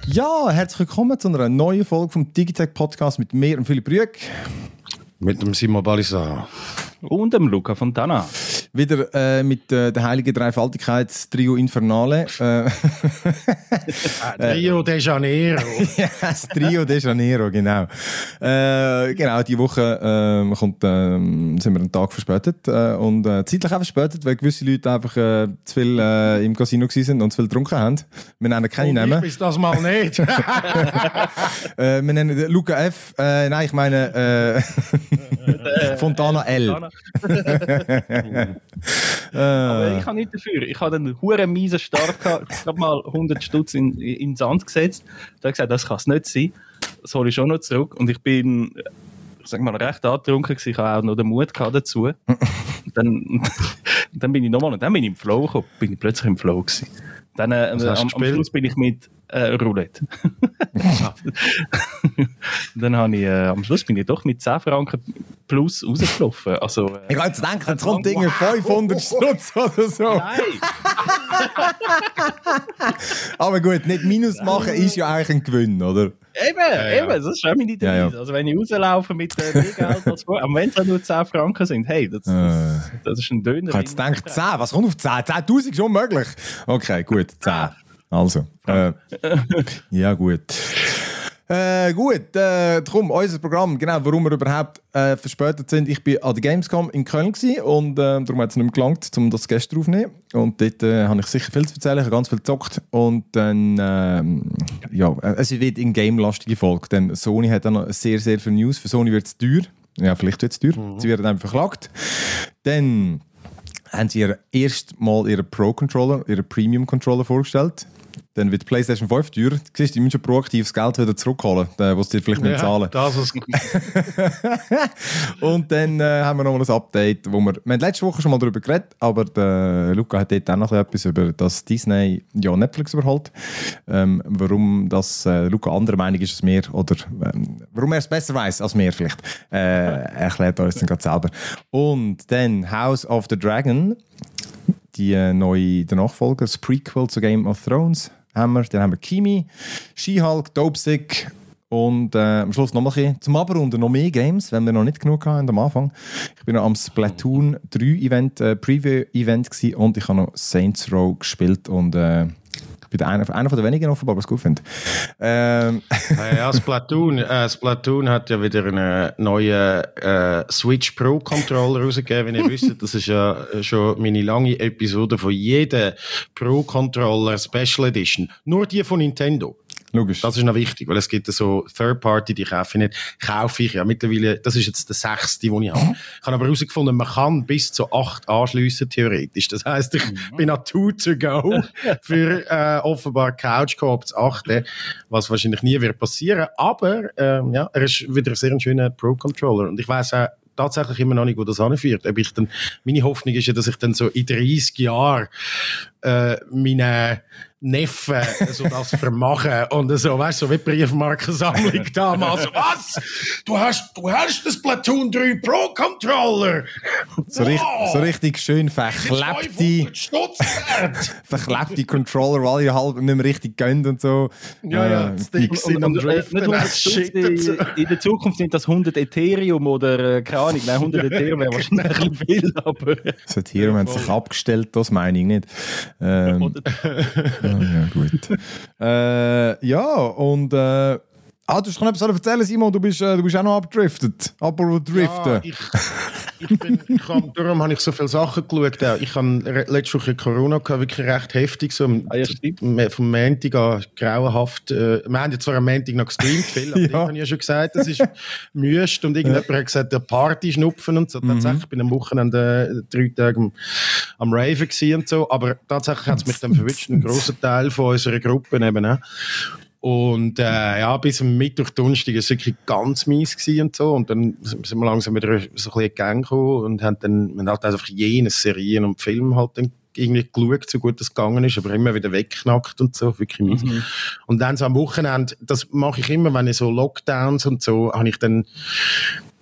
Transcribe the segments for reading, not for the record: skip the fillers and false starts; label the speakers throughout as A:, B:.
A: Ja, herzlich willkommen zu einer neuen Folge vom Digitech Podcast mit mir und Philipp Rüegg.
B: Mit dem Simon Balissar.
C: Und dem Luca Fontana.
A: Wieder mit der heiligen Dreifaltigkeit-Trio Infernale.
B: Rio de Janeiro.
A: Ja, das Trio de Janeiro, genau. Genau, diese Woche sind wir einen Tag verspätet und zeitlich auch verspätet, weil gewisse Leute einfach zu viel im Casino waren und zu viel getrunken haben. Wir nennen keine Namen.
B: Ich weiß das mal nicht.
A: Wir nennen Luca F. Nein, ich meine Fontana L.
C: Aber ich habe nicht dafür. Ich hatte einen huren miesen Start gehabt. Ich habe mal 100 Stutz in den Sand gesetzt. Da habe ich gesagt, das kann es nicht sein. Das hole ich schon noch zurück. Und ich bin, ich sag mal, recht angetrunken gewesen. Ich habe auch noch den Mut gehabt dazu. Dann bin ich nochmal, und dann bin ich im Flow gekommen. Bin ich plötzlich im Flow gewesen. Dann am Schluss bin ich mit Roulette. Dann habe ich, am Schluss bin ich doch mit 10 Franken plus rausgelaufen. Also,
A: ich habe jetzt gedacht, jetzt kommt irgendwie 500 Stutz oder so.
C: Nein!
A: Aber gut, nicht Minus machen ist ja eigentlich ein Gewinn, oder?
C: Eben, das ist schon meine Devise. Also wenn ich rauslaufe mit mehr Geld als vor, aber wenn es nur 10 Franken sind, hey, das ist ein Döner.
A: Ich habe jetzt gedacht, 10, was kommt auf 10? 10'000 ist unmöglich. Okay, gut, 10. Also, ja gut. Komm, unser Programm, genau, warum wir überhaupt verspätet sind. Ich war an der Gamescom in Köln gewesen, und darum hat es nicht mehr gelangt, um das gestern aufzunehmen. Und dort habe ich sicher viel zu erzählen, ich habe ganz viel gezockt. Und dann, es wird eine game-lastige Folge, denn Sony hat dann noch sehr, sehr viel News. Für Sony wird es teuer. Ja, vielleicht wird es teuer. Sie werden einfach verklagt. Dann haben sie erstmal ihren Pro-Controller, ihren Premium-Controller vorgestellt. Dann wird die PlayStation 5 teuer. Du siehst, die müssen schon proaktiv das Geld wieder zurückholen, was sie vielleicht nicht zahlen.
B: Das ist
A: Und dann haben wir noch mal ein Update, wo wir haben letzte Woche schon mal darüber geredet, aber der Luca hat dort auch noch etwas über das Disney Netflix überholt. Warum das Luca anderer Meinung ist als wir, oder warum er es besser weiß als wir vielleicht, erklärt uns dann gerade selber. Und dann House of the Dragon, der Nachfolger, das Prequel zu Game of Thrones haben wir. Dann haben wir Kimi, She-Hulk, Dopesick und am Schluss noch mal ein bisschen zum Abrunden noch mehr Games, wenn wir noch nicht genug hatten am Anfang. Ich bin noch am Splatoon 3 Event, Preview-Event gewesen, und ich habe noch Saints Row gespielt und ich bin einer von den wenigen offenbar, was ich gut finde.
B: ja, Splatoon hat ja wieder einen neuen Switch Pro Controller rausgegeben, wie ihr wisst. Das ist ja schon meine lange Episode von jeder Pro Controller Special Edition. Nur die von Nintendo.
A: Logisch.
B: Das ist noch wichtig, weil es gibt so Third-Party, die kaufe ich ja mittlerweile, das ist jetzt der 6., den ich habe. Ich habe aber herausgefunden, man kann bis zu 8 anschliessen, theoretisch. Das heisst, ich bin an 2 to go für offenbar Couch Co-op zu 8, was wahrscheinlich nie wird passieren. Aber er ist wieder ein sehr schöner Pro-Controller, und ich weiss auch tatsächlich immer noch nicht, wo das anführt. Meine Hoffnung ist ja, dass ich dann so in 30 Jahren meine Neffen so das vermachen und so, weißt du, so wie Briefmarkensammlung damals. Was? Du hast den Splatoon 3 Pro Controller?
A: So richtig schön verklebte Controller, weil die halb nicht mehr richtig gehen und so.
B: Ja, Sticks sind am Driften.
C: In der Zukunft sind das 100 Ethereum oder keine Ahnung, nein, 100 Ethereum wäre wahrscheinlich ein bisschen viel, aber...
A: Das Ethereum hat sich abgestellt, das meine ich nicht. Ja, gut. Und du hast noch etwas erzählen, Simon, du bist auch noch abgedriftet. Apropos Driften.
B: Ja, darum habe ich so viele Sachen geschaut. Auch. Ich habe letzte Woche Corona gehabt, wirklich recht heftig. So, vom Montag an grauenhaft. Wir haben jetzt zwar am Montag noch gestreamt, viel, aber habe ich ja schon gesagt, das ist müsst. Und irgendjemand hat gesagt, der Party-Schnupfen und so. Tatsächlich, ich bin am Wochenende 3 Tage am Raven gewesen und so. Aber tatsächlich hat es mich dann verwünscht, einen grossen Teil von unserer Gruppe eben auch. Und bis am Mittwoch, Donnerstag war es wirklich ganz mies gewesen und so. Und dann sind wir langsam wieder so ein bisschen in die Gang gekommen und haben halt einfach jene Serien und Filme halt dann irgendwie geschaut, so gut es gegangen ist, aber immer wieder wegknackt und so, wirklich mies. Und dann so am Wochenende, das mache ich immer, wenn ich so Lockdowns und so, habe ich dann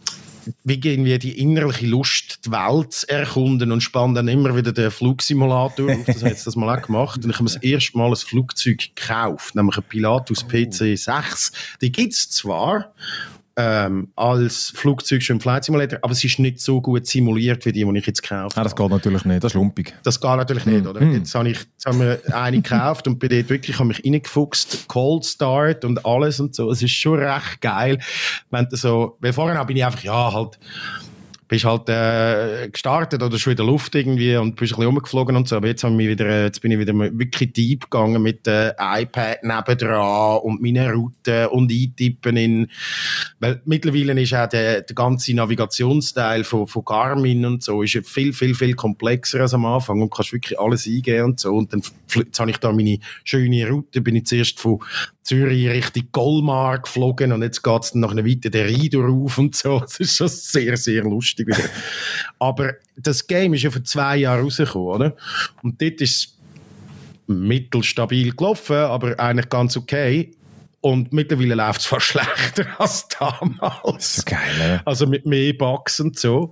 B: wie irgendwie die innerliche Lust, die Welt zu erkunden und spanne dann immer wieder den Flugsimulator auf. Das habe ich jetzt das mal auch gemacht. Und ich habe das erste Mal ein Flugzeug gekauft, nämlich ein Pilatus PC-6. Die gibt es zwar als Flugzeug schon im Flight Simulator, aber es ist nicht so gut simuliert wie die ich jetzt gekauft habe.
A: Das geht natürlich nicht, das ist lumpig.
B: Das geht natürlich nicht, oder? Jetzt haben wir eine gekauft und bin dort wirklich, habe mich reingefuchst, Cold Start und alles und so. Es ist schon recht geil, wenn du so, weil vorher bin ich einfach, bist halt gestartet oder schon in der Luft irgendwie und bist ein bisschen rumgeflogen und so, aber jetzt bin ich wieder wirklich deep gegangen mit dem iPad nebendran und meine Route und eintippen weil mittlerweile ist auch der ganze Navigationsteil von Garmin und so ist viel, viel, viel komplexer als am Anfang und kannst wirklich alles eingeben und so und dann jetzt habe ich da meine schöne Route, bin ich zuerst von Zürich Richtung Colmar geflogen und jetzt geht es dann noch weiter den Rhein rauf und so. Das ist schon sehr, sehr lustig wieder. Aber das Game ist ja vor 2 Jahren rausgekommen, oder? Und dort ist es mittelstabil gelaufen, aber eigentlich ganz okay. Und mittlerweile läuft es fast schlechter als damals.
A: Das ist geil, ne?
B: Also mit mehr Bugs und so.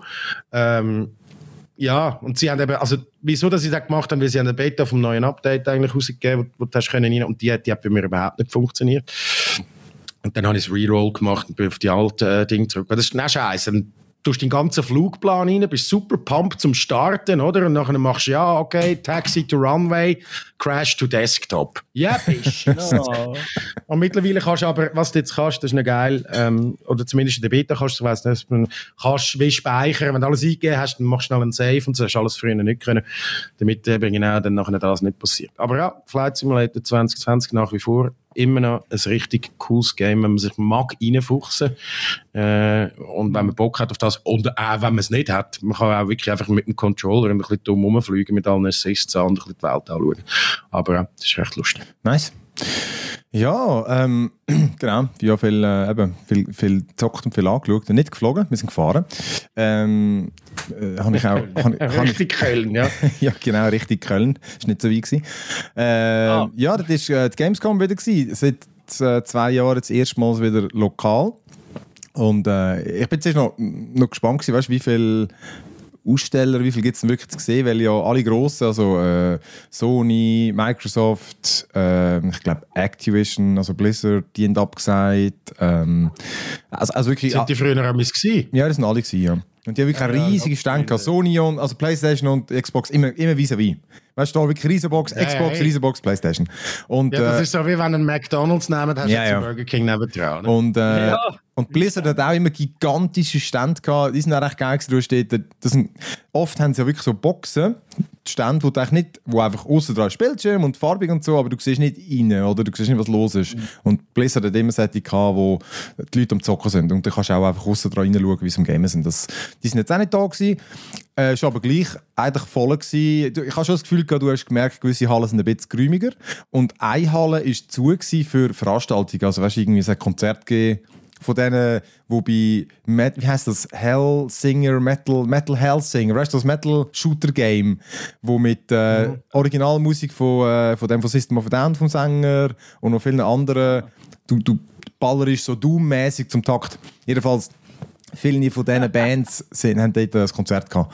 B: Ja, und sie haben eben, also wieso, dass sie das gemacht haben, weil sie eine Beta vom neuen Update eigentlich rausgegeben, wo du hast können rein, und die hat bei mir überhaupt nicht funktioniert. Und dann habe ich das Reroll gemacht und bin auf die alten Dinge zurück. Weil das ist scheiße. Du hast den ganzen Flugplan rein, bist super pumped zum Starten, oder? Und nachher machst du, okay, Taxi to Runway, Crash to Desktop. Ja, bist no. Und mittlerweile kannst du aber, was du jetzt kannst, das ist noch geil, oder zumindest in der Beta kannst du, ich weiss nicht, kannst wie speichern, wenn du alles eingegeben hast, dann machst du schnell einen Save und so hast du alles früher nicht können, damit genau dann nachher das nicht passiert. Aber ja, Flight Simulator 2020 nach wie vor immer noch ein richtig cooles Game, wenn man sich mag reinfuchsen und wenn man Bock hat auf das und auch wenn man es nicht hat, man kann auch wirklich einfach mit dem Controller ein bisschen dumm rumfliegen mit allen Assists und ein bisschen die Welt anschauen. Aber ja, das ist recht lustig.
A: Nice. Ja, genau. Ja, viel gezockt und viel angeschaut. Nicht geflogen, wir sind gefahren. Habe ich auch...
B: Richtig Köln, ja.
A: Ja, genau, richtig Köln. Das war nicht so weit gewesen. Ja, das war die Gamescom wieder gewesen. Seit 2 Jahren das erste Mal wieder lokal. Und ich bin jetzt noch gespannt gewesen, weißt, wie viele Aussteller, wie viel gibt es denn wirklich zu sehen, weil ja alle grossen, also Sony, Microsoft, ich glaube Activision, also Blizzard, die haben abgesagt. Also wirklich,
B: sind die früher auch gewesen?
A: Ja, das sind alle gewesen, ja. Und die haben wirklich eine riesige Stände gehabt. Sony und, also PlayStation und Xbox, immer vis-à-vis. Weißt du, da wirklich Riesenbox, Xbox, Riesenbox, PlayStation. Und,
B: ja, das ist so, wie wenn du einen McDonalds nehmt, hast du einen Burger King nebendran.
A: Und Blizzard hat auch immer gigantische Stände gehabt. Die sind auch recht geil gewesen. Oft haben sie ja wirklich so Boxen, Stände, wo du eigentlich nicht, wo einfach aussen dran ist Bildschirm und farbig und so, aber du siehst nicht rein, oder du siehst nicht, was los ist. Und Blizzard hat immer solche gehabt, wo die Leute am Zocken sind. Und du kannst auch einfach aussen dran reinschauen, wie sie am Gamen sind. Die sind jetzt auch nicht da gewesen. Ist aber gleich eigentlich voll gewesen. Ich habe schon das Gefühl gehabt, du hast gemerkt, gewisse Hallen sind ein bisschen geräumiger. Und eine Halle war zu gewesen für Veranstaltungen. Also weißt du, irgendwie ein Konzert gegeben von denen, wo bei, wie heisst das, Hellsinger, Metal Hellsinger, weißt du, das Metal-Shooter-Game, wo mit Originalmusik von System of a Down vom Sänger und noch vielen anderen, du ballerst so Doom-mäßig zum Takt. Jedenfalls, viele von diesen Bands haben dort ein Konzert gehabt.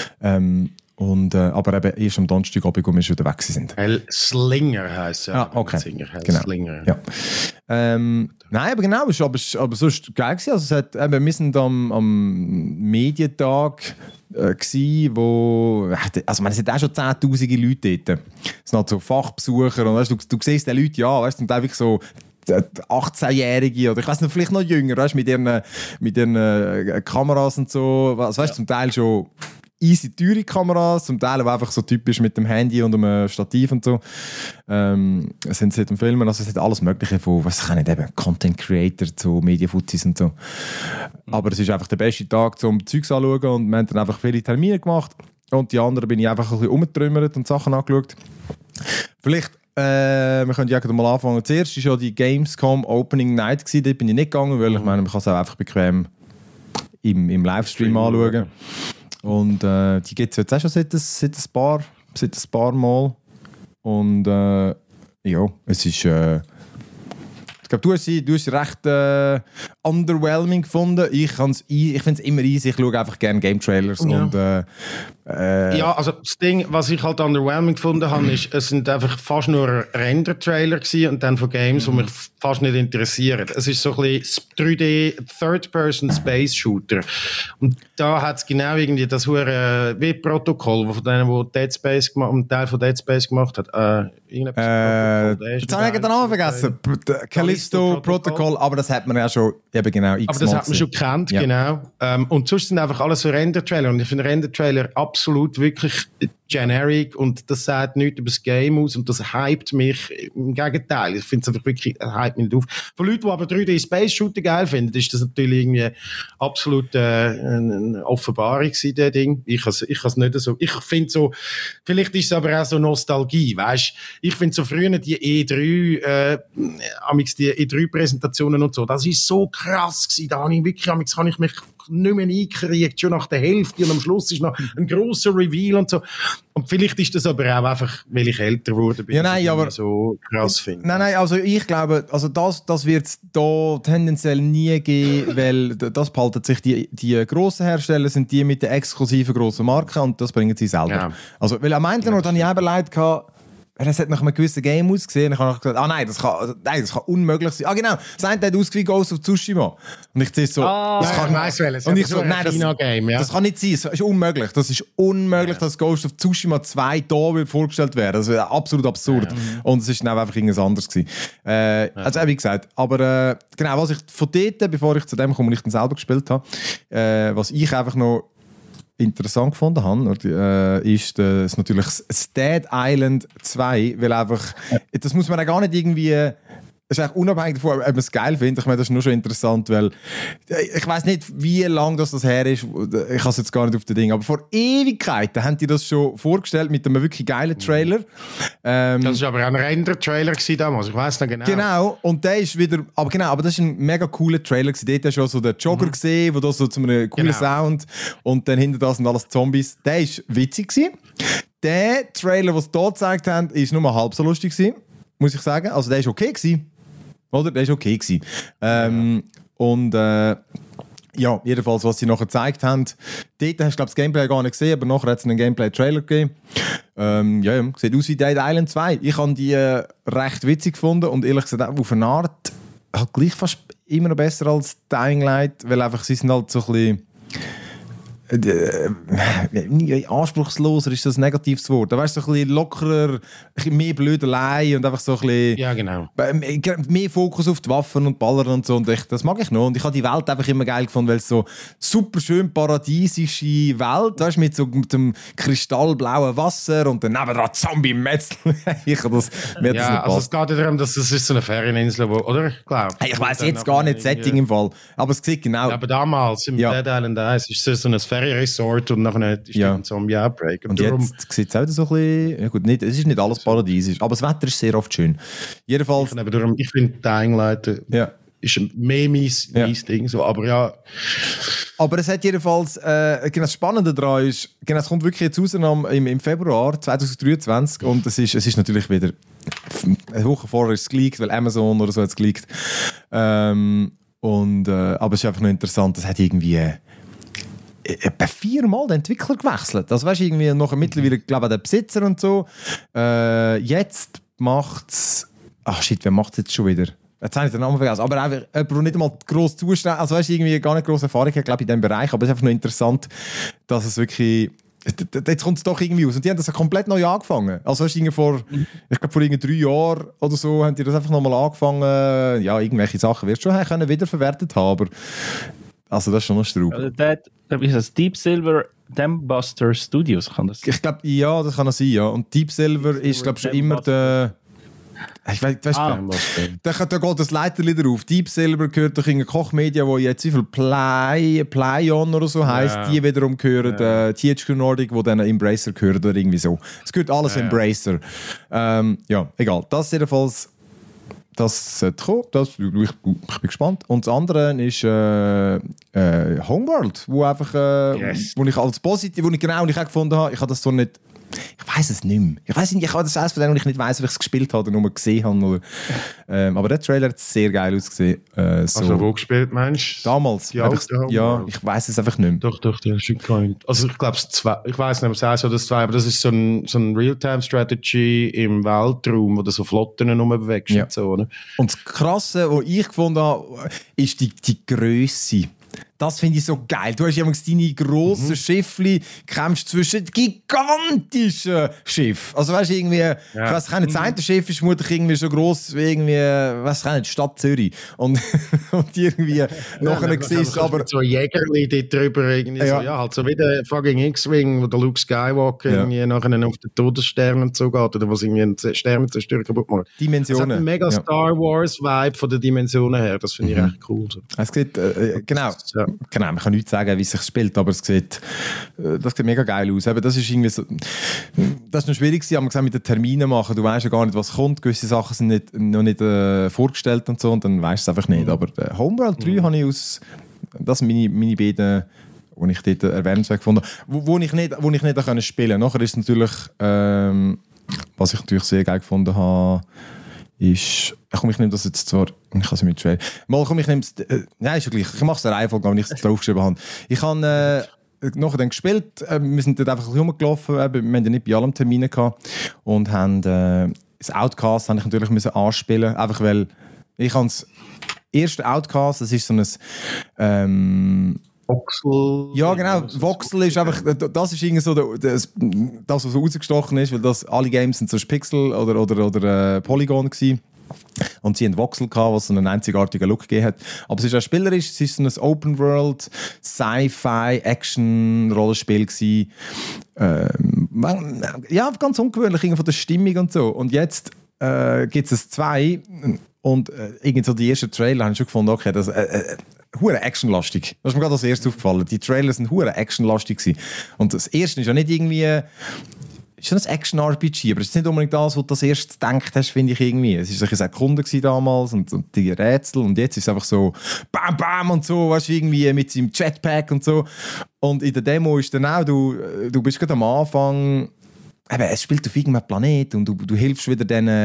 A: Aber eben erst am Donnerstagabend, wo wir schon weg sind.
B: Slinger heisst ja.
A: Ah, okay.
B: Genau. Slinger.
A: Ja. Nein, aber genau, es war aber sonst geil gewesen. Also wir sind am Medientag wo, also es sind auch schon 10'000 Leute dort. Es sind halt so Fachbesucher und weißt, du siehst die Leute, ja, weißt, und wirklich so 18-Jährige oder ich weiß nicht, vielleicht noch jünger, weißt, mit ihren Kameras und so, also, weißt, zum Teil schon easy teure Kameras, zum Teil aber einfach so typisch mit dem Handy und einem Stativ und so. Sind sie am Filmen, also es hat alles mögliche von, was ich nicht, eben Content Creator zu Medienfuzis und so. Aber es ist einfach der beste Tag, um Zeugs anzuschauen und wir haben dann einfach viele Termine gemacht und die anderen bin ich einfach ein bisschen umgetrümmert und Sachen angeschaut. Vielleicht wir können ja mal anfangen. Zuerst war ja die Gamescom Opening Night gewesen. Dort bin ich nicht gegangen, weil ich meine, man kann es auch einfach bequem im Livestream anschauen. Und die gibt es jetzt auch schon seit ein paar Mal. Und ja, es ist... Ich glaube, du hast sie recht underwhelming gefunden. Ich finde es immer easy, ich schaue einfach gerne Game-Trailers. Und,
B: ja, also das Ding, was ich halt underwhelming gefunden habe, ist, es sind einfach fast nur Render-Trailer gewesen und dann von Games, die mich fast nicht interessieren. Es ist so ein bisschen 3D Third-Person-Space-Shooter. Und da hat es genau irgendwie das wie Protokoll, von denen, wo Dead Space einen Teil von Dead Space gemacht hat.
A: Jetzt habe ich den Namen vergessen. Callisto Protocol, aber das hat man ja schon eben genau
B: x-mal Aber das hat man schon gekannt, genau. Und sonst sind einfach alles so Render-Trailer. Und ich finde Render-Trailer absolut wirklich generic und das sagt nichts über das Game aus und das hypt mich im Gegenteil. Ich finde es einfach wirklich, hypt mich nicht auf. Von Leuten, die aber 3D Space Shooter geil finden, ist das natürlich irgendwie absolut eine Offenbarung gewesen, das Ding. Ich has nicht so. Ich finde so, vielleicht ist es aber auch so Nostalgie, weißt? Ich finde so früher die E3, die E3-Präsentationen und so, das ist so krass gewesen. Da habe ich wirklich, habe ich mich nicht mehr eingekriegt, schon nach der Hälfte und am Schluss ist noch ein grosser Reveal und so. Und vielleicht ist das aber auch einfach, weil ich älter wurde,
A: ja, nein, aber
B: so krass finde.
A: Nein, also ich glaube, also das wird es da tendenziell nie geben, weil das behalten sich die grossen Hersteller, sind die mit den exklusiven grossen Marken und das bringen sie selber. Ja. Also, weil am Ende noch, dann habe ich eben Leute gehabt, es hat nach einem gewissen Game ausgesehen. Ich habe gesagt, nein, das kann unmöglich sein. Genau, das eine hat ausgesehen wie Ghost of Tsushima. Und ich sehe so, das kann nicht sein, das ist unmöglich. Das ist unmöglich, dass Ghost of Tsushima 2 hier vorgestellt werden. Das wäre absolut absurd. Ja. Und es ist dann einfach irgendwas anderes gewesen. Also wie gesagt, aber genau, was ich von dort, bevor ich zu dem komme, ich dann selber gespielt habe, was ich einfach noch interessant gefunden habe, ist natürlich das Dead Island 2, weil einfach, das muss man ja gar nicht irgendwie, das ist eigentlich unabhängig davon, ob man es geil findet. Ich meine, das ist nur schon interessant, weil ich weiss nicht, wie lange das her ist, ich habe es jetzt gar nicht auf den Ding, aber vor Ewigkeiten haben die das schon vorgestellt mit einem wirklich geilen Trailer.
B: Das war aber auch ein Render-Trailer damals, ich weiss noch genau.
A: Genau, und der ist wieder, aber das ist ein mega cooler Trailer gewesen. Dort hast du schon so den Jogger gesehen, wo das so zu einem coolen Sound und dann hinter das sind alles Zombies. Der ist witzig gewesen. Der Trailer, den sie hier gezeigt haben, ist nur halb so lustig gewesen, muss ich sagen. Also der ist okay gewesen. Oder? Der ist okay gewesen. Und ja, jedenfalls, was sie nachher gezeigt haben, dort hast du, glaube das Gameplay gar nicht gesehen, aber nachher hat es einen Gameplay-Trailer gegeben. Ja, sieht aus wie Dead Island 2. Ich habe die recht witzig gefunden und ehrlich gesagt auch auf eine Art halt gleich fast immer noch besser als Dying Light, weil einfach sie sind halt so ein bisschen anspruchsloser ist das ein negatives Wort. Da weißt du, so ein bisschen lockerer, ein bisschen mehr Blödelei und einfach so ein bisschen,
B: ja, genau.
A: Mehr Fokus auf die Waffen und Ballern und so. Und das mag ich noch. Und ich habe die Welt einfach immer geil gefunden, weil es so super schön paradiesische Welt, weißt, mit dem kristallblauen Wasser und dann nebenan Zombie-Metzel. Das
B: also es geht ja darum, dass es ist so eine Ferieninsel, oder?
A: Ich weiss jetzt gar nicht das Setting im Fall, aber es sieht genau.
B: Ja, aber damals im Dead Island 1 ist es so ein Resort und nachher ist ein Zombie-Outbreak.
A: Und jetzt sieht es auch so ein bisschen, ja gut, es ist nicht alles paradiesisch, aber das Wetter ist sehr oft schön. Jedenfalls.
B: Ich finde Dying Light ist mehr mein Ding, so, aber ja.
A: Aber es hat jedenfalls, das Spannende daran ist, es kommt wirklich jetzt raus im Februar 2023 und es ist natürlich wieder, eine Woche vorher ist es geleakt, weil Amazon oder so hat es geleakt. Aber es ist einfach noch interessant, es hat irgendwie etwa 4-mal den Entwickler gewechselt. Das weißt du, irgendwie nachher mittlerweile, glaube ich, der Besitzer und so. Jetzt macht's. Ach shit, wer macht es jetzt schon wieder? Jetzt habe ich den Namen vergessen. Aber einfach jemand, der nicht einmal gross zustellt. Also weißt du, irgendwie gar nicht grosse Erfahrung hat, glaube ich, in diesem Bereich. Aber es ist einfach nur interessant, dass es wirklich. Jetzt kommt es doch irgendwie aus. Und die haben das ja komplett neu angefangen. Also weißt du, vor 3 Jahren oder so haben die das einfach nochmal angefangen. Ja, irgendwelche Sachen wirst du schon wiederverwertet haben. Aber also das ist schon noch Strub.
C: Ist das Deep Silver Dambuster Studios? Kann das sein?
A: Ich glaube, ja, das kann das sein, ja. Und Deep Silver ist, glaube ich, schon immer der. Ich weiß, da geht das Leiterli drauf. Deep Silver gehört doch in Kochmedia, wo jetzt wie viel Play-On oder so heisst. Die wiederum gehören THQ Nordic, wo dann Embracer gehört oder irgendwie so. Es gehört alles Embracer. Ja, egal. Das jedenfalls. Das sollte kommen, ich bin gespannt. Und das andere ist Homeworld, wo einfach, wo ich als positiv, wo ich auch gefunden habe, ich habe das so nicht, Ich weiss es nicht mehr. Ich weiss nicht, ich habe das eines von denen, und ich nicht weiss, ob ich es gespielt habe oder nur gesehen habe. Oder, aber der Trailer hat sehr geil ausgesehen. So.
B: Also wo gespielt, meinst du?
A: Damals. Ich weiss es einfach nicht mehr.
B: Doch, der ist schon. Also ich glaube, ich weiss nicht, ob es 1 oder 2, aber das ist so ein Real-Time-Strategy im Weltraum, wo du so Flotten rumbewegst und so, oder?
A: Und das Krasse, was ich gefunden habe, ist die Grösse. Das finde ich so geil. Du hast ja deine grossen Schiffli, kämpfst zwischen gigantischen Schiffen. Also weißt du, irgendwie, ich weiss nicht, das eine Schiff ist vermutlich irgendwie so gross wie irgendwie, weiss ich nicht, die Stadt Zürich. Und irgendwie nachher siehst du aber...
B: So Jägerli dort drüber irgendwie so, halt so wie der fucking X-Wing, wo der Luke Skywalker irgendwie nachher auf den Todesstern und so geht, oder was irgendwie einen Sternenzerstörer kaputt macht.
A: Dimensionen.
B: Das hat einen mega Star Wars-Vibe von den Dimensionen her. Das finde ich echt cool. So.
A: Es sieht, genau, man kann nicht sagen, wie es sich spielt, aber das sieht mega geil aus. Eben, das ist irgendwie so, das ist noch schwierig gewesen, aber mit den Terminen machen. Du weißt ja gar nicht, was kommt. Gewisse Sachen sind noch nicht vorgestellt und so, und dann weißt du es einfach nicht. Aber Homeworld 3 habe ich das sind meine beiden, die ich dort erwähnenswert gefunden habe, wo ich nicht spielen konnte. Nachher ist es natürlich, was ich natürlich sehr geil gefunden habe, ist... ich nehme das jetzt zwar... Ich kann es mit schwer... ich nehme es... nein, ist ja gleich. Ich mache es der Reihenfolge, aber nicht draufgeschrieben habe. Ich habe nachher dann gespielt. Wir sind dort einfach ein bisschen rumgelaufen. Wir haben ja nicht bei allem Termine gehabt. Und haben das Outcast habe ich natürlich müssen anspielen. Einfach weil... Ich habe das erste Outcast, das ist so ein...
B: Voxel.
A: Ja, genau. Voxel ist einfach, das ist irgendwie so das, was so rausgestochen ist, weil das, alle Games sind so Pixel oder Polygon gewesen. Und sie hatten Voxel gehabt, was so einen einzigartigen Look gegeben hat. Aber es ist auch spielerisch, es ist so ein Open-World, Sci-Fi, Action-Rollenspiel gewesen. Ja, ganz ungewöhnlich von der Stimmung und so. Und jetzt gibt es 2 und irgendwie so die ersten Trailer habe ich schon gefunden, okay, das hure actionlastig. Das ist mir gerade als erstes aufgefallen. Die Trailer sind hure actionlastig gewesen. Und das erste ist ja nicht irgendwie... ist schon ein Action-RPG, aber es ist nicht unbedingt das, was du als erstes gedacht hast, finde ich irgendwie. Es war eine Sekunde damals und die Rätsel, und jetzt ist es einfach so bam, bam und so, weißt du, irgendwie mit seinem Jetpack und so. Und in der Demo ist dann auch, du bist gerade am Anfang... Eben, es spielt auf irgendeinem Planet und du hilfst wieder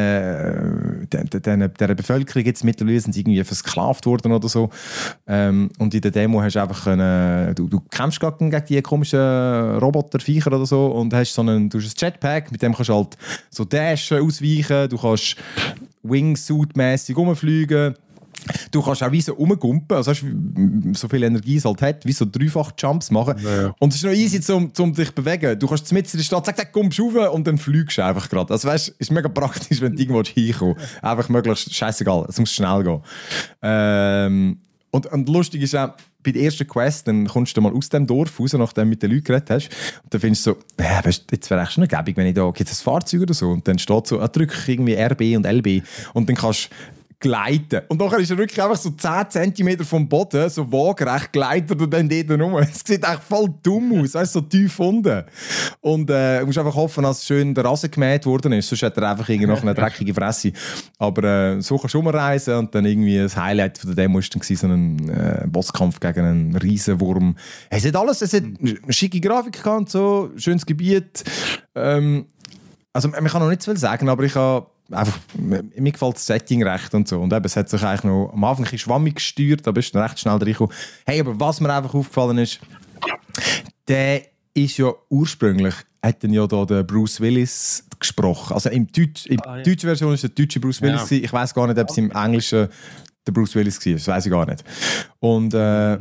A: dieser Bevölkerung. Jetzt mittlerweile sind sie irgendwie versklavt worden oder so. Und in der Demo hast du einfach du kämpfst gegen die komischen Roboterviecher oder so und hast du hast ein Jetpack, mit dem kannst du halt so dashen, ausweichen, du kannst Wingsuit-mässig rumfliegen. Du kannst auch wie so rumgumpen, also hast so viel Energie es halt hat, wie so 3-fach-Jumps machen. Ja. Und es ist noch easy, um dich zu bewegen. Du kannst mitten in der Stadt, zack, kommst rauf und dann fliegst du einfach gerade. Also weißt, ist mega praktisch, wenn du irgendwo hinkommst. Einfach möglichst, scheißegal, es muss schnell gehen. Und lustig ist auch, bei der ersten Quest, dann kommst du mal aus dem Dorf raus, nachdem du mit den Leuten geredet hast. Und dann findest du so, jetzt wäre echt schon gäbig, wenn ich da, gibt es ein Fahrzeug oder so? Und dann steht so, drück irgendwie RB und LB. Und dann kannst gleiten. Und nachher ist er wirklich einfach so 10 cm vom Boden, so waagerecht gleitet er dann dort rum. Es sieht echt voll dumm aus, weißt, so tief unten. Und du musst einfach hoffen, dass schön der Rasen gemäht worden ist, sonst hat er einfach noch eine dreckige Fresse. Aber so kannst du rumreisen und dann irgendwie das Highlight von der Demo war dann so ein Bosskampf gegen einen Riesenwurm. Es hat alles, es hat eine schicke Grafik gehabt und so, schönes Gebiet. Also man kann noch nicht zu viel sagen, aber ich habe einfach, mir gefällt das Setting recht und so. Und eben, es hat sich eigentlich noch am Anfang ein bisschen schwammig gesteuert, da bist du recht schnell reingekommen. Hey, aber was mir einfach aufgefallen ist, der ist ja ursprünglich, hat dann ja da der Bruce Willis gesprochen. Also in der deutschen Version ist der deutsche Bruce Willis. Ja. Ich weiss gar nicht, ob es im Englischen der Bruce Willis war. Das weiss ich gar nicht. Und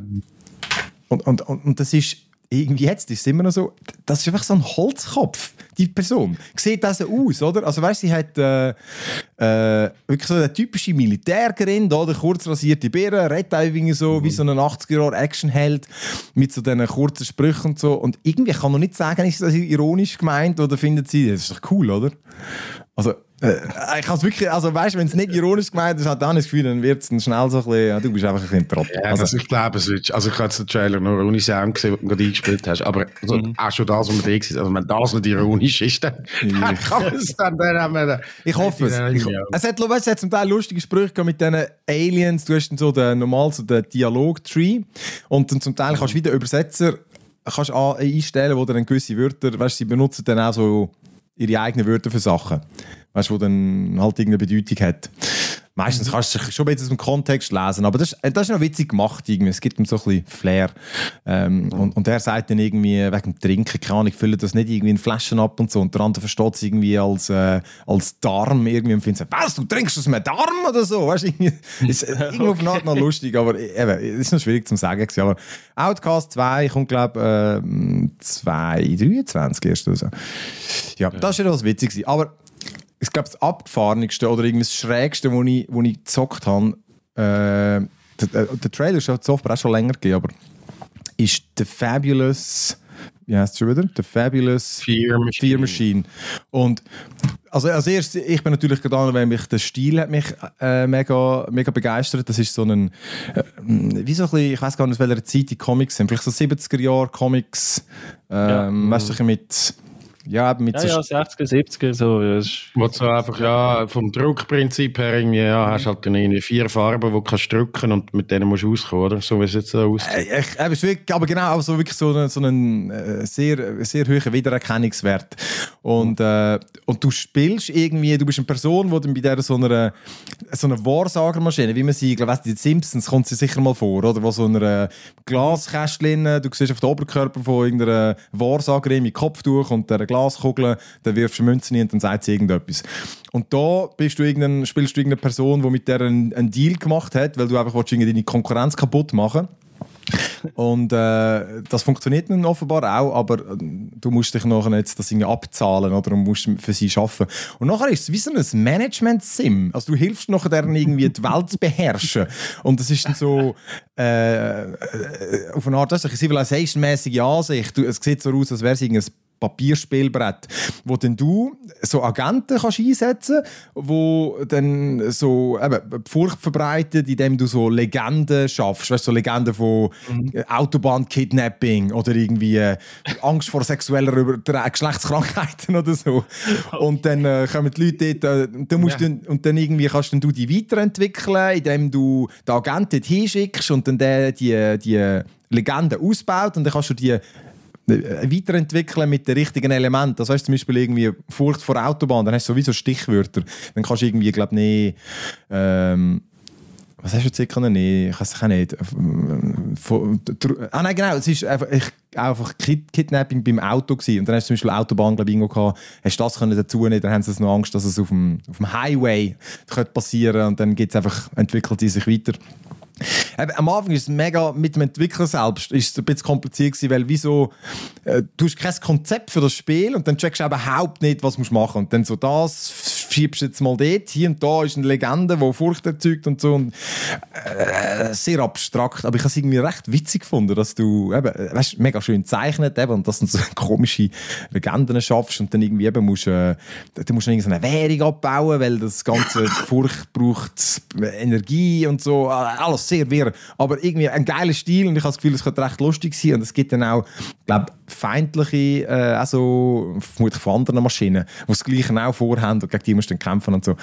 A: das ist irgendwie jetzt ist es immer noch so, das ist einfach so ein Holzkopf, die Person. Sieht das so aus, oder? Also weißt du, sie hat wirklich so eine typische Militärgerind, oder? Kurz rasierte Beeren, redet irgendwie so wie so ein 80er-Jahre-Actionheld mit so diesen kurzen Sprüchen und so. Und irgendwie kann man nicht sagen, ist das ironisch gemeint oder findet sie, das ist doch cool, oder? Also, ich kann es wirklich, also weißt du, wenn es nicht ironisch gemeint ist, hat dann das Gefühl, dann wird es schnell so ein bisschen, ja, du bist einfach ein bisschen Trottel.
B: Ja, also ich glaube, es ist, also ich habe jetzt den Trailer nur ohne Sound gesehen, den du gerade eingespielt hast, aber also, auch schon das, was man da gesehen hat, also wenn das nicht ironisch ist, dann kann man es dann haben wir
A: ich hoffe es. Es hat zum Teil lustige Sprüche mit diesen Aliens, du hast dann so den Dialog-Tree und dann zum Teil kannst du wieder Übersetzer einstellen, wo dann gewisse Wörter, weißt, sie benutzen dann auch so ihre eigenen Wörter für Sachen. Weißt du, wo dann halt irgendeine Bedeutung hat. Meistens kannst du schon ein bisschen aus dem Kontext lesen, aber das ist noch witzig gemacht irgendwie. Es gibt ihm so ein bisschen Flair. Und er sagt dann irgendwie, wegen dem Trinken, keine Ahnung, füllen das nicht irgendwie in Flaschen ab und so. Und der andere versteht es irgendwie als Darm irgendwie und findet, was, du trinkst aus einem Darm oder so? Weißt du, ist irgendwo auf eine Art noch lustig, aber eben, ist noch schwierig zu sagen. Aber Outcast 2 kommt, glaube ich, 2023 erst raus. Ja, das war ja was witzig. Aber ich glaube, das Abgefahrenste oder irgendwie das Schrägste, wo ich gezockt habe, der Trailer ist auch schon länger gegeben, aber ist The Fabulous, wie heißt es schon wieder? The Fabulous Fear Machine. Und also als erstes, ich bin natürlich gerade weil mich der Stil hat mich mega begeistert. Das ist so ein, wie so ein bisschen, ich weiß gar nicht, aus welcher Zeit die Comics sind, vielleicht so 70er-Jahre-Comics, weißt du, mit... Ja, mit
C: so 60er, 70er, so.
B: Wo du einfach, vom Druckprinzip her irgendwie, hast halt dann irgendwie 4 Farben, die du kannst drücken und mit denen musst du auskommen, oder? So wie es jetzt so aussieht.
A: Aber genau, so wirklich so einen sehr, sehr hohen Wiedererkennungswert. Und du spielst irgendwie, du bist eine Person, die dann bei der so einer Wahrsagermaschine, wie man sie, ich glaube, die Simpsons kommt sie sicher mal vor, oder? Wo so einer Glaskästchen, du siehst auf den Oberkörper von irgendeiner Wahrsagerin mit Kopftuch und der Glaskugel, dann wirfst du Münzen hin und dann sagt sie irgendetwas. Und da spielst du irgendeine Person, die mit der einen Deal gemacht hat, weil du einfach deine Konkurrenz kaputt machen willst. Und das funktioniert dann offenbar auch, aber du musst dich nachher jetzt das irgendwie abzahlen oder musst für sie arbeiten. Und nachher ist es wie so ein Management-Sim. Also du hilfst nachher deren irgendwie die Welt zu beherrschen. Und das ist dann so auf eine Art, das ist eine Civilization-mäßige Ansicht. Es sieht so aus, als wäre es irgendein Papierspielbrett, wo dann du so Agenten kannst einsetzen, wo dann so Furcht verbreitet, indem du so Legenden schaffst, weißt, so Legenden von Autobahn-Kidnapping oder irgendwie Angst vor sexueller Geschlechtskrankheiten oder so. Und dann kommen die Leute dort, und dann irgendwie kannst du die weiterentwickeln, indem du den Agenten dort hinschickst und dann der die Legende ausbaut und dann kannst du die weiterentwickeln mit den richtigen Elementen. Das heißt zum Beispiel irgendwie Furcht vor Autobahn, dann hast du sowieso Stichwörter. Dann kannst du irgendwie, glaube ich, was hast du jetzt können? Nee, ich weiß es auch nicht. Nein, genau, es ist einfach Kidnapping beim Auto gewesen. Und dann hast du zum Beispiel Autobahn, glaube ich, irgendwo gehabt, hast du das können dazu nehmen, dann haben sie noch Angst, dass es auf dem Highway passieren könnte und dann entwickelt sie sich weiter. Am Anfang ist es mega, mit dem Entwickler selbst ist es ein bisschen kompliziert gewesen, weil du hast kein Konzept für das Spiel und dann checkst du überhaupt nicht, was du machen musst. Und dann so das schiebst du jetzt mal dort, hier und da ist eine Legende, die Furcht erzeugt und so. Und, sehr abstrakt, aber ich habe es irgendwie recht witzig gefunden, dass du mega schön zeichnet und dass du so komische Legenden schaffst und dann irgendwie musst du eine Währung abbauen, weil das ganze Furcht braucht Energie und so, alles sehr wirr, aber irgendwie ein geiler Stil und ich habe das Gefühl, es könnte recht lustig sein und es gibt dann auch, glaube feindliche, also vermutlich von anderen Maschinen, die das Gleiche auch vorhaben und gegen die musst du dann kämpfen und so.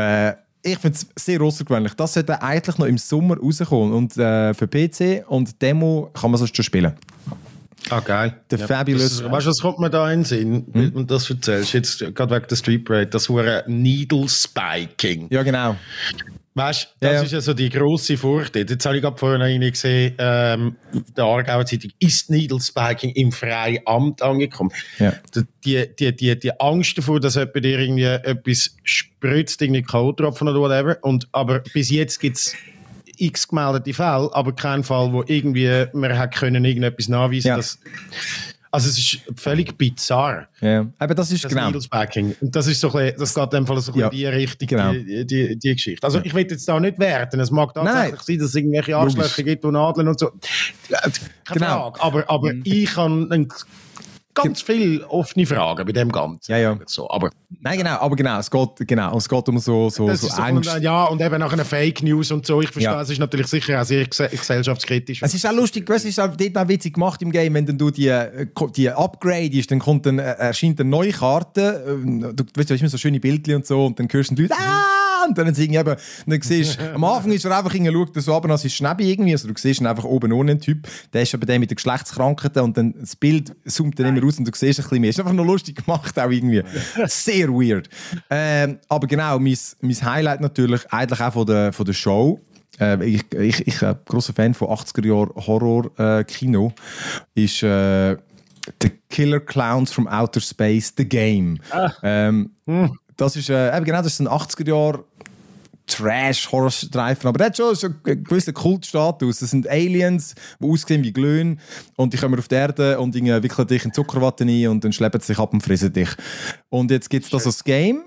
A: Ich finde es sehr außergewöhnlich. Das sollte eigentlich noch im Sommer rauskommen und für PC und Demo kann man sonst schon spielen.
B: Ah, geil.
A: Der Fabulous.
B: Weißt du, was kommt mir da in den Sinn? Und das erzählst du jetzt gerade wegen der Street Raid, das war Needle Spiking.
A: Ja, genau.
B: Weißt du, das ist ja so die grosse Furcht. Jetzt habe ich gerade vorhin gesehen, der Aargauer Zeitung ist Needle Spiking im freien Amt angekommen. Ja. Die Angst davor, dass jemand dir irgendwie etwas spritzt, irgendwie K.O.-Tropfen oder whatever. Aber bis jetzt gibt es x gemeldete Fälle, aber kein Fall, wo irgendwie man hat können irgendetwas nachweisen können. Also es ist völlig bizarr.
A: Ja, aber das ist genau.
B: Und das ist so ein bisschen, das geht in dem Fall so in die Richtung, genau. die Geschichte. Also ich will jetzt da nicht werten. Es mag tatsächlich sein, dass es irgendwelche Arschlöcher gibt, die nadeln und so. Keine Frage. Aber ich kann ganz viele offene Fragen bei dem Ganzen.
A: Ja.
B: So, aber
A: es geht um so Angst.
B: Und eben nach einer Fake News und so. Ich verstehe, es ist natürlich sicher auch sehr gesellschaftskritisch.
A: Es ist auch lustig, es ist auch dort auch witzig gemacht im Game, wenn du die upgradest, dann erscheint eine neue Karte. Du weißt immer so schöne Bildchen und so und dann hörst du die Leute Und dann siehst am Anfang ist er einfach schaut so ab, als ist Schnäbi irgendwie, also du siehst ihn einfach oben ohne einen Typ, der ist aber der mit den Geschlechtskrankheiten und dann das Bild zoomt dann immer raus und du siehst ein bisschen mehr. Ist einfach noch lustig gemacht auch irgendwie. Sehr weird. Aber genau, mein Highlight natürlich eigentlich auch von der Show. Ich bin ein grosser Fan von 80er-Jahren Horror-Kino. Ist The Killer Clowns from Outer Space, The Game. Das ist das ist ein 80er-Jahr Trash-Horror-Streifen, aber der hat schon einen gewissen Kultstatus. Das sind Aliens, die aussehen wie Glöhn und die kommen auf die Erde und wickeln dich in Zuckerwatte rein und dann schleppen sie sich ab und fressen dich. Und jetzt gibt es das Game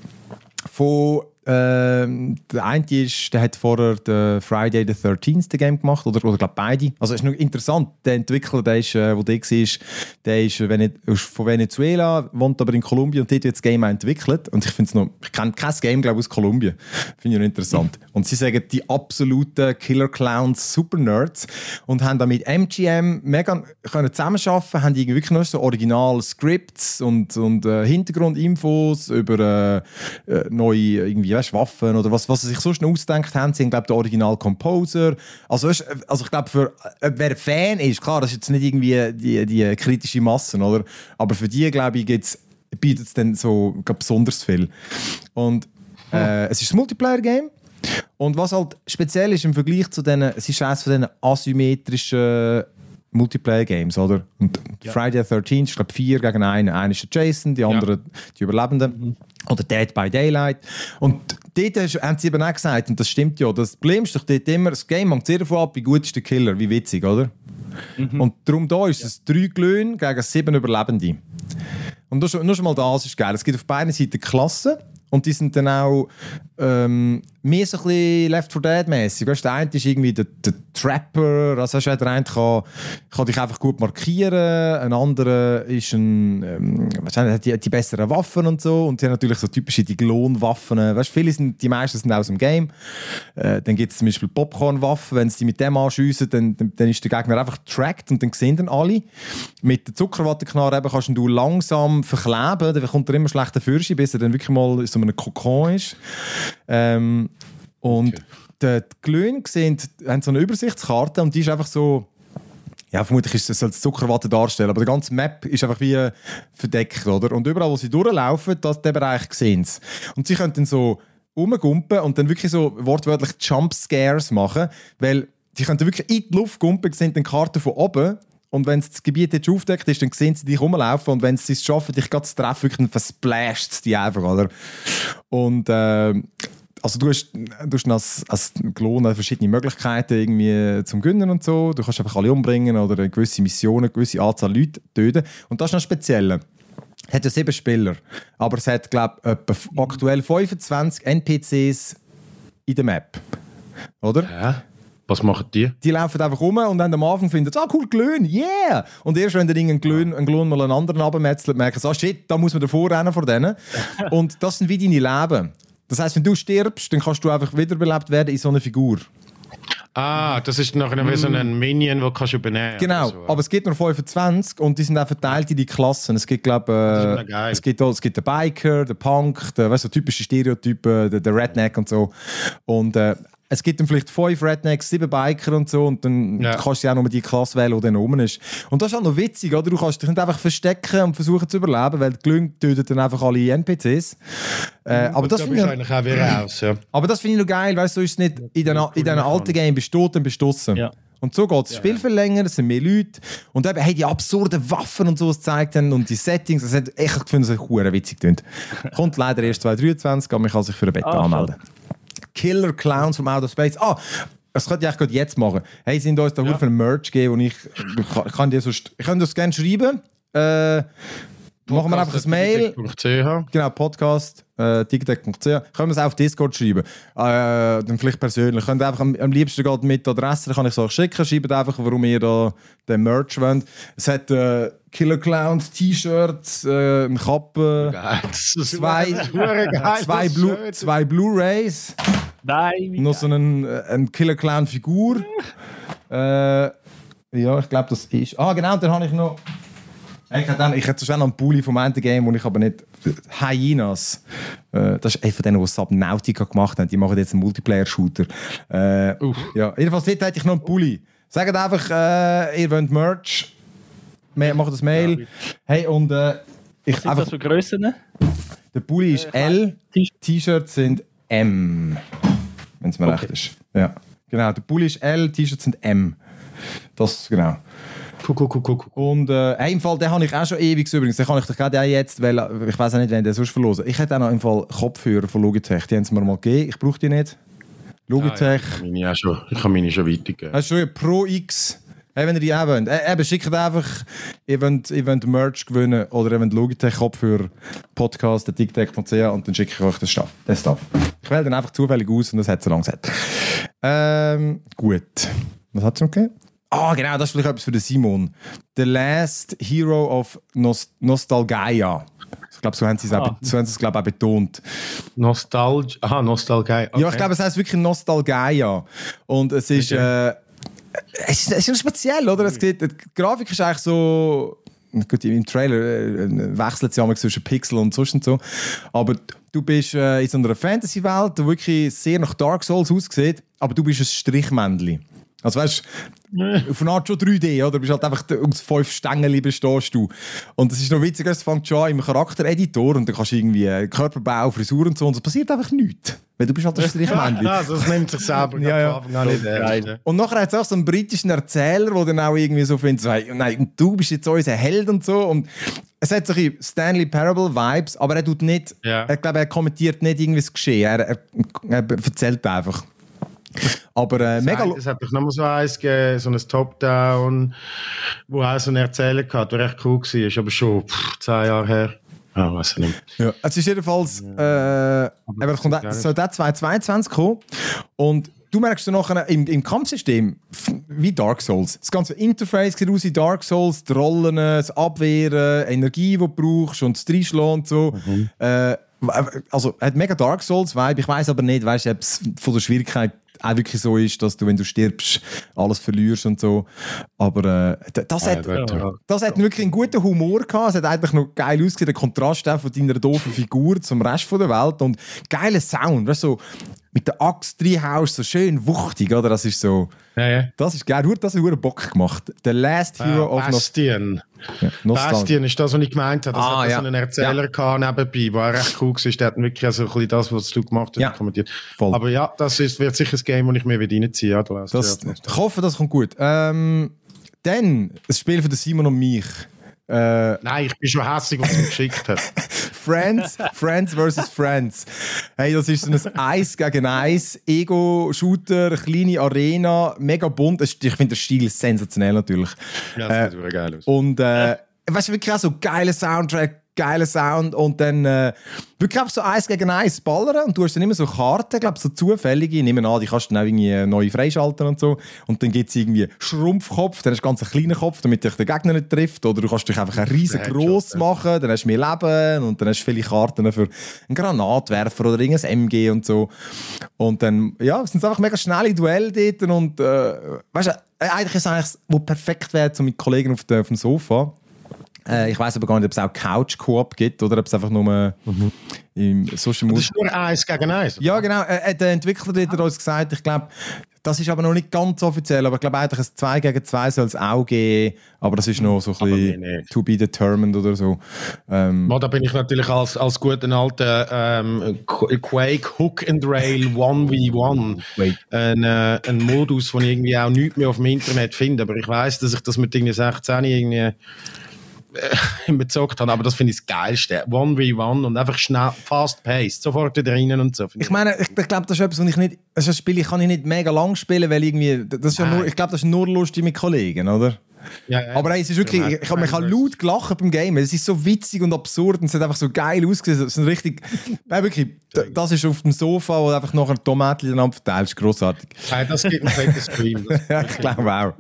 A: von der eine ist, der hat vorher den Friday the 13th Game gemacht, oder glaube beide. Also es ist noch interessant, der Entwickler, der ist, wo der war, der ist von Venezuela, wohnt aber in Kolumbien und dort wird das Game auch entwickelt. Und ich kenne kein Game, glaube ich, aus Kolumbien. Finde ich noch interessant. Und sie sagen, die absoluten Killer Clowns, Super Nerds und haben da mit MGM mega können zusammenarbeiten, haben die wirklich noch so Original-Scripts und Hintergrundinfos über neue irgendwie Waffen oder was sie sich sonst noch ausgedacht haben. Sie haben, glaube ich, den Original-Composer. Also ich glaube, wer ein Fan ist, klar, das ist jetzt nicht irgendwie die kritische Masse, oder? Aber für die, glaube ich, bietet es dann so besonders viel. Und es ist ein Multiplayer-Game. Und was halt speziell ist im Vergleich zu es ist eines von diesen asymmetrischen Multiplayer-Games, oder? Und Friday the 13th, ich glaube 4 gegen 1. Einer ist der Jason, die anderen die Überlebenden. Oder Dead by Daylight. Und dort haben sie eben auch gesagt, und das stimmt ja, das Problem ist doch dort immer, das Game hängt sehr davon ab, wie gut ist der Killer, wie witzig, oder? Und darum da ist es 3 Glöhne gegen 7 Überlebende. Und nur schon mal das ist geil. Es gibt auf beiden Seiten Klassen. Und die sind dann auch mehr so ein bisschen Left 4 Dead-mässig. Weißt, der eine ist irgendwie der Trapper, also der eine kann dich einfach gut markieren, ein anderer ist hat die besseren Waffen und so. Und die haben natürlich so typische die Glonwaffen. Weißt, die meisten sind aus dem Game. Dann gibt es zum Beispiel Popcorn-Waffen. Wenn sie die mit dem anschiessen, dann ist der Gegner einfach tracked und dann sehen dann alle. Mit der Zuckerwatteknarre kannst du langsam verkleben, dann kommt er immer schlechter Fürschi, bis er dann wirklich mal in so einem Kokon ist. Und die Glöhne haben so eine Übersichtskarte und die ist einfach so, ja, vermutlich soll es Zuckerwatte darstellen, aber die ganze Map ist einfach wie verdeckt, oder? Und überall, wo sie durchlaufen, den Bereich sehen sie. Und sie können dann so rumgumpen und dann wirklich so wortwörtlich Jumpscares machen, weil die können wirklich in die Luft gumpen, sehen dann die Karte von oben. Und wenn das Gebiet jetzt aufgedeckt ist, dann sehen sie dich rumlaufen und wenn sie es schaffen, dich gerade zu treffen, wirklich, dann versplasht es dich einfach, oder? Und also du hast als Klon verschiedene Möglichkeiten irgendwie zum Gewinnen und so. Du kannst einfach alle umbringen oder eine gewisse Missionen, eine gewisse Anzahl Leute töten. Und das ist noch speziell. Es hat ja 7 Spieler, aber es hat, glaube ich, aktuell 25 NPCs in der Map. Oder?
B: Ja. Was machen die?
A: Die laufen einfach rum und dann am Anfang finden sie, cool, Glöhn, yeah! Und erst wenn der ein Glöhn mal einen anderen runtermetzelt, merken sie, shit, da muss man davor rennen vor denen. Und das sind wie deine Leben. Das heisst, wenn du stirbst, dann kannst du einfach wiederbelebt werden in so einer Figur.
B: Ah, das ist nachher wie so ein Minion, den kannst du übernehmen.
A: Genau, so, aber es gibt nur 25 und die sind auch verteilt in die Klassen. Es gibt, glaube es gibt den Biker, den Punk, so typische Stereotypen, der Redneck und so. Und es gibt dann vielleicht 5 Rednecks, 7 Biker und so und dann kannst du ja auch nur die Klasse wählen, die dann oben ist. Und das ist auch noch witzig, oder? Du kannst dich nicht einfach verstecken und versuchen zu überleben, weil die Glöhne töten dann einfach alle NPCs. Aber das finde ich
B: eigentlich auch wieder aus, ja.
A: Aber das finde ich noch geil, weißt du, so ist es nicht in diesen alten Games bist du tot, dann bist du draussen. Ja. Und so geht das Spiel viel länger, es sind mehr Leute. Und eben, hey, die absurden Waffen und so, was gezeigt haben und die Settings, das hat echt gefunden, dass es verdammt witzig klingt. Kommt leider erst 2023, aber man kann sich für ein Beta anmelden. Killer Clowns from Outer Space. Das könnte ich eigentlich gerade jetzt machen. Hey, sind uns da für ein Merch geben, und ich kann das gerne schreiben. Machen wir einfach ein Mail. Genau, Podcast, ticketek.ch. Können wir es auch auf Discord schreiben. Dann vielleicht persönlich. Könnt einfach am liebsten gerade mit Adresse, kann ich es euch schicken. Schreibt einfach, warum ihr da den Merch wollt. Es hat Killer Clowns, T-Shirts, eine Kappe, zwei Blu-Rays.
C: Nein,
A: noch so eine Killer Clown Figur. Ja, ich glaube, das ist. Genau, dann habe ich noch Ich hätte schon noch einen Pulli vom Endgame, wo ich aber nicht... Hyenas. Das ist einer von denen, die Subnautica gemacht haben. Die machen jetzt einen Multiplayer-Shooter. Ja, jedenfalls dort hätte ich noch einen Pulli. Sagt einfach, ihr wollt Merch. Macht das Mail. Ja. Hey, und
C: was sind das für Grössen?
A: Der Pulli ist L, T-Shirts sind M. Wenn es mir recht ist. Ja. Genau, der Pulli ist L, T-Shirts sind M. Das, genau. Und im Fall, den habe ich auch schon ewig übrigens. Den kann ich doch gerade auch jetzt, weil ich weiß auch nicht, wen der sonst verlosen. Ich hätte auch noch im Fall Kopfhörer von Logitech. Die haben es mir mal gegeben. Ich brauche die nicht. Logitech.
B: Ja, ich kann meine schon weitergeben.
A: Hast du schon Pro X? Hey, wenn ihr die auch wollt. Schickt einfach, ihr wollt Merch gewinnen oder ihr wollt Logitech Kopfhörer, Podcast, tic-tac.ch und dann schicke ich euch den Stuff. Ich wähle dann einfach zufällig aus und das hat so lange gesagt. Gut. Was hat es noch gegeben? Genau, das ist vielleicht etwas für den Simon. The Last Hero of Nostalgia. Ich glaube, so haben sie es glaube auch betont.
B: Nostalgia. Okay.
A: Ja, ich glaube, es heißt wirklich Nostalgia. Und es ist... Es ist speziell, oder? Die Grafik ist eigentlich so... Gut, im Trailer wechselt sie zwischen Pixel und sonst und so. Aber du bist in so einer Fantasy-Welt, die wirklich sehr nach Dark Souls aussieht, aber du bist ein Strichmännchen. Also weißt du, auf eine Art schon 3D, oder? Du bist halt einfach aus 5 Stängeln bestehst du. Und es ist noch witziger, es fängt schon an im Charaktereditor und dann kannst du irgendwie Körperbau, Frisur und so und es passiert einfach nichts. Weil du bist halt ein Strichmännchen.
B: Also das nimmt sich selber
A: nicht. Und nachher hat es auch so einen britischen Erzähler, der dann auch irgendwie so findet, nein, du bist jetzt unser Held und so. Und es hat solche Stanley Parable-Vibes, aber er tut nicht, ich glaube, er kommentiert nicht irgendwie das Geschehen. Er erzählt einfach. Aber mega...
B: Es hat doch nochmal so eins gegeben, so ein Top-Down, wo auch so ein Erzähler hatte, der recht cool war, aber schon 10 Jahre her. Ah, weiß ich nicht.
A: Ja, es ist jedenfalls... soll der 2022 kommen und du merkst dann nachher im Kampfsystem wie Dark Souls. Das ganze Interface sieht aus wie Dark Souls, die Rollen, das Abwehren, Energie, die du brauchst und das Reinschlagen und so. Also, hat mega Dark Souls-Vibe. Ich weiss aber nicht, ob es von der Schwierigkeit auch wirklich so ist, dass du, wenn du stirbst, alles verlierst und so. Aber das hat wirklich einen guten Humor gehabt. Es hat eigentlich noch geil ausgesehen, der Kontrast auch von deiner doofen Figur zum Rest der Welt. Und geiler Sound, weißt du, so mit der Axt reinhaust, so schön wuchtig, oder? Das ist so... Ja. Das ist geil. Das hat einen Bock gemacht. The Last Hero of
B: Bastian. Bastian ist das, was ich gemeint habe. Das hat so einen Erzähler gehabt nebenbei, der recht cool war. Der hat wirklich also ein bisschen das, was du gemacht hast, kommentiert. Voll. Aber ja, das wird sicher ein Game, das ich mir wieder reinziehe.
A: Ich hoffe, das kommt gut. Dann, das Spiel von Simon und mich.
B: Nein, ich bin schon hässlich, was du mir geschickt hast.
A: Friends vs. Friends. Hey, das ist so ein 1 gegen 1 Ego-Shooter, kleine Arena, mega bunt. Ich finde den Stil sensationell natürlich.
B: Ja, das sieht wirklich geil aus.
A: Und weißt du, wirklich auch so geiler Soundtrack, geiler Sound und dann wirklich einfach so 1 gegen 1 ballern und du hast dann immer so Karten, glaube so zufällige, ich nehme an, die kannst du dann auch irgendwie neu freischalten und so und dann gibt es irgendwie Schrumpfkopf, dann hast du ganz einen kleinen Kopf, damit dich der Gegner nicht trifft oder du kannst dich einfach riesengroß machen, dann hast du mehr Leben und dann hast du viele Karten für einen Granatwerfer oder irgendein MG und so und dann, ja, es sind einfach mega schnelle Duelle dort und weißt du, eigentlich ist es eigentlich, wo perfekt wäre, so mit Kollegen auf dem Sofa. Ich weiss aber gar nicht, ob es auch Couch-Coop gibt oder ob es einfach nur im Social Media...
B: Das ist nur 1 gegen 1?
A: Ja, genau. Der Entwickler hat uns gesagt, ich glaube, das ist aber noch nicht ganz offiziell, aber ich glaube eigentlich ein 2 gegen 2 soll es auch geben, aber das ist noch so ein bisschen to be determined oder so.
B: Da bin ich natürlich als guten alten Quake Hook and Rail 1v1 ein Modus, den ich irgendwie auch nicht mehr auf dem Internet finde, aber ich weiss, dass ich das mit irgendwie 16 irgendwie bezockt habe, aber das finde ich das Geilste. 1v1 und einfach schnell, fast-paced, sofort wieder rein und so.
A: Ich meine, ich glaube, das ist etwas, was ich nicht, das ist ein Spiel, kann ich nicht mega lang spielen, weil irgendwie, das ist ja nur, ich glaube, das ist nur lustig mit Kollegen, oder? Ja. Aber es ist wirklich, ich habe laut gelacht beim Game. Es ist so witzig und absurd und es hat einfach so geil ausgesehen. Es ist richtig, wirklich, das ist auf dem Sofa, wo einfach noch ein Tomatchen dann verteilst. Grossartig.
B: Nein, das gibt einen fetten Stream.
A: Ja, ich glaube auch.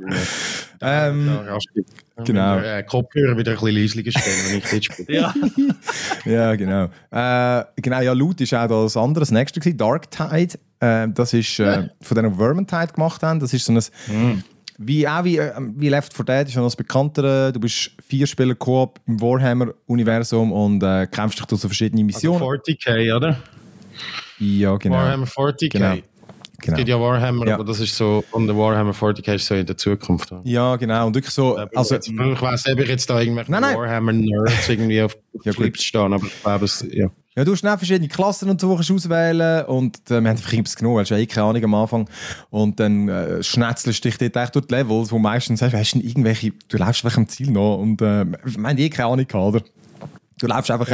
A: Genau.
B: Kopfhörer wieder ein bisschen leislicher stellen, wenn ich das spiele.
A: Ja, genau. Genau, ja, Loot ist auch das andere, das nächste gewesen, Dark Tide. Das ist von denen, die Vermintide gemacht haben. Das ist so ein wie Left 4 Dead ist noch das Bekanntere. Du bist 4 Spieler Koop im Warhammer-Universum und kämpfst dich durch so verschiedene Missionen.
B: Also 40k, oder?
A: Ja, genau.
B: Warhammer 40k.
A: Genau.
B: Es gibt ja Warhammer, aber das ist so, und der Warhammer 40k ist so in der Zukunft.
A: Ja, genau. Und wirklich so. Also,
B: ich weiss, ob ich jetzt da irgendwelche Warhammer-Nerds irgendwie auf Clips stehen, aber ich glaube es, ja.
A: Ja, du hast dann verschiedene Klassen und so auswählen und wir haben einfach irgendwas genommen, weil du hast keine Ahnung am Anfang. Und dann schnetzelst du dich dort echt durch die Levels, wo meistens sagst, hast du irgendwelche, du läufst einfach am Ziel noch und wir haben keine Ahnung gehabt, oder? Du läufst einfach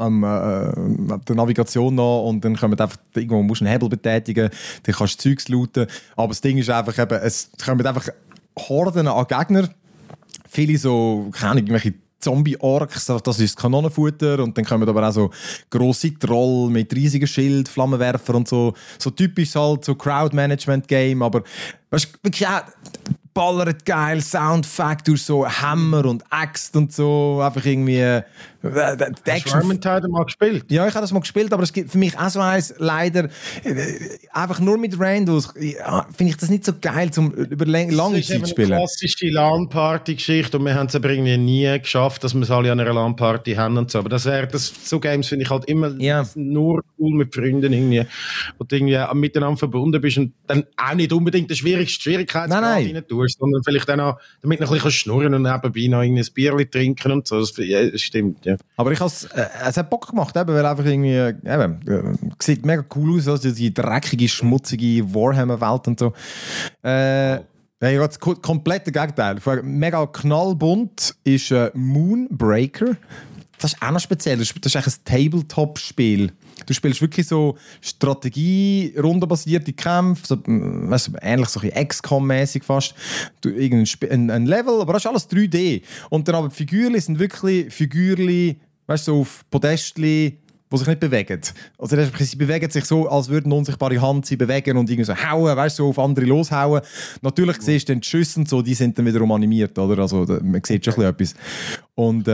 A: an der Navigation nach und dann kommen einfach, irgendwo musst du einen Hebel betätigen, dann kannst du Zeugs looten. Aber das Ding ist einfach eben, es kommen einfach Horden an Gegner. Viele so, keine Ahnung, irgendwelche Zombie-Orks, das ist das Kanonenfutter und dann kommen aber auch so grosse Troll mit riesigen Schild, Flammenwerfer und so. So typisch halt so Crowd-Management-Game, aber weißt du, wirklich auch ballert geil, Soundfactor, so Hammer und Axt und so, einfach irgendwie
B: Hast du Vermintide mal gespielt?
A: Ja, ich habe das mal gespielt, aber es gibt für mich auch so eins, leider, einfach nur mit Randos, finde ich das nicht so geil, zum über lange Zeit spielen.
B: Das ist eine klassische LAN-Party-Geschichte und wir haben es aber irgendwie nie geschafft, dass wir es alle an einer LAN-Party haben und so. Aber so Games finde ich halt immer nur cool mit Freunden irgendwie, wo du irgendwie miteinander verbunden bist und dann auch nicht unbedingt der schwierigste Schwierigkeitsgrad rein tust, sondern vielleicht dann auch damit noch ein bisschen schnurren und nebenbei noch ein Bierchen trinken und so. Das stimmt, ja.
A: Aber es hat Bock gemacht, weil einfach irgendwie, sieht mega cool aus, also die dreckige, schmutzige Warhammer-Welt und so. Ja, das komplette Gegenteil. Mega knallbunt ist Moonbreaker. Das ist auch noch speziell. Das ist eigentlich ein Tabletop-Spiel. Du spielst wirklich so Strategie-rundenbasierte Kämpfe, so, weißt du, ähnlich so ein XCOM-mäßig fast. Ein Level, aber das ist alles 3D. Und dann aber die Figürchen sind wirklich Figürchen, weißt du, so auf Podestchen, die sich nicht bewegen. Also sie bewegen sich so, als würden eine unsichtbare Hand sie bewegen und irgendwie so hauen, weißt du, so auf andere loshauen. Natürlich siehst du dann die Schüsse und so, die sind dann wiederum animiert, oder? Also man sieht schon etwas. Und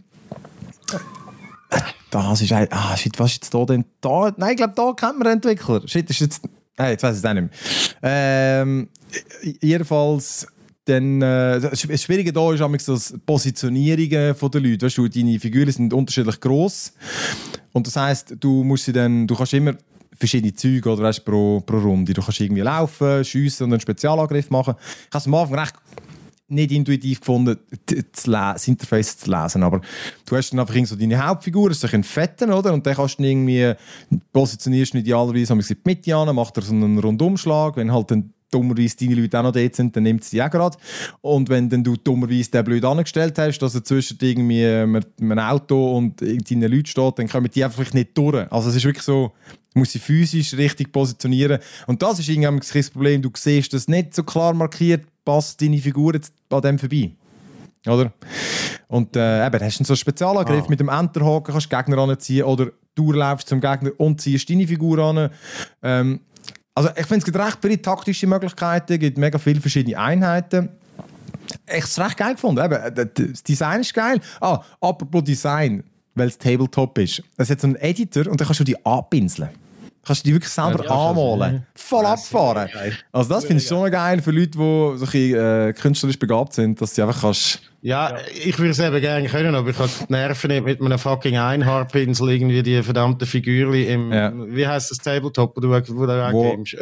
A: das ist shit, was ist jetzt da denn? Da? Nein, ich glaube, da kennt man den Entwickler. Shit, ist jetzt... Nein, jetzt weiss ich es auch nicht mehr. Jedenfalls... Dann, das Schwierige da ist das Positionierungen der Leute. Weißt du, deine Figuren sind unterschiedlich gross. Und das heisst, du kannst immer verschiedene Züge oder weißt, pro Runde. Du kannst irgendwie laufen, schiessen und einen Spezialangriff machen. Ich habe es am Anfang recht nicht intuitiv gefunden, das Interface zu lesen, aber du hast dann einfach so deine Hauptfigur, das ist ein Fetten, oder? Und dann kannst du irgendwie, positionierst du idealerweise in die Mitte an, macht er so einen Rundumschlag, wenn halt dann dummerweise deine Leute auch noch dort sind, dann nimmt sie auch gerade. Und wenn dann du dummerweise den blöd angestellt hast, dass er zwischen irgendwie einem Auto und deinen Leuten steht, dann kommen die einfach nicht durch. Also es ist wirklich so, du musst sie physisch richtig positionieren. Und das ist irgendwie das Problem, du siehst das nicht so klar markiert, passt deine Figur jetzt an dem vorbei. Oder? Und eben, hast du so einen Spezialangriff mit dem Enterhaken, kannst du Gegner anziehen oder du laufst zum Gegner und ziehst deine Figur an. Also ich finde, es gibt recht viele taktische Möglichkeiten, es gibt mega viele verschiedene Einheiten. Ich habe es recht geil gefunden. Eben, das Design ist geil. Apropos Design, weil es Tabletop ist. Es hat so einen Editor und dann kannst du die anpinseln. Kannst du die wirklich selber anmalen. Voll abfahren. Also das finde ich schon geil für Leute, die so ein bisschen, künstlerisch begabt sind, dass du einfach kannst...
B: Ja, ich würde es eben gerne können, aber ich habe die Nerven nicht mit einem fucking Einhaarpinsel irgendwie die verdammten Figürchen im... Wie heisst das Tabletop, wo du auch gamest?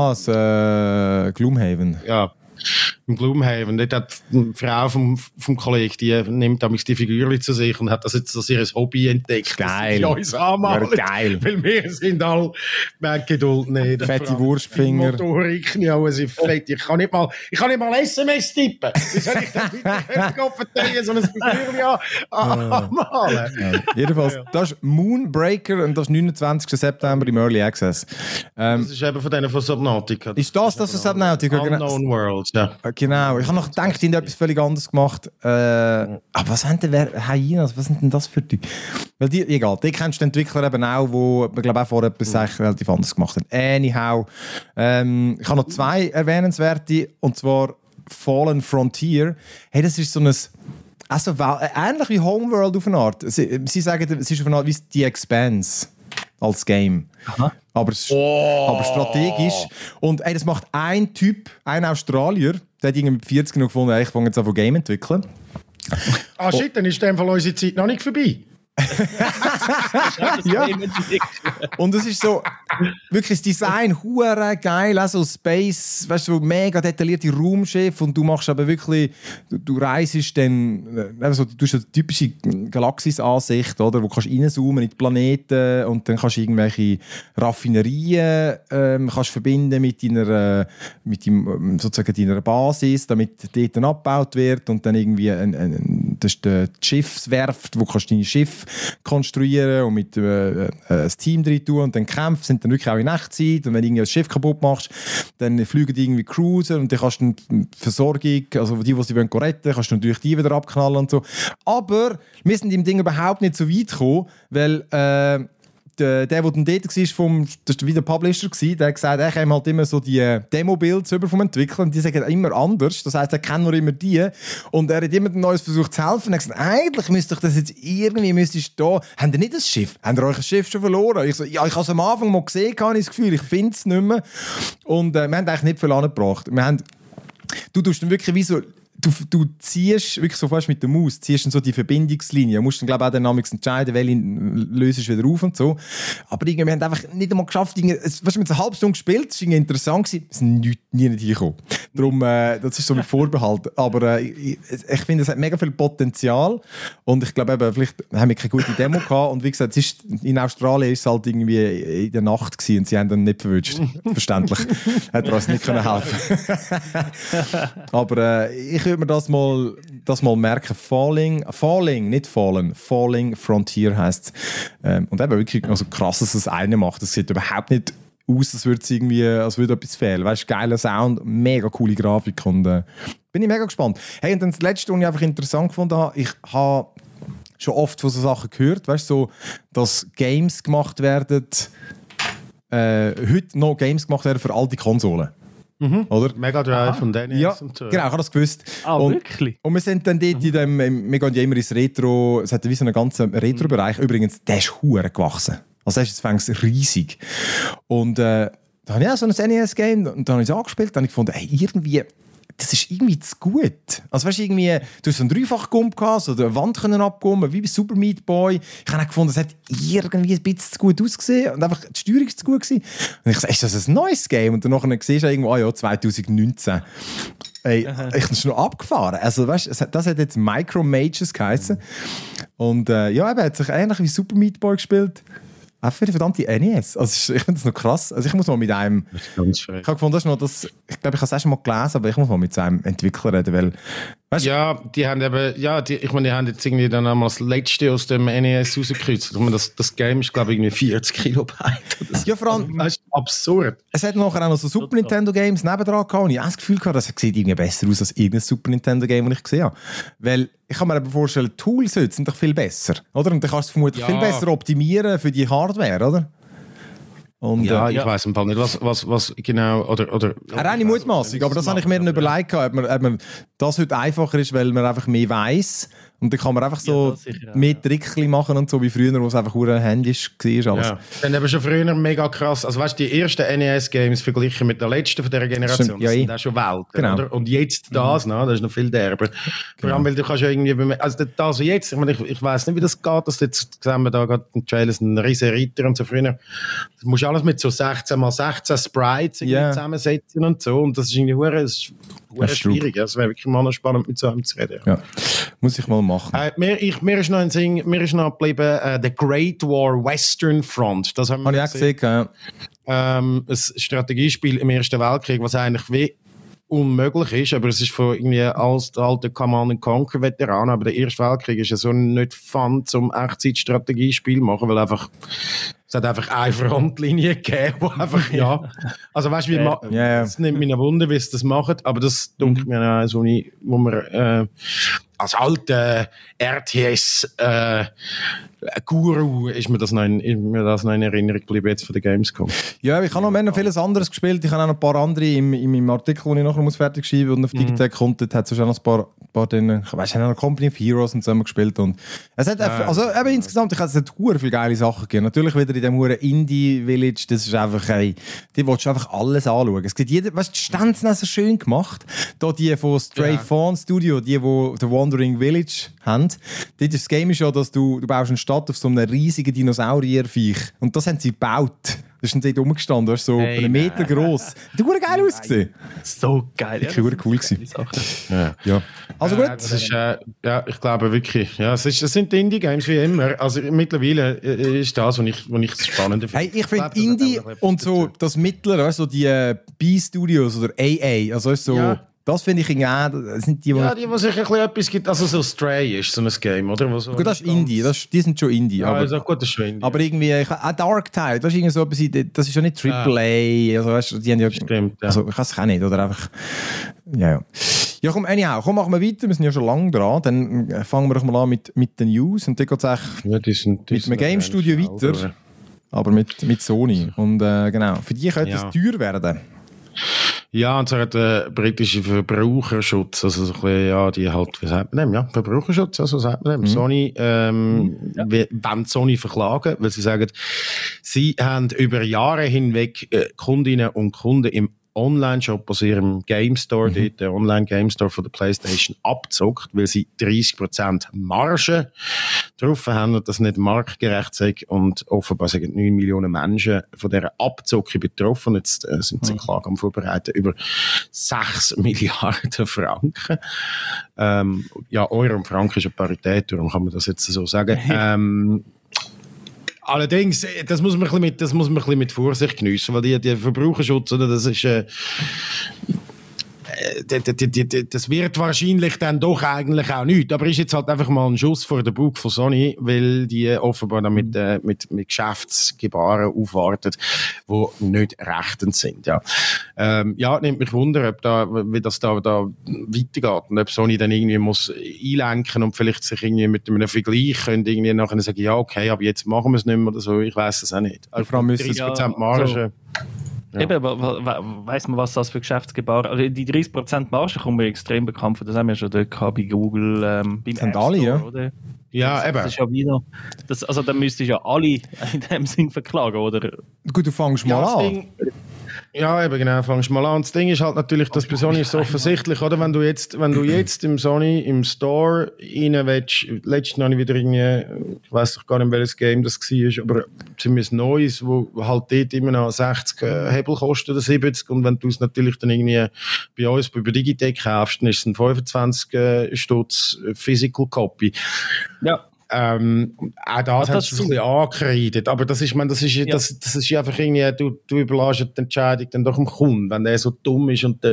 A: Das Gloomhaven.
B: Ja. Im Gloomhaven, dort hat die Frau vom Kollegen, die nimmt damals die Figürchen zu sich und hat das jetzt als ihr Hobby entdeckt.
A: Geil.
B: Die uns anmalen.
A: Ja, geil.
B: Weil wir sind alle, wir haben Geduld nicht.
A: Fette Wurstfinger.
B: Motorik, ja, sie fett. Ich kann nicht mal SMS tippen. Wie soll ich denn bitte Kopf verteilen, so ein Figürchen anmalen?
A: Ja. Jedenfalls, das ist Moonbreaker und das ist 29. September im Early Access.
B: Das ist eben von denen von Subnautica.
A: Ist das von Subnautica?
B: Unknown Worlds, ja.
A: Genau, ich habe noch gedacht, die haben etwas völlig anderes gemacht. Aber was haben denn Hyenas? Was sind denn das für die? Weil egal, die kennst du den Entwickler eben auch, wo ich glaube auch vorher etwas relativ anderes gemacht hat. Anyhow, ich habe noch 2 erwähnenswerte, und zwar Fallen Frontier. Hey, das ist so ein... Also ähnlich wie Homeworld auf eine Art. Sie sagen, es ist auf eine Art wie die Expanse. als Game. Aber strategisch. Und das macht ein Typ, ein Australier, der hat irgendwie mit 40 noch gefunden, ich fange jetzt an von Game entwickeln.
B: Shit, dann ist in dem Fall unsere Zeit noch nicht vorbei.
A: Ja. Und es ist so wirklich das Design hure geil, also Space, weißt du, so mega detaillierte Raumschiff und du machst aber wirklich, du reisest dann, also du hast so eine typische Galaxis-Ansicht, oder, wo du kannst reinzoomen in die Planeten und dann kannst du irgendwelche Raffinerien kannst verbinden mit sozusagen deiner Basis, damit dort dann abgebaut wird und dann irgendwie das ist die Schiffswerft, wo kannst du deine Schiffe konstruieren und mit ein Team drin tun und dann Kämpfe sind dann wirklich auch in Echtzeit und wenn du irgendwie ein Schiff kaputt machst, dann fliegen die irgendwie Cruiser und dann kannst du die Versorgung, also die sie retten wollen, kannst du natürlich die wieder abknallen und so. Aber wir sind im Ding überhaupt nicht so weit gekommen, weil der dann dort war, das war wieder der Publisher, der hat gesagt, er käme halt immer so die Demo-Builds über vom Entwickler und die sagen immer anders. Das heisst, er kennt nur immer die. Und er hat immer ein neues versucht zu helfen. Und er hat gesagt, eigentlich müsste ich das jetzt irgendwie, da. Habt ihr nicht das Schiff? Habt ihr euch das Schiff schon verloren? Ich so, ja, ich habe es am Anfang mal gesehen, habe ich das Gefühl, ich finde es nicht mehr. Und wir haben eigentlich nicht viel angebracht. Du tust dann wirklich wie so, du ziehst wirklich so fast mit der Maus, ziehst dann so die Verbindungslinie. Du musst dann, glaube ich, auch dann entscheiden, welche löst wieder auf und so. Aber irgendwie, wir haben einfach nicht einmal geschafft, wir haben eine halbe Stunde gespielt, das war interessant, wir sind nie nicht hingekommen. Darum, das ist so mit Vorbehalt. Aber ich finde, es hat mega viel Potenzial und ich glaube eben, vielleicht haben wir keine gute Demo gehabt und wie gesagt, in Australien war es halt irgendwie in der Nacht gewesen und sie haben dann nicht verwünscht. Verständlich. Hat uns nicht helfen können. Aber ich würde mir das mal merken. Falling, nicht Fallen. Falling Frontier heisst es. Und eben wirklich also krass, dass es eine macht. Es sieht überhaupt nicht aus, als würde etwas fehlen. Weißt du, geiler Sound, mega coole Grafik und bin ich mega gespannt. Hey, und dann das Letzte, was ich einfach interessant gefunden habe, ich habe schon oft von so Sachen gehört, weißt du, so, dass Games gemacht werden, heute noch Games gemacht werden für alte Konsolen. Oder?
B: Mega Drive und NES
A: ja,
B: und so.
A: Genau, ich habe das gewusst.
C: Wirklich?
A: Und wir sind dann dort wir gehen ja immer ins Retro, es hat wie so einen ganzen Retro-Bereich. Übrigens, der ist verdammt gewachsen. Also der ist jetzt riesig. Und da habe ich auch so ein NES-Game und dann habe ich es angespielt und habe ich gefunden, hey, irgendwie, das ist irgendwie zu gut. Also weißt du, irgendwie, du hast so einen Dreifach-Gump gehabt, so eine Wand können abgummen, wie bei Super Meat Boy. Ich habe auch gefunden, es hat irgendwie ein bisschen zu gut ausgesehen und einfach die Steuerung ist zu gut gewesen. Und ich so, ist das ein neues Game? Und dann siehst du irgendwo, 2019. Ey, ich habe es noch abgefahren. Also weißt, das hat jetzt Micro Mages geheißen. Und er hat sich ähnlich wie Super Meat Boy gespielt. Auch für die verdammte NES. Also ich finde das noch krass. Also ich muss mal mit einem...
B: Das ist ganz schön.
A: Ich habe gefunden, das ist noch das... Ich glaube, ich habe es erst mal gelesen, aber ich muss mal mit so einem Entwickler reden, weil... Weißt,
B: ja, die haben eben... Ja, die haben jetzt irgendwie dann einmal das Letzte aus dem NES rausgekürzt. Das Game ist, glaube ich, irgendwie 40 Kilobyte oder so.
A: Ja, vor allem...
B: Das ist absurd.
A: Es hat nachher auch noch so Super Nintendo Games nebendran gehabt und ich habe das Gefühl gehabt, das sieht irgendwie besser aus als irgendein Super Nintendo Game, das ich gesehen habe. Weil ich kann mir eben vorstellen, Tools heute sind doch viel besser, oder? Und dann kannst du es vermutlich viel besser optimieren für die Hardware, oder? Und,
B: ich weiss im Fall nicht, was genau, oder
A: reine Mutmaßung, aber das habe ich mir dann überlegt, ob man das heute einfacher ist, weil man einfach mehr weiss. Und dann kann man einfach so mehr Trickchen machen und so, wie früher, wo es einfach ein Handy war. Alles.
B: Ja. Dann eben schon früher mega krass. Also weißt du, die ersten NES-Games verglichen mit den letzten von dieser Generation, das sind auch schon Welten,
A: genau.
B: Oder? Und jetzt das ist noch viel derber. Vor allem, weil du kannst ja irgendwie... Also das jetzt, ich weiss nicht, wie das geht, dass jetzt zusammen da gerade im Trailer ein riesen Reiter und so früher. Das musst du alles mit so 16x16 Sprites zusammensetzen und so. Und das ist irgendwie schwierig. Es wäre wirklich mal spannend, mit so einem zu reden.
A: Ja. Muss ich mal machen.
B: Mir ist noch geblieben, The Great War Western Front. Das haben wir
A: auch gesehen. Ja.
B: Ein Strategiespiel im Ersten Weltkrieg, was eigentlich wie unmöglich ist, aber es ist von irgendwie als der alte Command & Conquer Veteran, aber der Erste Weltkrieg ist ja so nicht fun zum Echtzeit-Strategiespiel machen, weil einfach es hat einfach eine Frontlinie gegeben, wo einfach, also weißt du, es nimmt mich ein Wunder, wie sie das machen, aber das dunkelt mir auch so nicht, wo man als alter RTS-Guru ist mir das noch in Erinnerung geblieben jetzt von der Gamescom.
A: Ja, ich habe noch vieles anderes gespielt. Ich habe auch noch ein paar andere in meinem Artikel, den ich nachher fertig schreiben muss und auf Digitech kommt, hat es auch noch ein paar drin. Ich weiss, haben noch Company of Heroes und zusammen gespielt. Und es hat insgesamt, ich hatte viele geile Sachen gegeben. Natürlich wieder in dem huren Indie-Village, das ist einfach, die willst du einfach alles anschauen. Es gibt weißt du, die Stände sind so schön gemacht. Da die von Stray Fawn Studio, die The Wandering Village haben. Dort ist das Game schon, dass du baust eine Stadt auf so einem riesigen Dinosaurierviech. Und das haben sie gebaut. Das ist dann dort rumgestanden, das ist so einen Meter gross. Das hat geil ausgesehen.
C: So geil.
A: Das war cool. Ja. Also gut.
B: Das ist, ich glaube wirklich, es sind Indie-Games wie immer. Also mittlerweile ist das, was ich das Spannende finde.
A: Hey, ich finde Indie und so das Mittlere, so die B-Studios oder AA, also so... Ja. Das finde ich irgendwie auch, sind die
B: sich ein bisschen etwas gibt, also so Stray ist so ein Game, oder? Wo so
A: gut, das ist Indie, die sind schon Indie.
B: Ja, aber, gut, das ist schon Indie.
A: Aber irgendwie, auch Dark Tide, das ist irgendwie so etwas, das ist ja nicht AAA, also weißt du, die haben ja...
B: Stimmt, ja.
A: Also ich weiß es auch nicht, oder einfach... Ja, komm, machen wir weiter, wir sind ja schon lange dran, dann fangen wir doch mal an mit den News und dann geht es eigentlich mit einem Game Studio weiter, aber mit Sony und genau, für die könnte es teuer werden.
B: Ja, und so hat der britische Verbraucherschutz, also so ein bisschen, die halt, wie sagt man dem, Verbraucherschutz, also sagt man dem, Sony, wollen Sony verklagen, weil sie sagen, sie haben über Jahre hinweg Kundinnen und Kunden im Online-Shop aus ihrem Game Store, der Online-Game Store von der PlayStation, abzockt, weil sie 30% Marge drauf haben und das nicht marktgerecht sei. Und offenbar sind 9 Millionen Menschen von dieser Abzocke betroffen. Jetzt sind sie Klage am Vorbereiten über 6 Milliarden Franken. Euro und Franken ist eine Parität, darum kann man das jetzt so sagen. Allerdings, das muss man ein bisschen mit Vorsicht geniessen, weil die Verbraucherschutz, oder, das ist, das wird wahrscheinlich dann doch eigentlich auch nicht. Aber ist jetzt halt einfach mal ein Schuss vor den Bug von Sony, weil die offenbar dann mit Geschäftsgebaren aufwarten, die nicht rechtens sind. Nimmt mich Wunder, wie das da weitergeht und ob Sony dann irgendwie muss einlenken und vielleicht sich irgendwie mit einem Vergleich können irgendwie nachher sagen, ja okay, aber jetzt machen wir es nicht mehr oder so. Ich weiss es auch nicht. Also 30% Marge.
C: Ja. Eben, weiss man, was das für Geschäftsgebaren... Also die 30% Marge kommen mir extrem bekannt vor. Das haben wir schon dort gehabt, bei Google, beim App Store, oder?
B: Ja, eben.
C: Das ist ja wieder... Also dann müsstest du ja alle in dem Sinn verklagen, oder?
A: Gut, du fängst mal an.
B: Ja, eben genau, fängst mal an. Das Ding ist halt natürlich, dass bei Sony ist so offensichtlich, oder? Wenn du jetzt im Sony, im Store rein willst, letztens habe ich wieder irgendwie, ich weiss doch gar nicht, welches Game das war, aber ziemlich neues, wo halt dort immer noch 60 Hebel kostet oder 70 und wenn du es natürlich dann irgendwie bei uns über Digitec kaufst, dann ist es ein 25 Stutz Physical Copy.
C: Ja.
B: Auch das hast du ein bisschen angekreidet, aber das ist einfach irgendwie, du überlässt die Entscheidung dann doch dem Kunden, wenn der so dumm ist und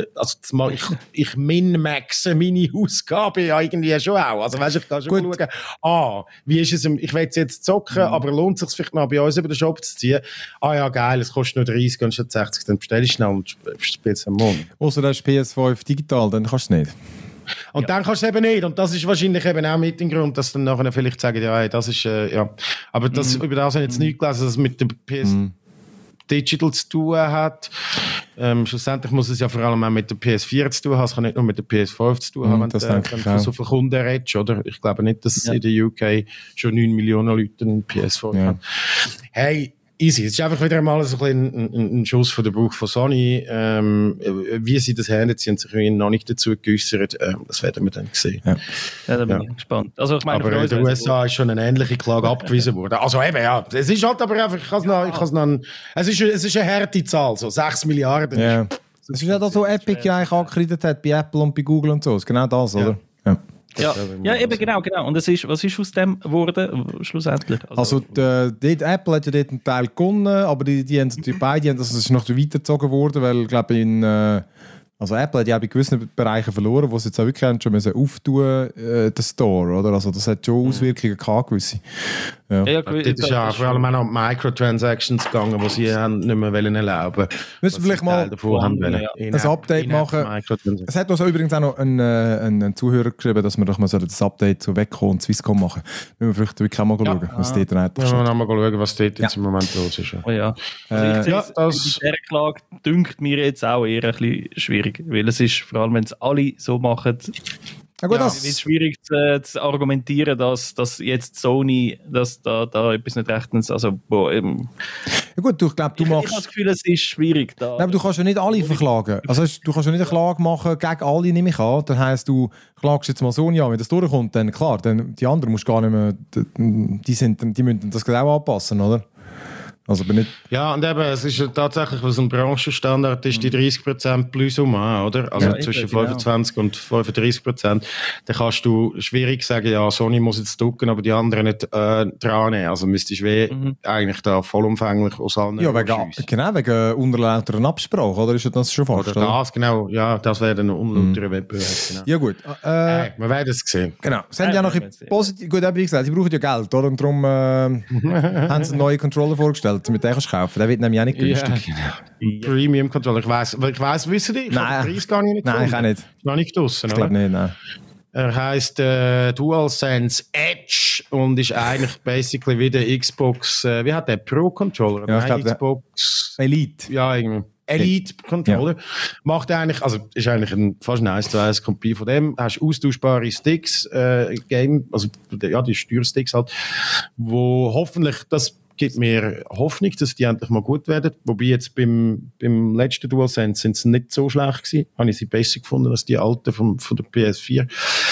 B: ich min-maxe meine Ausgabe ja irgendwie schon auch, also weißt du, ich kann schon schauen, wie ist es, ich will jetzt zocken, aber lohnt es sich vielleicht noch bei uns über den Shop zu ziehen, ja geil, es kostet nur 30 und statt 60, dann bestell ich schnell und spielst am Morgen.
A: Ausser das ist PS5 digital, dann kannst du es nicht.
B: Und dann kannst du es eben nicht. Und das ist wahrscheinlich eben auch mit dem Grund, dass dann nachher vielleicht sagen, ja, das ist, Aber das, über das habe ich jetzt nicht gelesen, dass es mit dem PS Digital zu tun hat. Schlussendlich muss es ja vor allem auch mit der PS4 zu tun haben. Es kann nicht nur mit der PS5 zu tun haben, wenn du so viele Kunden redest, oder? Ich glaube nicht, dass in der UK schon 9 Millionen Leute einen PS5 haben. Hey, easy. Es ist einfach wieder einmal so ein Schuss von der Bauch von Sony. Wie sie das handeln, sie haben sich noch nicht dazu geäußert. Das werden wir dann sehen.
C: Ja, da bin ich gespannt. Also, ich meine,
B: aber in den USA ist schon eine ähnliche Klage abgewiesen worden. Also eben, ja. Es ist halt aber einfach, es ist eine harte Zahl, so 6 Milliarden.
A: Ja. Das ist ja das, was Epic ja eigentlich angekreidet hat, bei Apple und bei Google und so. Das ist genau das, oder? Ja.
C: Ja, eben genau. Und was ist aus dem geworden, schlussendlich?
A: Also Apple hat ja dort einen Teil gewonnen, aber die haben beide, das ist noch weitergezogen worden, weil ich glaube also Apple hat ja auch bei gewissen Bereichen verloren, wo sie jetzt auch wirklich schon auftun den Store, oder? Also das hat schon Auswirkungen gehabt, gewisse.
B: Ja. Das ist ja vor allem auch noch Microtransactions gegangen, die sie nicht mehr erlauben.
A: Müssen wir vielleicht mal ein Update machen. Es hat uns übrigens auch noch ein Zuhörer geschrieben, dass wir doch mal das Update zu Wegkommen und Swisscom machen. Müssen wir vielleicht wirklich auch mal schauen, was dort rein
B: ist. Ja, mal schauen, was dort jetzt im Moment los ist.
C: Oh ja. Also ich sehe, die Klage dünkt mir jetzt auch eher ein bisschen schwierig, weil es ist, vor allem wenn es alle so machen,
A: Ja, gut,
C: es ist schwierig zu argumentieren, dass jetzt Sony da etwas nicht rechtens. Also,
A: ja gut, ich glaube,
C: ich habe das Gefühl, es ist schwierig. Da.
A: Nein, aber du kannst ja nicht alle verklagen. Also, du kannst ja nicht eine Klage machen gegen alle, nehme ich an. Das heisst, du klagst jetzt mal Sony an, wenn das durchkommt, dann klar, dann die anderen musst du gar nicht mehr, die müssen das auch anpassen, oder? Also nicht
B: ja, und eben, es ist tatsächlich, was ein Branchenstandard ist, die 30% plus oder? Also zwischen 25 und 35%. Dann kannst du schwierig sagen, ja, Sony muss jetzt drücken, aber die anderen nicht dran nehmen. Also müsstest du eigentlich da vollumfänglich aus allen
A: wegen unlauterer Absprache, oder ist das schon fast?
B: Oder das, genau. Ja, das wäre dann ein unlauterer Wettbewerb. Genau.
A: Ja gut.
B: Wir werden es sehen.
A: Genau. Sie haben ja noch ein positiv, gut, wie gesagt, sie brauchen ja Geld, oder? Und darum haben sie einen neuen Controller vorgestellt. Mit dem kannst du kaufen. Der wird nämlich auch nicht günstig.
B: Ja. Premium Controller. Ich weiss, wissen die? Ich habe den Preis gar nicht gefunden.
A: Nein, ich auch nicht.
B: Ist noch nicht draussen,
A: ich glaube nicht, nein.
B: Er heisst DualSense Edge und ist eigentlich basically wie der Xbox, wie hat der Pro-Controller?
A: Ja, ich glaube,
B: Xbox
A: Elite.
B: Ja, irgendwie. Elite-Controller. Ja. Macht eigentlich, also ist eigentlich fast ein 1:1 Kopie von dem. Hast austauschbare Sticks, also die Steuersticks halt, wo hoffentlich, das gibt mir Hoffnung, dass die endlich mal gut werden. Wobei jetzt beim letzten DualSense sind sie nicht so schlecht gewesen. Habe ich sie besser gefunden als die alten von der PS4.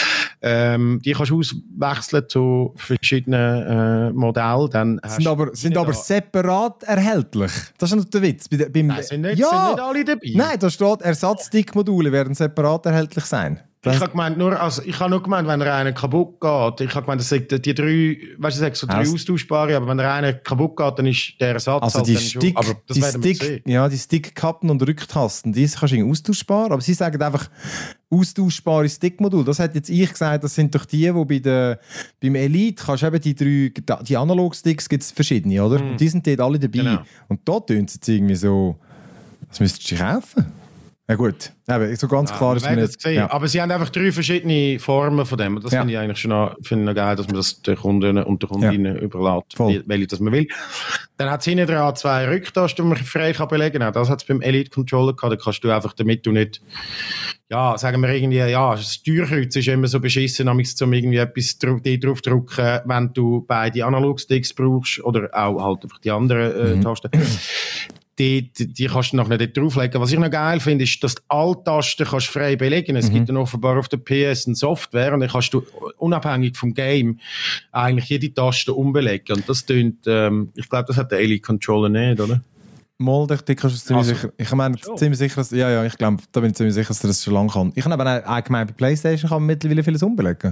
B: Die kannst du auswechseln zu verschiedenen Modellen. Dann
A: sind aber separat erhältlich. Das ist noch der Witz.
B: Nein, sind nicht alle dabei.
A: Nein, da steht, Ersatzstickmodule werden separat erhältlich sein.
B: Ich habe gemeint, wenn einer kaputt geht, ich habe gemeint, das sind die drei, weißt du, so drei austauschbare, aber wenn einer kaputt geht, dann ist der Ersatz
A: also die Stick, aber die Stickkappen und Rücktasten, die kannst du austauschbar, aber sie sagen einfach austauschbare Stickmodule. Das hat jetzt ich gesagt, das sind doch die beim Elite kannst du eben die Analog-Sticks gibt es verschiedene, oder? Und die sind dort alle dabei. Genau. Und da tun sie jetzt irgendwie so, das müsstest du kaufen. Ja gut, aber so ganz klar ist mir nicht.
B: Ja. Aber sie haben einfach 3 verschiedene Formen von dem. Das finde ich eigentlich schon noch geil, dass man das den Kunden und der Kundinnen überlässt, welche das man will. Dann hat es hinten dran 2 Rücktasten, die man frei belegen kann. Das hat es beim Elite Controller gehabt. Da kannst du einfach, damit du nicht, sagen wir irgendwie, das Steuerkreuz ist immer so beschissen, um irgendwie etwas drauf drücken, wenn du beide Analog-Sticks brauchst oder auch halt einfach die anderen Tasten. Die kannst du noch nicht drauflegen. Was ich noch geil finde, ist, dass du alle Tasten kannst frei belegen. Es gibt dann offenbar auf der PS eine Software und dann kannst du unabhängig vom Game eigentlich jede Taste umbelegen. Und das tönt, ich glaube, das hat der Elite Controller nicht, oder?
A: Mal, die kannst du ziemlich sicher. Ich meine, ziemlich sicher, dass, ich glaube, da bin ich ziemlich sicher, dass das schon lange kann. Ich habe aber allgemein bei PlayStation kann man mittlerweile vieles umbelegen.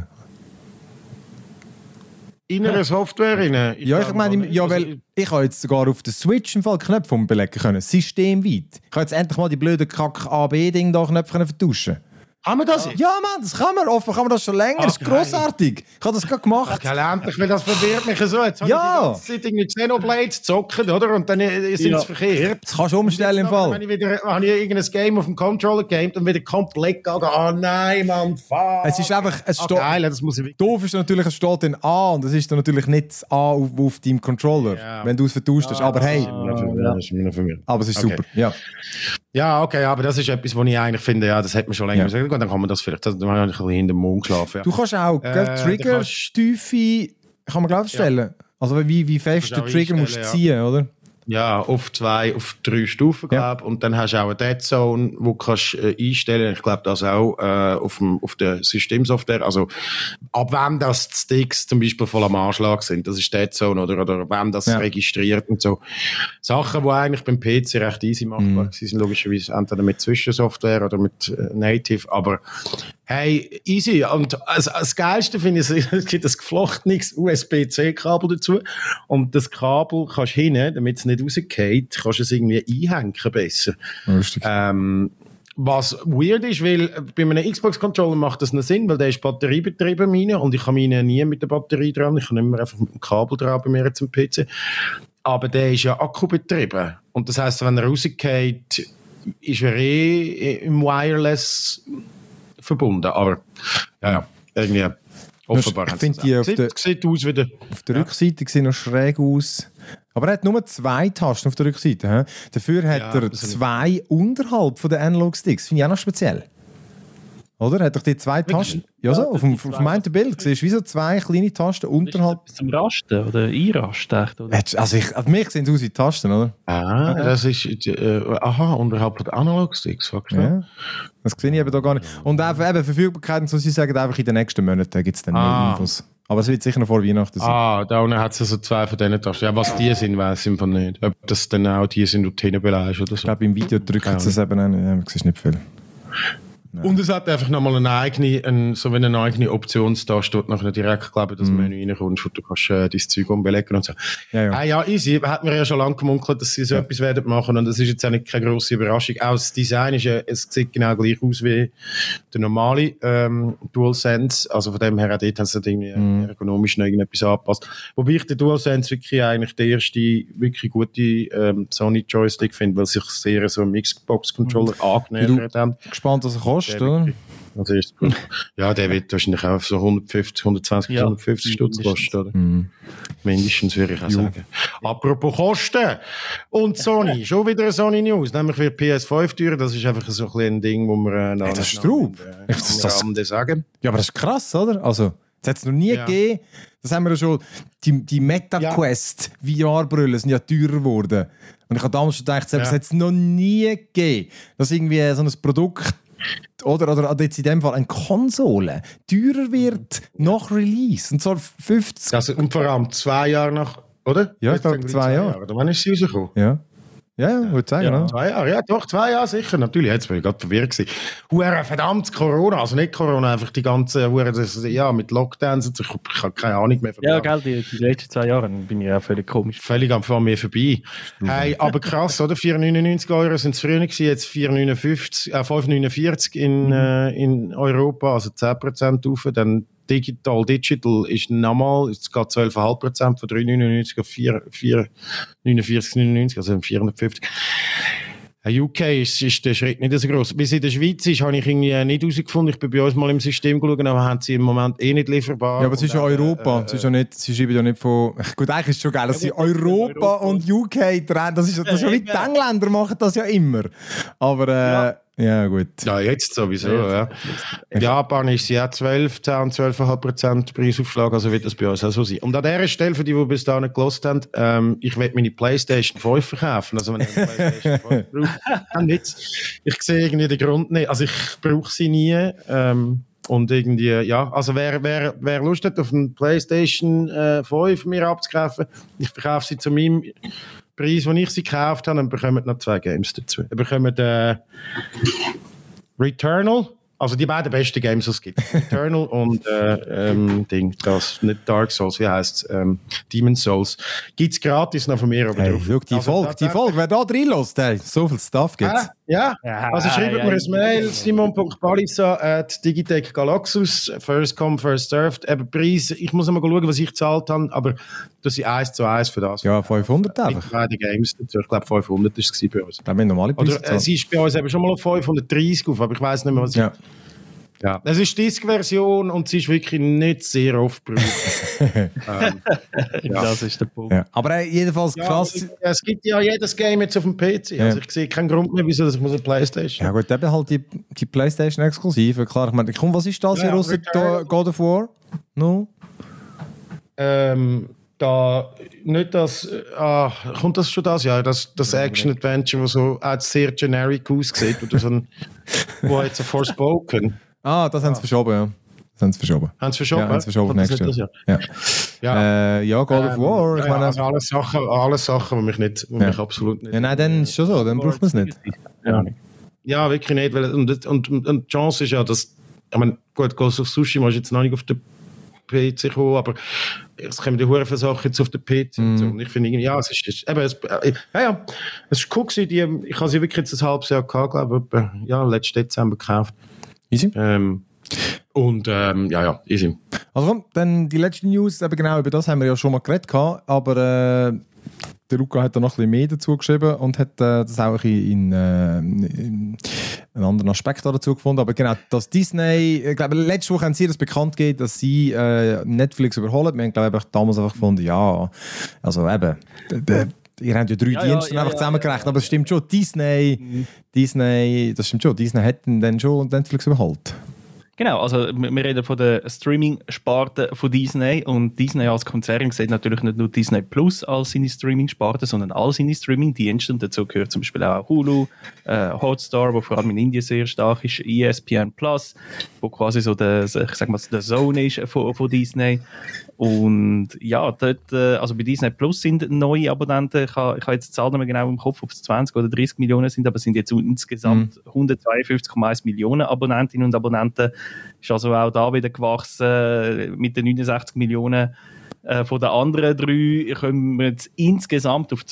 B: In einer Software rein?
A: Ich meine, weil ich habe jetzt sogar auf der Switch im Fall Knöpfe umbelegen können, systemweit. Ich habe jetzt endlich mal die blöden Kack-A-B-Ding da Knöpfe vertauschen.
B: Kann man das?
A: Ja, Mann, das kann man. Offen kann man das schon länger. Das ist grossartig. Ich habe das gerade gemacht.
B: Endlich, weil das verwirrt mich so. Jetzt habe ich die ganze Zeit irgendwie Xenoblade zocken, oder? Und dann sind es verkehrt.
A: Das kannst du umstellen im Fall.
B: Wenn ich irgendein Game auf dem Controller gamet und wieder komplett gehe, nein, Mann, fuck.
A: Es ist einfach,
B: geil, das muss ich
A: doof ist natürlich, es steht dann A und es ist dann natürlich nicht das A auf deinem Controller, wenn du es vertauscht hast. Aber hey. Aber es ist super,
B: Ja, okay, aber das ist etwas, was ich eigentlich finde, das hat man schon länger gesagt. Dann kann man das vielleicht, dann habe ich ein bisschen hinter dem Mond geschlafen. Ja.
A: Du kannst auch Triggerstufe, kann man glaube ich stellen. Also wie fest der Trigger musst du ziehen, oder?
B: Ja, auf 2, auf 3 Stufen, glaube ich. Und dann hast du auch eine Dead Zone, wo du kannst einstellen. Ich glaube, das auch auf der Systemsoftware. Also, ab wann das die Sticks zum Beispiel voll am Anschlag sind. Das ist Dead Zone, oder wann das registriert und so. Sachen, die eigentlich beim PC recht easy machbar sind, logischerweise entweder mit Zwischensoftware oder mit Native. Aber hey, easy. Und das Geilste finde ich, es gibt ein geflochtenes USB-C-Kabel dazu. Und das Kabel kannst du hinten, damit es nicht rausgeht, kannst du es irgendwie einhängen besser.
A: Lustig.
B: Was weird ist, weil bei einem Xbox-Controller macht das einen Sinn, weil der ist batteriebetrieben meine und ich kann meine nie mit der Batterie dran, ich kann immer einfach mit dem Kabel dran bei mir zum PC. Aber der ist ja akkubetrieben. Und das heisst, wenn er rausgeht, ist er im Wireless verbunden. Aber irgendwie offenbar.
A: Ich finde die
B: sieht aus wie
A: auf der Rückseite sieht noch schräg aus. Aber er hat nur 2 Tasten auf der Rückseite. He? Dafür hat er 2 unterhalb von den Analog-Sticks. Finde ich auch noch speziell. Oder? Hat doch die 2 Tasten? Ja, so, auf dem einen Bild siehst du wie so 2 kleine Tasten unterhalb.
C: Bis zum Rasten oder Einrasten? Oder?
A: Also auf mich sehen es aus wie Tasten, oder?
B: Das ist, unterhalb der Analog-Sticks.
A: Ja. Das sehe ich eben da gar nicht. Und auch eben Verfügbarkeit, so sie sagen, einfach in den nächsten Monaten gibt es dann mehr Infos. Aber es wird sicher noch vor Weihnachten sein.
B: Da unten hat es also 2 von diesen Tasten. Ja, was die sind, weiss ich einfach nicht. Ob das dann auch die sind, die du hinten belegst oder so.
A: Ich glaube, im Video drücken sie es eben an. Ja, du siehst nicht viel.
B: Ja. Und es hat einfach nochmal eine eigene Optionstaste, dort nachher direkt, glaube ich, das Menü reinkommst und du kannst dein Zeug umbelegen und so. Ja, easy. Hat mir ja schon lange gemunkelt, dass sie so etwas werden machen und das ist jetzt auch nicht keine grosse Überraschung. Auch das Design ist es sieht genau gleich aus wie der normale DualSense. Also von dem her, auch dort haben sie irgendwie ergonomisch noch irgendetwas angepasst. Wobei ich den DualSense wirklich eigentlich der erste wirklich gute Sony Joystick finde, weil sich sehr so einem Xbox-Controller angenähert haben.
A: Gespannt, was er kostet, oder?
B: Also ja, der wird wahrscheinlich auch so 150 Stutz kosten, oder? Mindestens, würde ich auch sagen. Apropos Kosten und Sony, schon wieder eine Sony News, nämlich für PS5 teuer, das ist einfach so ein Ding, wo wir
A: das ist true.
B: Sagen.
A: Ja, aber das ist krass, oder? Also, das hat es noch nie gegeben. Das haben wir ja schon, die Meta-Quest VR-Brille sind ja teurer geworden. Und ich habe damals schon gedacht, das hat es noch nie gegeben, dass irgendwie so ein Produkt oder jetzt in dem Fall eine Konsole teurer wird nach Release. Und zwar 50.
B: Also, und vor allem 2 Jahre nach, oder?
A: Ja, ich glaube 2 Jahre.
B: Oder wann ist sie rausgekommen?
A: Ja. Ja, würde sagen,
B: ja. 2 Jahre, ja doch, 2 Jahre sicher. Natürlich, jetzt bin ich gerade verwirrt gewesen. Verdammt Corona, also nicht Corona, einfach die ganze, mit Lockdowns und so, ich habe keine Ahnung mehr von
C: Ja, gell, die letzten 2 Jahre bin ich ja völlig komisch.
B: Völlig an mir vorbei. Hey, aber krass, oder? 4,99 € sind es früher gewesen, jetzt 5,49 in Europa, also 10% rauf, dann Digital ist nochmal, es geht 12,5% von 3,99 auf 4,49,99, also 450. UK ist der Schritt nicht so gross. Wie es in der Schweiz ist, habe ich irgendwie nicht herausgefunden. Ich bin bei uns mal im System geschaut, aber haben sie im Moment nicht lieferbar.
A: Ja, aber es ist ja Europa. Es ist ja nicht, sie schreiben ja nicht von... Gut, eigentlich ist es schon geil, dass sie Europa und UK trennen. Das ist schon wie die Engländer machen das ja immer. Aber... Ja, gut.
B: Ja, jetzt sowieso, ja. In Japan ist ja 12,5% Preisaufschlag, also wird das bei uns auch so sein. Und an dieser Stelle, für die bis dahin nicht gelost haben, ich will meine PlayStation 5 verkaufen. Also wenn ich eine PlayStation 5 brauche, dann Witz. Ich sehe irgendwie den Grund nicht. Also ich brauche sie nie. Und irgendwie, ja, also wer Lust hat, auf eine PlayStation 5 mir abzukaufen, ich verkaufe sie zu meinem Preis, den ich sie gekauft habe, dann bekommen noch 2 Games dazu. Ihr bekommt Returnal, also die beiden besten Games, die es gibt. Returnal und das, nicht Dark Souls, wie heisst es? Demon's Souls. Gibt es gratis noch von mir.
A: Hey, schau, die Folge, wer da reinlässt, hey, so viel Stuff gibt's.
B: Ja, also schreibt mir ein Mail, simon.balissa@digitech Galaxus, first come, first served. Eben Preis, ich muss mal schauen, was ich gezahlt habe, aber das sind 1:1 für das.
A: Ja, 500 einfach.
B: Mit beiden Games dazu. Ich glaube 500 war es bei uns.
A: Da haben wir normale Preise.
B: Oder sie ist bei uns eben schon mal auf 530 auf, aber ich weiss nicht mehr, was ich... Ja, es ist die Disk-Version und sie ist wirklich nicht sehr oft gebraucht.
C: Das ist der Punkt.
A: Ja. Aber jedenfalls krass.
B: Es gibt ja jedes Game jetzt auf dem PC. Also ich sehe keinen Grund mehr, wieso ich eine Playstation.
A: Ja gut, eben halt die Playstation exklusive. Klar, ich meine, komm, was ist das hier raus? God of War? No?
B: Nicht das, kommt das schon das Jahr? Das Action-Adventure, das so sehr generic aussieht, oder so ein, wo jetzt so Forspoken.
A: Das haben sie verschoben, ja. Haben sie verschoben?
B: Ja, haben sie
A: verschoben nächstes Jahr. Ja, God of War. Ich meine,
B: also alles Sachen, die mich absolut nicht...
A: Ja, nein, dann ist es schon so, dann braucht man es nicht.
B: Ja, wirklich nicht. Und die Chance ist ja, dass... Ich meine, gut, Ghost of Tsushima ist jetzt noch nicht auf der PC gekommen, aber es kommen die Huren Sachen jetzt auf den PC und so. Und ich finde, es ist cool gewesen, ich habe sie wirklich jetzt ein halbes Jahr gehabt, glaube ich, letzten Dezember gekauft.
A: Easy.
B: Easy.
A: Also komm, dann die letzte News, eben genau über das haben wir ja schon mal geredet, aber der Luca hat da noch ein bisschen mehr dazu geschrieben und hat das auch in einen anderen Aspekt dazu gefunden. Aber genau, dass Disney, ich glaube, letzte Woche haben sie das bekannt gegeben, dass sie Netflix überholen. Wir haben, glaube ich, damals einfach gefunden, ja, also eben, ihr habt ja 3 Dienste einfach zusammengerechnet, aber es stimmt schon, Disney, das stimmt schon, Disney hat dann schon Netflix überholt.
C: Genau, also wir reden von der Streaming-Sparte von Disney und Disney als Konzern sieht natürlich nicht nur Disney Plus als seine Streaming-Sparte, sondern all seine Streaming-Dienste und dazu gehört zum Beispiel auch Hulu, Hotstar, wo vor allem in Indien sehr stark ist, ESPN Plus, wo quasi so der Zone ist von Disney. Und ja, dort, also bei Disney Plus sind neue Abonnenten, ich habe jetzt die Zahl nicht mehr genau im Kopf, ob es 20 oder 30 Millionen sind, aber es sind jetzt insgesamt 152,1 Millionen Abonnentinnen und Abonnenten. Ist also auch da wieder gewachsen mit den 69 Millionen. Von den anderen 3 kommen wir jetzt insgesamt auf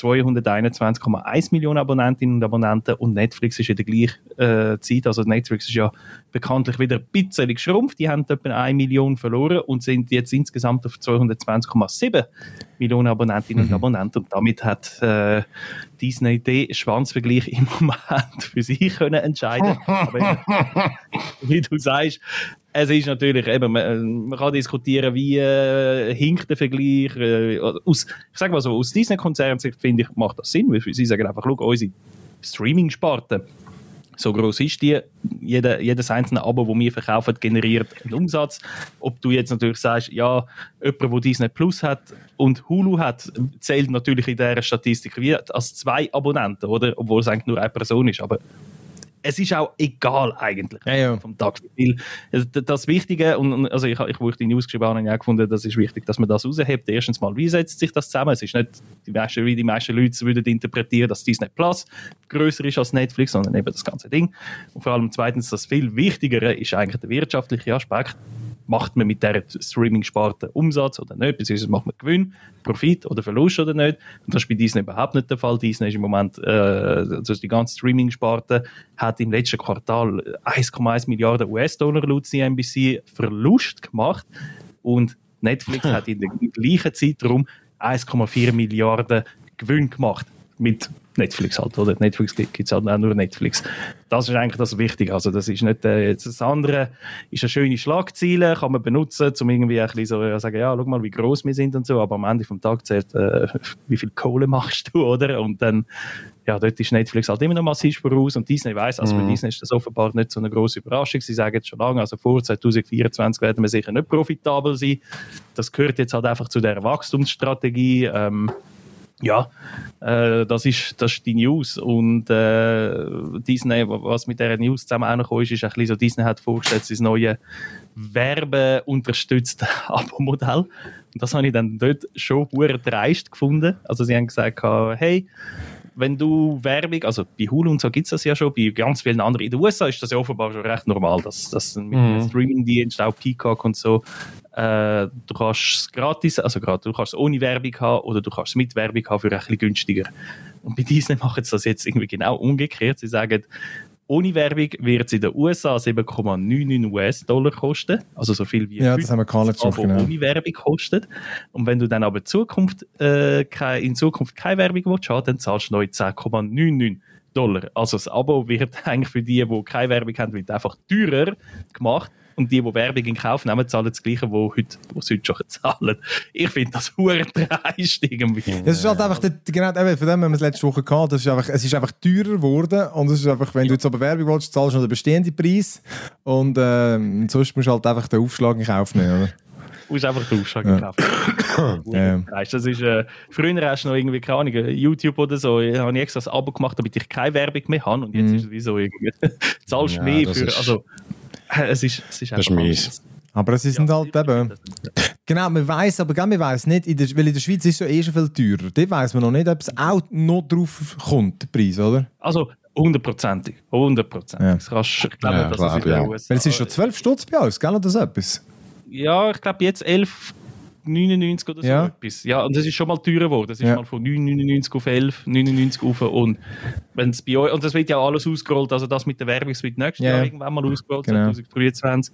C: 221,1 Millionen Abonnentinnen und Abonnenten und Netflix ist in der gleichen Zeit, also Netflix ist ja bekanntlich wieder ein bisschen geschrumpft, die haben etwa 1 Million verloren und sind jetzt insgesamt auf 220,7 Millionen Abonnentinnen und Abonnenten und damit hat Disney den Schwanzvergleich im Moment für sich können entscheiden. Aber wie du sagst, es ist natürlich, eben, man kann diskutieren, wie hinkt der Vergleich. Ich sage mal so, aus Disney-Konzernsicht finde ich, macht das Sinn, weil sie sagen einfach, schau, unsere Streaming-Sparte, so gross ist die, jedes einzelne Abo, das wir verkaufen, generiert einen Umsatz. Ob du jetzt natürlich sagst, ja, jemand, der Disney Plus hat und Hulu hat, zählt natürlich in dieser Statistik wie als 2 Abonnenten, oder? Obwohl es eigentlich nur eine Person ist, aber es ist auch egal eigentlich vom Tag. Weil das Wichtige, und also wo ich die News geschrieben habe, habe ich auch gefunden, das ist wichtig, dass man das raushebt. Erstens mal, wie setzt sich das zusammen? Es ist nicht, wie die meisten Leute würden interpretieren, dass Disney Plus grösser ist als Netflix, sondern eben das ganze Ding. Und vor allem zweitens, das viel Wichtigere ist eigentlich der wirtschaftliche Aspekt. Macht man mit dieser Streaming-Sparte Umsatz oder nicht, beziehungsweise macht man Gewinn, Profit oder Verlust oder nicht. Und das ist bei Disney überhaupt nicht der Fall. Disney ist im Moment, also die ganze Streaming-Sparte hat im letzten Quartal 1,1 Milliarden US-Dollar laut CNBC Verlust gemacht und Netflix hat in dem gleichen Zeitraum 1,4 Milliarden Gewinn gemacht mit Netflix halt, oder? Netflix gibt es halt auch nur Netflix. Das ist eigentlich das Wichtige. Also das ist nicht, das andere ist eine schöne Schlagzeile, kann man benutzen, um irgendwie ein bisschen so sagen, ja, schau mal, wie gross wir sind und so, aber am Ende vom Tag zählt, wie viel Kohle machst du, oder? Und dann, ja, dort ist Netflix halt immer noch massiv voraus und Disney weiss, also bei Disney ist das offenbar nicht so eine grosse Überraschung. Sie sagen jetzt schon lange, also vor 2024 werden wir sicher nicht profitabel sein. Das gehört jetzt halt einfach zu dieser Wachstumsstrategie. Ja, das ist die News und Disney, was mit dieser News zusammen auch noch kam, ist ein bisschen so, Disney hat vorgestellt, sein neues werbeunterstützte Abo-Modell und das habe ich dann dort schon sehr dreist gefunden. Also sie haben gesagt, hey, wenn du Werbung, also bei Hulu und so gibt es das ja schon, bei ganz vielen anderen, in den USA ist das ja offenbar schon recht normal, dass mit einem Streaming-Dienst, auch Peacock und so, du kannst es gratis, also du kannst es ohne Werbung haben oder du kannst es mit Werbung haben für ein bisschen günstiger. Und bei Disney machen sie das jetzt irgendwie genau umgekehrt. Sie sagen, ohne Werbung wird es in den USA 7,99 US-Dollar kosten, also so viel wie
A: das haben wir
C: ohne Werbung kostet. Und wenn du dann aber in Zukunft keine Werbung willst, dann zahlst du neu 10,99 $. Also das Abo wird eigentlich für die keine Werbung haben, wird einfach teurer gemacht. Und die Werbung in Kauf nehmen, zahlen das Gleiche, was heute schon zahlen. Ich finde das verdammt dreist irgendwie.
A: Es ist halt einfach, genau, von dem haben wir es letzte Woche gehabt, es ist einfach teurer geworden und es ist einfach, wenn du jetzt aber Werbung willst, zahlst du noch den bestehenden Preis und sonst musst du halt einfach den Aufschlag in Kauf nehmen, oder?
C: Du musst einfach den Aufschlag in Kauf nehmen. Das ist, früher hast du noch irgendwie, keine Ahnung, YouTube oder so, ich habe extra das Abo gemacht, damit ich keine Werbung mehr habe und jetzt ist es wie so irgendwie, zahlst mehr für, also es ist einfach
B: mies.
A: Aber es sind halt eben... Genau, man weiss, aber man weiss nicht, weil in der Schweiz ist es ja schon viel teurer. Dort weiss man noch nicht, ob es auch noch drauf kommt, der Preis, oder?
C: Also 100%. 100%.
A: Ja.
C: Das kannst du, ich glaube, dass es in den USA...
A: Weil es ist schon 12 Stutz bei uns, gell, oder so etwas?
C: Ja, ich glaube jetzt 11,99 oder so etwas. Ja, und es ist schon mal teurer geworden. Es ist mal von 9,99 auf 11,99 auf und wenn es bei euch, und das wird ja alles ausgerollt, also das mit der Werbung, es wird nächstes Jahr irgendwann mal ausgerollt, 2023.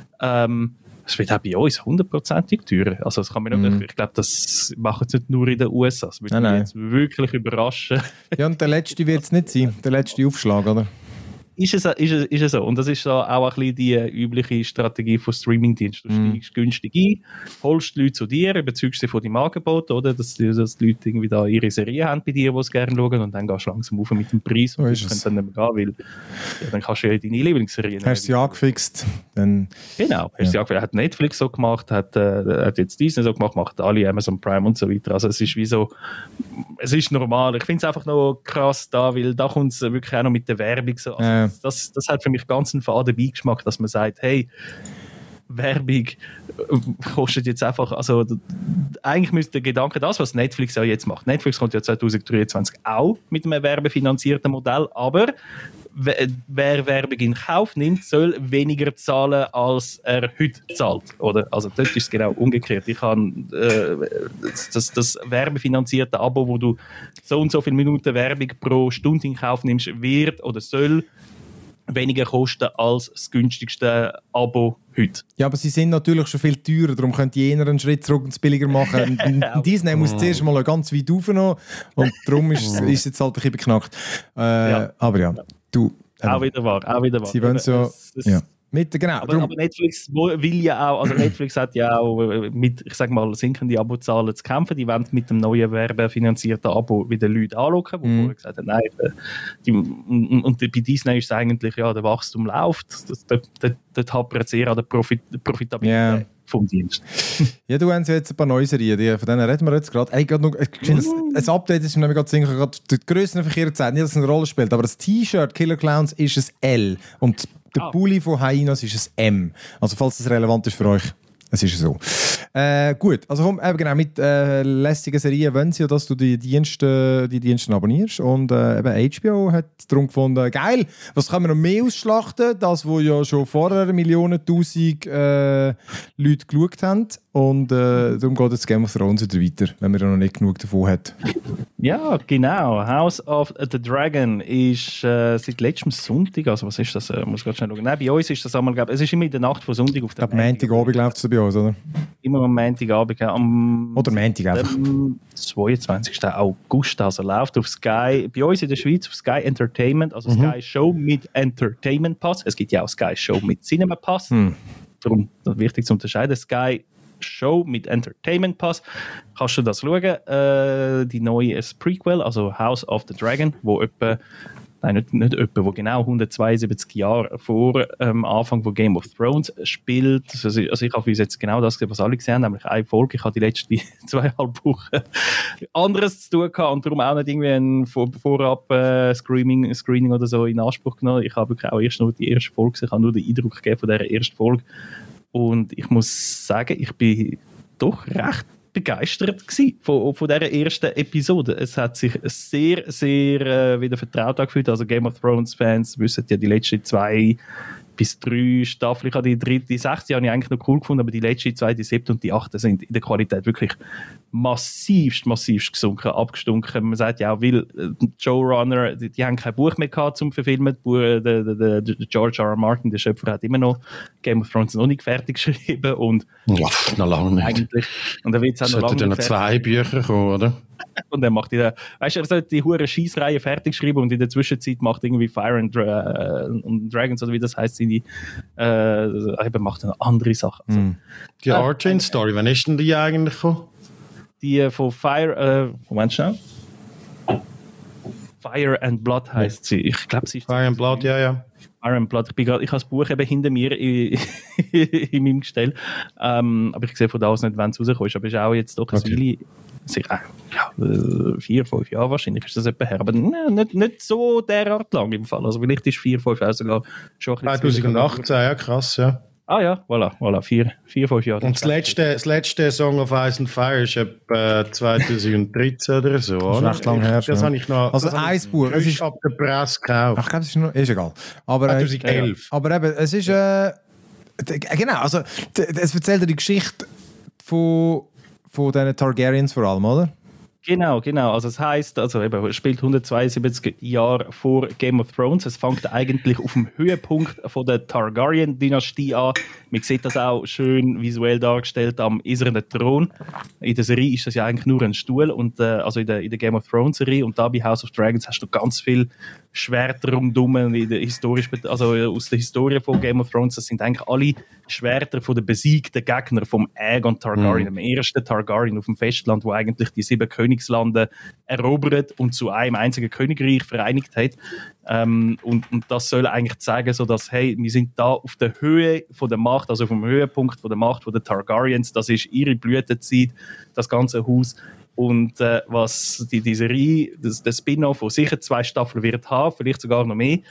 C: Es wird auch bei uns 100%ig teurer. Also das kann man nicht, ich glaube, das machen sie nicht nur in den USA. Das würde mich jetzt wirklich überraschen.
A: Ja, und der letzte wird es nicht sein, der letzte Aufschlag, oder?
C: Ist es so. Und das ist so auch ein bisschen die übliche Strategie von Streamingdiensten. Du steigst günstig ein, holst die Leute zu dir, überzeugst sie von deinem Angebot, oder? Dass die Leute irgendwie da ihre Serie haben bei dir, die sie gerne schauen, und dann gehst du langsam auf mit dem Preis und du kannst dann nicht mehr gehen, weil dann kannst du ja deine Lieblingsserie nehmen.
A: Hast du sie angefixt? Dann,
C: genau, hast sie angefixt. Hat Netflix so gemacht, hat jetzt Disney so gemacht, macht alle Amazon Prime und so weiter. Also es ist wie so, es ist normal. Ich finde es einfach noch krass da, weil da kommt es wirklich auch noch mit der Werbung so. Also das hat für mich ganz einen faden Beigeschmack, dass man sagt, hey, Werbung kostet jetzt einfach, also eigentlich müsste der Gedanke, das, was Netflix auch jetzt macht. Netflix kommt ja 2023 auch mit einem werbefinanzierten Modell, aber wer Werbung in Kauf nimmt, soll weniger zahlen, als er heute zahlt. Oder? Also dort ist es genau umgekehrt. Ich habe das werbefinanzierte Abo, wo du so und so viele Minuten Werbung pro Stunde in Kauf nimmst, wird oder soll weniger kosten als das günstigste Abo heute.
A: Ja, aber sie sind natürlich schon viel teurer, darum könnt ihr eher einen Schritt zurück und es billiger machen. Disney muss zuerst mal ganz weit raufnehmen und darum ist es jetzt halt ein bisschen beknackt. Aber ja, du...
C: Auch wieder wahr.
A: Sie wollen so... Ja. Genau,
C: aber Netflix will ja auch, also Netflix hat ja auch mit, ich sag mal, sinkende Abozahlen zu kämpfen. Die wollen mit dem neuen werbefinanzierten Abo wieder Leute anlocken, die vorher gesagt haben, nein. Und bei Disney ist es eigentlich, ja, der Wachstum läuft. Dort hapert es eher an der Profitabilität vom Dienst.
A: Ja, du hast jetzt ein paar neue Serien, von denen reden wir jetzt gerade. Ein Update ist mir nämlich gerade die Grössenverkehrszeit, nicht, dass es eine Rolle spielt, aber das T-Shirt Killer Clowns ist ein L und der Pulli von Hyenas ist ein M. Also falls das relevant ist für euch, es ist so. Gut, also komm, genau, mit lästigen Serien wollen sie ja, dass du die Dienste abonnierst und eben HBO hat darum gefunden, geil, was können wir noch mehr ausschlachten, das wo ja schon vorher Millionen, Tausend Leute geschaut haben und darum geht jetzt Game of Thrones wieder weiter, wenn man ja noch nicht genug davon hat.
C: Ja, genau. House of the Dragon ist seit letztem Sonntag, also was ist das? Muss gerade schnell schauen. Nein, bei uns ist das einmal, es ist immer in der Nacht von Sonntag auf den
A: Montagabend läuft es bei uns, oder?
C: Immer am Montagabend.
A: Oder Montag einfach.
C: Am 22. August, also läuft auf Sky, bei uns in der Schweiz auf Sky Entertainment, also Sky Show mit Entertainment Pass. Es gibt ja auch Sky Show mit Cinema Pass. Darum das ist wichtig zu unterscheiden. Sky Show mit Entertainment Pass. Kannst du das schauen? Die neue Prequel, also House of the Dragon, wo wo genau 172 Jahre vor Anfang von Game of Thrones spielt. Also ich habe jetzt genau das gesehen, was alle gesehen haben, nämlich eine Folge. Ich habe die letzten 2,5 Wochen anderes zu tun gehabt und darum auch nicht irgendwie ein vorab Screening oder so in Anspruch genommen. Ich habe wirklich auch erst nur die erste Folge gesehen. Ich habe nur den Eindruck gegeben von dieser ersten Folge. Und ich muss sagen, ich bin doch recht begeistert gewesen von dieser ersten Episode. Es hat sich sehr, sehr wieder vertraut angefühlt. Also Game of Thrones Fans wissen ja, die letzten 2 bis 3 Staffeln, ich habe die 6. habe ich eigentlich noch cool gefunden, aber die letzten 2, die 7. und die 8. sind in der Qualität wirklich massivst gesunken, abgestunken. Man sagt ja auch, weil die Showrunner, die haben kein Buch mehr gehabt zum Verfilmen. Der George R. R. Martin, der Schöpfer, hat immer noch Game of Thrones noch nicht fertig geschrieben und
B: ja, noch lange nicht.
C: Eigentlich, und dann wird es auch noch lange
B: nicht 2 Bücher kommen, oder?
C: Und dann macht er sollte die hure Scheissreihe fertig schreiben und in der Zwischenzeit macht irgendwie Fire and Dragons oder wie das heisst, macht eine andere Sache. Also,
B: die Arcane-Story, wann ist denn die eigentlich gekommen?
C: Die von Fire, Moment schnell. Fire and Blood heisst sie. Ich glaube, sie ist
B: Fire and Blood, ja.
C: Fire and Blood. Ich habe das Buch eben hinter mir in meinem Gestell. Aber ich sehe von da aus nicht, wann es rauskommt. Aber es ist auch jetzt doch ein Weile, 4-5 Jahre wahrscheinlich ist das etwa her. Aber nicht so derart lang im Fall. Also vielleicht ist 4-5 Jahre sogar schon ein bisschen
B: 2018, ja, krass, ja.
C: Ah ja, voilà, 4-5 Jahre.
B: Und das letzte Song of Ice and Fire ist etwa 2013 oder so, oder?
A: Das ist recht lang her.
B: Das habe ich noch...
A: Also ein Buch.
B: Es ist ab der Presse gekauft.
A: Ach, ich glaube, es ist noch... Ist egal. Aber,
B: 2011.
A: Aber eben, es ist... genau, also es erzählt ja die Geschichte von diesen Targaryens vor allem, oder?
C: Genau. Also es heisst, es spielt 172 Jahre vor Game of Thrones. Es fängt eigentlich auf dem Höhepunkt von der Targaryen-Dynastie an. Man sieht das auch schön visuell dargestellt am eisernen Thron. In der Serie ist das ja eigentlich nur ein Stuhl, und also in der Game of Thrones Serie. Und da bei House of Dragons hast du ganz viel Schwerter rundum in der also aus der Historie von Game of Thrones. Das sind eigentlich alle Schwerter von den besiegten Gegner vom Aegon Targaryen, dem ersten Targaryen auf dem Festland, wo eigentlich die 7 Königslande erobert und zu einem einzigen Königreich vereinigt hat. Und das soll eigentlich zeigen, so dass, hey, wir sind da auf der Höhe von der Macht, also vom Höhepunkt von der Macht von der Targaryens. Das ist ihre Blütezeit, das ganze Haus. Und was die Serie, der Spin-off, der sicher 2 Staffeln wird haben, vielleicht sogar noch mehr,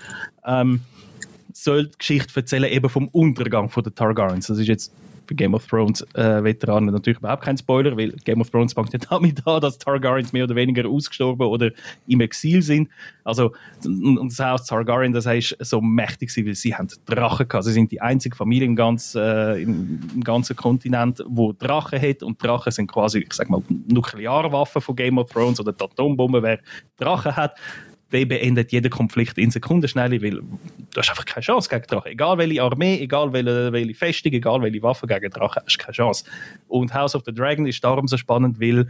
C: soll die Geschichte erzählen eben vom Untergang von der Targaryens. Das ist jetzt für Game of Thrones Veteranen natürlich überhaupt kein Spoiler, weil Game of Thrones fängt nicht damit an, dass Targaryens mehr oder weniger ausgestorben oder im Exil sind. Also, und das Haus Targaryen, das heißt so mächtig, weil sie haben Drachen gehabt. Sie sind die einzige Familie im ganzen Kontinent, wo Drachen hat, und Drachen sind quasi, ich sag mal, Nuklearwaffen von Game of Thrones oder die Atombombe, wer Drachen hat. Der beendet jeden Konflikt in Sekundenschnelle, weil du hast einfach keine Chance gegen Drachen. Egal welche Armee, egal welche Festung, egal welche Waffe gegen Drachen, hast du keine Chance. Und House of the Dragon ist darum so spannend, weil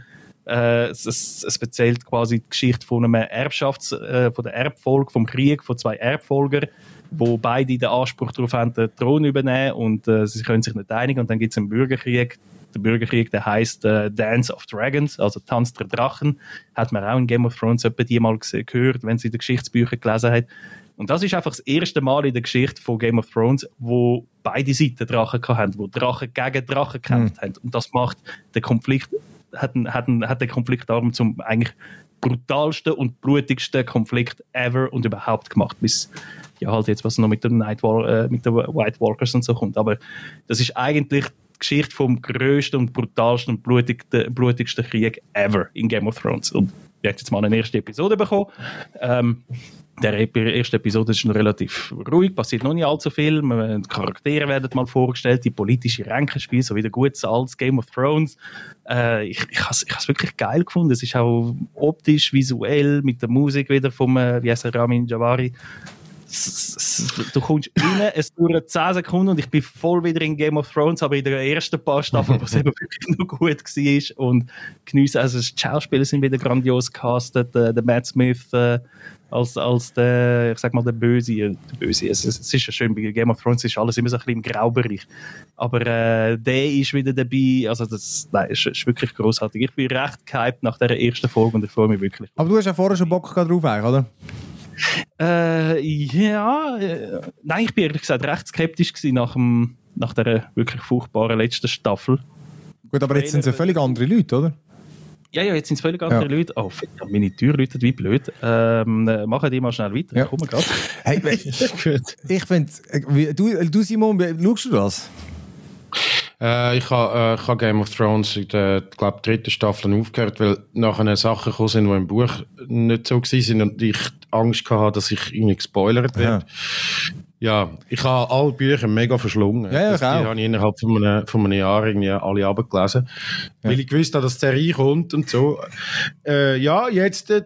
C: es erzählt quasi die Geschichte von einer von der Erbfolge, vom Krieg von 2 Erbfolgern, wo beide den Anspruch darauf haben, den Thron übernehmen, und sie können sich nicht einigen, und dann gibt es einen Bürgerkrieg. Der Bürgerkrieg, der heisst Dance of Dragons, also Tanz der Drachen. Hat man auch in Game of Thrones etwa die mal gehört, wenn sie die Geschichtsbücher gelesen hat. Und das ist einfach das erste Mal in der Geschichte von Game of Thrones, wo beide Seiten Drachen hatten, wo Drachen gegen Drachen gekämpft haben. Und das macht den Konflikt, hat den Konflikt darum zum eigentlich brutalsten und blutigsten Konflikt ever und überhaupt gemacht, bis ja halt jetzt, was noch mit den mit den White Walkers und so kommt. Aber das ist eigentlich Geschichte vom grössten und brutalsten und blutigsten Krieg ever in Game of Thrones. Und ich habe jetzt mal eine erste Episode bekommen. Der erste Episode ist noch relativ ruhig, passiert noch nicht allzu viel. Die Charaktere werden mal vorgestellt, die politische Ränkenspiel, so wie der gute altes Game of Thrones. Ich habe es wirklich geil gefunden. Es ist auch optisch, visuell, mit der Musik wieder vom Ramin Djawadi. Du kommst rein, es dauert 10 Sekunden und ich bin voll wieder in Game of Thrones, aber in der ersten paar Staffeln, wo es eben wirklich noch gut war, und geniessen, also die Schauspieler sind wieder grandios gecastet, der Matt Smith als der, ich sag mal, der Böse. Es ist ja schön, bei Game of Thrones ist alles immer so ein bisschen im Graubereich, aber der ist wieder dabei, also das ist wirklich grossartig. Ich bin recht gehypt nach dieser ersten Folge und ich freue mich wirklich.
A: Aber du hast ja vorher schon Bock drauf, oder?
C: Nein, ich bin ehrlich gesagt recht skeptisch gewesen nach der wirklich furchtbaren letzten Staffel.
A: Gut, aber jetzt sind es ja völlig andere Leute, oder?
C: Ja, jetzt sind es völlig andere Leute. Oh, meine Tür läutet wie blöd. Machen die mal schnell weiter.
A: Ja.
C: Komm mal grad.
A: Hey, ich finde, du Simon, schaust du das?
B: Ich habe Game of Thrones in der, glaube 3. Staffel aufgehört, weil nachher Sachen gekommen sind, die im Buch nicht so waren und ich Angst hatte, dass ich irgendwie gespoilert werde. Ja, ich habe alle Bücher mega verschlungen.
A: Ja,
B: die habe ich innerhalb von einem Jahr irgendwie alle abgelesen. Ja. Weil ich gewusst habe, dass die Serie kommt und so. Ja, jetzt der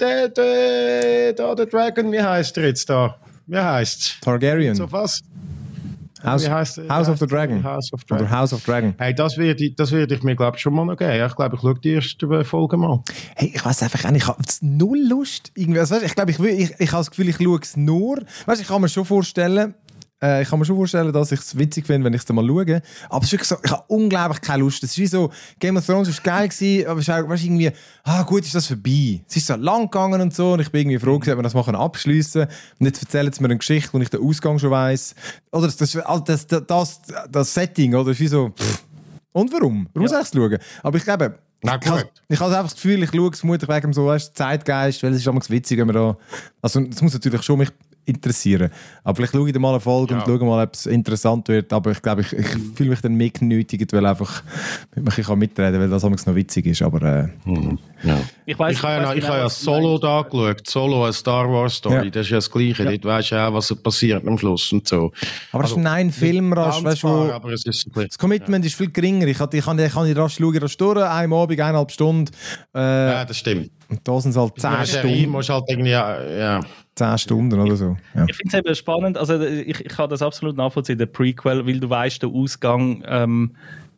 B: Dragon, wie heisst er jetzt da? Wie heisst's?
A: Targaryen.
B: So was?
A: House of the Dragon. Oder House of Dragon.
B: Hey, das werde ich mir, glaube ich, schon mal noch geben. Ja, ich glaube, ich schaue die erste Folge mal.
A: Hey, ich weiß einfach auch nicht, ich habe null Lust. Irgendwie, also, weißt, ich glaube, ich habe das Gefühl, ich schaue es nur. Weißt, ich kann mir schon vorstellen, dass ich es witzig finde, wenn ich es mal schaue. Aber es ist wirklich so, ich habe unglaublich keine Lust. Es ist wie so, Game of Thrones war geil gewesen, aber es ist auch, weißt, irgendwie, gut, ist das vorbei. Es ist so lang gegangen und so, und ich bin irgendwie froh gewesen, ob wir das mal abschliessen können. Und jetzt erzählen sie mir eine Geschichte, wo ich den Ausgang schon weiss. Oder das Setting, oder? Es ist wie so, und warum? Warum soll ich es schauen? Aber ich glaube, ich habe einfach das Gefühl, ich schaue es vermutlich wegen so, weißt, Zeitgeist, weil es ist immer witzig, wenn man da, also es muss natürlich schon mich interessieren. Aber vielleicht schaue ich mal eine Folge und schaue mal, ob es interessant wird. Aber ich glaube, ich fühle mich dann mehr genötigt, weil einfach ich kann mitreden, weil das noch witzig ist. Aber
B: ich habe ja Solo da geschaut. Solo, eine Star Wars Story. Ja. Das ist ja das Gleiche. Dort weisst du auch, was passiert am Schluss und so.
A: Aber also, das ist ein Film, rasch, weißt du,
B: aber es ist das
A: Commitment ist viel geringer. Ich kann rasch schauen, rasch durch, einem Abend, 1,5 Stunden.
B: Ja, das stimmt.
A: Und da sind es halt 10 Stunden.
B: Musst halt irgendwie,
A: 10 Stunden oder so. Ja.
C: Ich finde es eben spannend, also ich kann das absolut nachvollziehen, der Prequel, weil du weißt, der Ausgang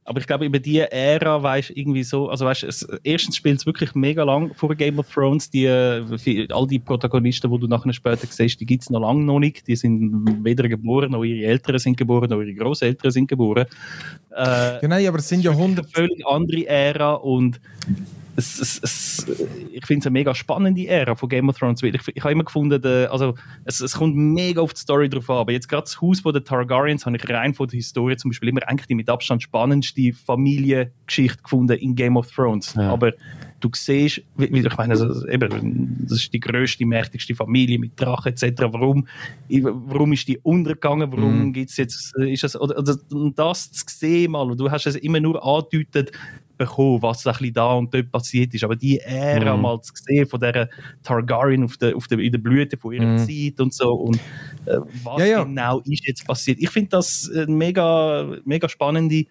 C: Aber ich glaube, über diese Ära, weißt irgendwie so, also weißt erstens spielt es wirklich mega lang vor Game of Thrones. All die Protagonisten, die du nachher später siehst, die gibt es noch lange noch nicht. Die sind weder geboren, noch ihre Eltern sind geboren, noch ihre Grosseltern sind geboren.
A: Genau, aber es sind ja 100...
C: eine völlig andere Ära und ich finde es eine mega spannende Ära von Game of Thrones. Ich habe immer gefunden, es kommt mega auf die Story drauf an, aber jetzt gerade das Haus der Targaryens habe ich rein von der Historie zum Beispiel immer eigentlich die mit Abstand spannendste Familiengeschichte gefunden in Game of Thrones. Ja. Aber du siehst, ich meine, das ist die grösste, mächtigste Familie mit Drachen etc. Warum ist die untergegangen? Warum gibt es jetzt, ist das, oder das zu sehen mal, und du hast es immer nur angedeutet bekommen, was ein bisschen da und dort passiert ist, aber die Ära mal zu sehen von dieser Targaryen in der Blüte von ihrer Zeit und so und was genau ist jetzt passiert. Ich finde das eine mega, mega spannende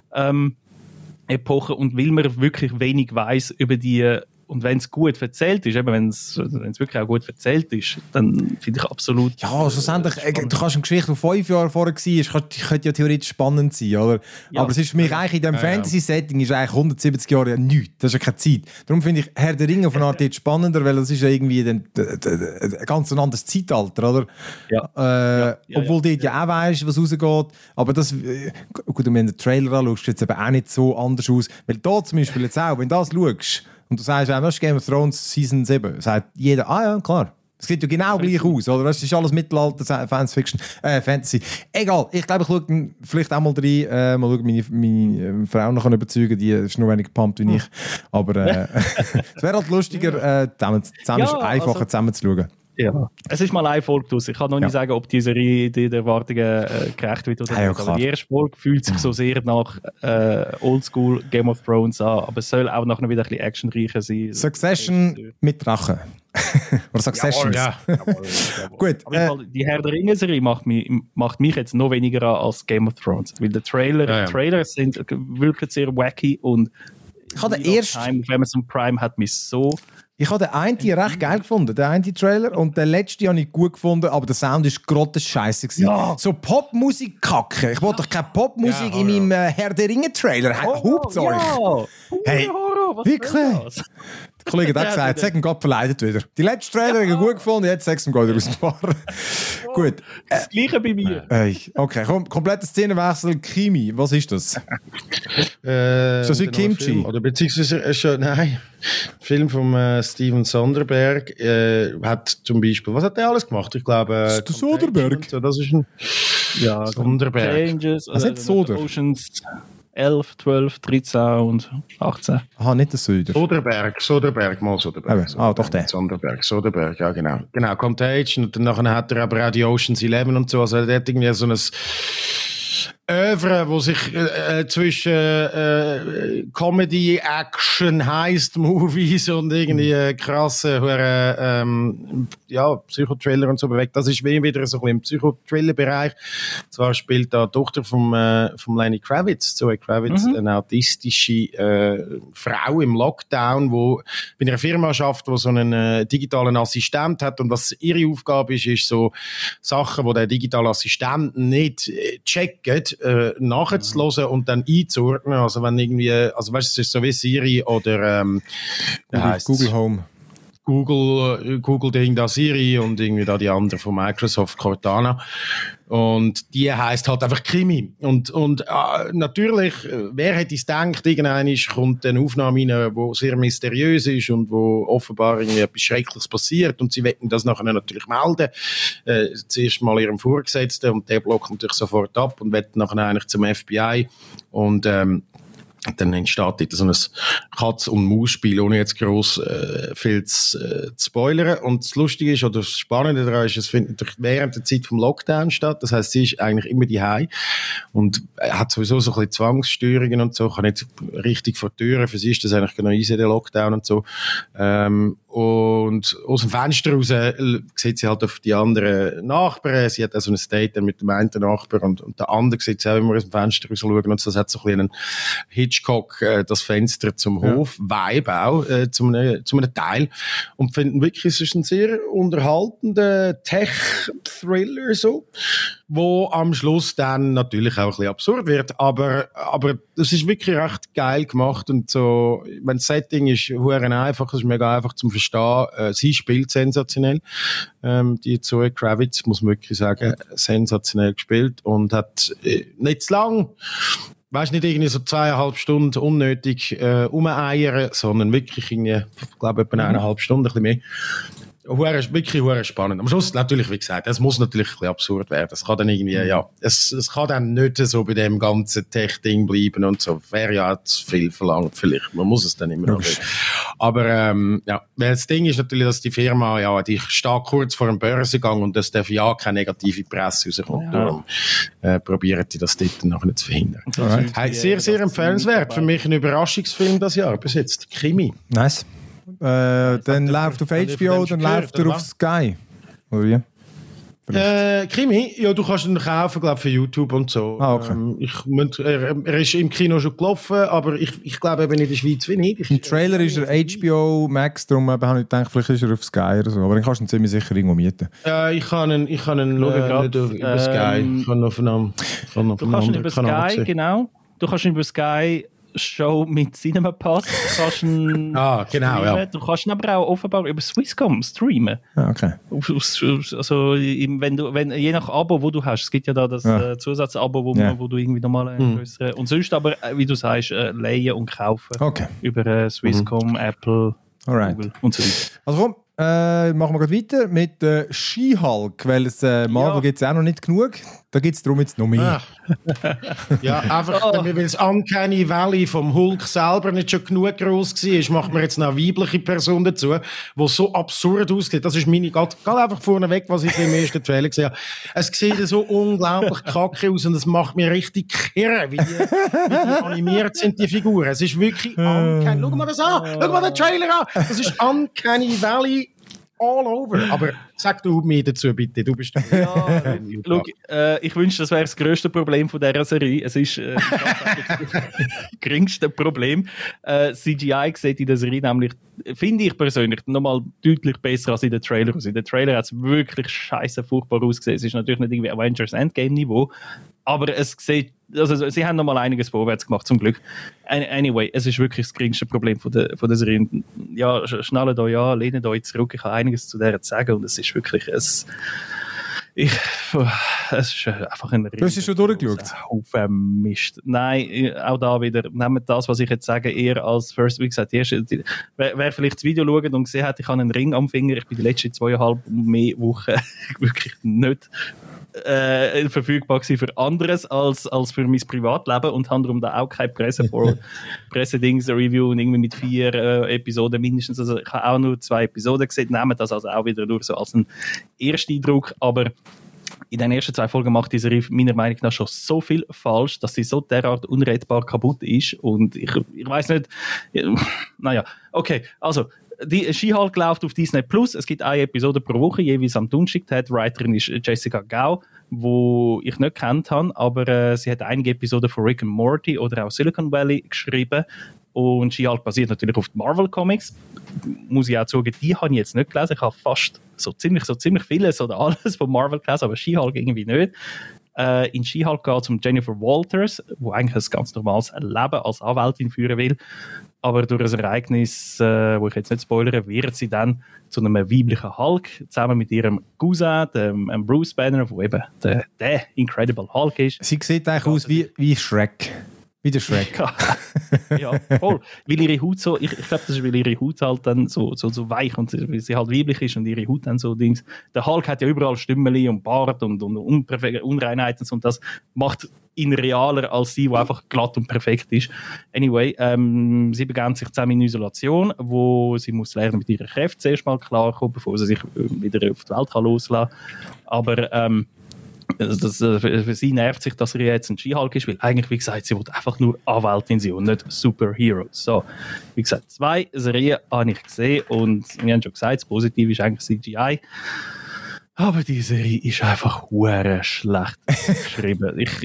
C: Epoche und weil man wirklich wenig weiss über die, und wenn es gut erzählt ist, eben wenn es wirklich auch gut erzählt ist, dann finde ich absolut...
A: Ja, schlussendlich, du kannst eine Geschichte, die 5 Jahre vorher war, könnte ja theoretisch spannend sein, oder? Ja. Aber es ist für mich eigentlich in diesem Fantasy-Setting ist eigentlich 170 Jahre ja nichts, das ist ja keine Zeit. Darum finde ich Herr der Ringe auf eine Art jetzt spannender, weil das ist ja irgendwie ein ganz anderes Zeitalter, oder? Ja. Obwohl dort ja auch weisst, was rausgeht, aber das... Gut, wenn du den Trailer anschaust, sieht es eben auch nicht so anders aus, weil da zum Beispiel jetzt auch, wenn du das schaust, und du sagst, das ist Game of Thrones Season 7. Sagt jeder, ja, klar. Das sieht ja genau gleich aus, oder? Das ist alles Mittelalter, Fantasy. Egal, ich glaube, ich schaue vielleicht auch mal rein. Mal schauen, meine Frau noch überzeugen, die ist nur wenig gepumpt wie ich. Aber es wäre halt lustiger, zusammen ist einfacher zusammen zu schauen.
C: Ja, es ist mal eine Folge draus. Ich kann noch nicht sagen, ob die Serie den Erwartungen gerecht wird oder nicht. Aber die erste Folge fühlt sich so sehr nach Oldschool Game of Thrones an, aber es soll auch nachher wieder ein bisschen actionreicher sein.
A: Succession mit Drachen. Oder Successions. Jawohl. Gut.
C: Aber die Herr der Ringe-Serie macht mich jetzt noch weniger an als Game of Thrones. Weil die Trailer sind wirklich sehr wacky und
A: ich habe den ersten...
C: Auf Amazon Prime hat mich so...
A: Ich habe den einen recht geil gefunden, den einen Trailer, und den letzten habe ich gut gefunden, aber der Sound war grottenscheisse. Ja. So Popmusik-Kacke. Ich wollte doch keine Popmusik in meinem Herr der Ringe-Trailer. Hauptsache.
C: Ja.
A: Hey, wirklich? Der Kollege hat gesagt, sag ihm Gott verleidet wieder. Die letzten Trailer habe ich gut gefunden, jetzt sag ihm Gott aus dem Fahren. Gut.
C: Das Gleiche bei mir.
A: Okay, kompletter Szenenwechsel. Krimi, was ist das? Ist das wie Kimchi?
B: Oder beziehungsweise, nein, Film von Steven Soderbergh hat zum Beispiel, was hat der alles gemacht? Ich glaube...
A: Das ist der Soderbergh?
B: So, das ist ein...
C: Ja,
B: Soderbergh.
C: Changes,
A: was hat Soder?
C: Oceans 11, 12, 13 und 18.
A: Aha, nicht der Söder.
B: Soderbergh, mal Soderbergh.
A: Doch der.
B: Soderbergh, ja genau. Genau, Contagion, und dann hat er aber auch die Oceans 11 und so, also der hat irgendwie so ein Oeuvre, wo sich zwischen Comedy, Action, Heist-Movies und irgendwie krasse Psychotrailer und so bewegt. Das ist wie wieder so ein bisschen im Psychotrailer-Bereich. Zwar spielt da die Tochter vom Lenny Kravitz, Zoe Kravitz, eine autistische Frau im Lockdown, wo bei einer Firma arbeitet, die so einen digitalen Assistent hat, und was ihre Aufgabe ist so Sachen, die der digitale Assistent nicht checkt, nachzuhören und dann einzuordnen. Also wenn irgendwie, also weißt du, es ist so wie Siri oder
A: Google Home.
B: Google Ding da Siri und irgendwie da die andere von Microsoft, Cortana. Und die heisst halt einfach Krimi. Und natürlich, wer hätte es gedacht, irgendwann kommt eine Aufnahme rein, die sehr mysteriös ist und wo offenbar irgendwie etwas Schreckliches passiert, und sie wollen das nachher natürlich melden. Zuerst mal ihrem Vorgesetzten, und der blockt natürlich sofort ab und will nachher eigentlich zum FBI. Und dann entsteht dort so ein Katz-und-Maus-Spiel, ohne jetzt gross viel zu spoilern. Und das Lustige ist, oder das Spannende daran ist, es findet natürlich während der Zeit vom Lockdown statt. Das heisst, sie ist eigentlich immer daheim und hat sowieso so ein bisschen Zwangsstörungen und so, kann nicht richtig vor die Türen. Für sie ist das eigentlich genau easy, der Lockdown und so. Und aus dem Fenster raus sieht sie halt auf die anderen Nachbarn. Sie hat also ein Date mit dem einen Nachbar, und der andere sieht sie auch immer aus dem Fenster raus schauen. Und so, das hat so ein bisschen einen Hitchcock, das Fenster zum Hof-Vibe auch, zu einem Teil. Und finden wirklich, es ist ein sehr unterhaltender Tech-Thriller so, wo am Schluss dann natürlich auch ein bisschen absurd wird, aber das ist wirklich recht geil gemacht und so, mein Setting ist verdammt einfach, es ist mega einfach zum Verstehen. Sie spielt sensationell. Die Zoe Kravitz, muss man wirklich sagen, sensationell gespielt und hat nicht zu lang, weißt nicht irgendwie so 2,5 Stunden unnötig rumeiern, sondern wirklich irgendwie, ich glaube, etwa 1,5 Stunden, ein bisschen mehr. Wirklich spannend. Am Schluss natürlich, wie gesagt, es muss natürlich ein bisschen absurd werden. Es kann dann irgendwie, es kann dann nicht so bei dem ganzen Tech-Ding bleiben und so. Wäre ja zu viel verlangt, vielleicht. Man muss es dann immer noch nicht. Aber, weil das Ding ist natürlich, dass die Firma, die steht kurz vor dem Börsengang und es darf ja keine negative Presse rauskommen. Darum probieren die das dort nachher zu verhindern. Sehr, sehr empfehlenswert. Für mich ein Überraschungsfilm das Jahr bis jetzt. Krimi.
A: Nice. Dann läuft auf HBO, dann läuft er auf Sky. Oder wie?
B: Krimi? Ja, du kannst ihn kaufen, glaube ich, für YouTube und so.
A: Okay.
B: Er ist im Kino schon gelaufen, aber ich glaube eben in der Schweiz wie nicht.
A: Im Trailer ist er HBO Max, darum habe ich gedacht, vielleicht ist er auf Sky oder so. Aber dann kannst du ihn ziemlich sicher irgendwo mieten.
B: Ich kann ihn nicht über Sky. Ich kann auf einem
C: Du kannst ihn über Sky, genau. Du kannst ihn über Sky Show mit Cinema Pass. Du kannst ihn
B: genau.
C: Du kannst ihn aber auch offenbar über Swisscom streamen.
A: Okay.
C: Also, je nach Abo, wo du hast. Es gibt ja da das Zusatzabo, wo du irgendwie nochmal größere. Und sonst aber, wie du sagst, leihen und kaufen.
A: Okay.
C: Über Swisscom, Apple, Google und so weiter.
A: Also komm, machen wir gleich weiter mit She-Hulk, weil es Marvel gibt es auch noch nicht genug. Da gibt es darum jetzt noch mehr.
B: Einfach, weil das Uncanny Valley vom Hulk selber nicht schon genug gross war, macht man jetzt noch eine weibliche Person dazu, die so absurd aussieht. Das ist meine, geht einfach vorneweg, was ich im ersten Trailer gesehen habe. Es sieht so unglaublich kacke aus und es macht mir richtig kirre, wie die animiert sind, die Figuren. Es ist wirklich Uncanny. Schau mal das an! Schau mal den Trailer an! Das ist Uncanny Valley all over. Aber sag du mir dazu bitte, du bist
C: ich wünschte, das wäre das grösste Problem von dieser Serie. Es ist das geringste Problem. CGI sieht in der Serie nämlich, finde ich persönlich, nochmal deutlich besser als in den Trailer. In den Trailer hat es wirklich scheiße furchtbar ausgesehen. Es ist natürlich nicht irgendwie Avengers Endgame Niveau, aber es sieht, also sie haben nochmal einiges vorwärts gemacht, zum Glück. Anyway, es ist wirklich das geringste Problem von der Serie. Ja, schnallt euch an, lehnt euch zurück. Ich habe einiges zu der zu sagen und es ist wirklich, es ist einfach ein riesen...
A: Du hast es schon durchgeschaut?
C: Haufen Mist. Nein, auch da wieder, nehmt das, was ich jetzt sage, eher als First, wie gesagt, wer vielleicht das Video schaut und gesehen hat, ich habe einen Ring am Finger, ich bin die letzten 2,5 mehr Wochen wirklich nicht verfügbar gewesen für anderes als für mein Privatleben und habe darum da auch kein Pressedings-Review und irgendwie mit 4 Episoden mindestens. Also ich habe auch nur 2 Episoden gesehen, nehme das also auch wieder durch so als einen Ersteindruck, aber in den ersten 2 Folgen macht diese Serie meiner Meinung nach schon so viel falsch, dass sie so derart unrettbar kaputt ist und ich weiß nicht, naja, okay, also die She-Hulk läuft auf Disney Plus. Es gibt eine Episode pro Woche, jeweils am Donnerstag. Die Writerin ist Jessica Gao, die ich nicht kennt habe, aber sie hat einige Episoden von Rick and Morty oder auch Silicon Valley geschrieben. Und She-Hulk basiert natürlich auf den Marvel Comics. Muss ich auch sagen, die habe ich jetzt nicht gelesen. Ich habe fast so ziemlich vieles oder alles von Marvel gelesen, aber She-Hulk irgendwie nicht. In She-Hulk geht es um Jennifer Walters, die eigentlich ein ganz normales Leben als Anwältin führen will. Aber durch ein Ereignis, wo ich jetzt nicht spoilere, wird sie dann zu einem weiblichen Hulk, zusammen mit ihrem Cousin, dem Bruce Banner, der eben der Incredible Hulk ist.
A: Sie sieht eigentlich aus wie Shrek. Wie der Shrek.
C: Ja, voll. Weil ihre Haut so, ich glaube, das ist, weil ihre Haut halt dann so weich und weil sie halt weiblich ist und ihre Haut dann so Dings. Der Hulk hat ja überall Stümmeli und Bart und Unreinheiten und das macht ihn realer als sie, die einfach glatt und perfekt ist. Anyway, sie begann sich zusammen in Isolation, wo sie muss lernen, mit ihren Kräften zuerst mal klarkommen, bevor sie sich wieder auf die Welt loslassen kann. Aber für sie nervt sich, dass er jetzt ein She-Hulk ist, weil eigentlich, wie gesagt, sie will einfach nur Anwältin sein und nicht Superhero. So, wie gesagt, 2 Serien habe ich gesehen und wir haben schon gesagt, das Positive ist eigentlich CGI. Aber die Serie ist einfach hure schlecht geschrieben. Ich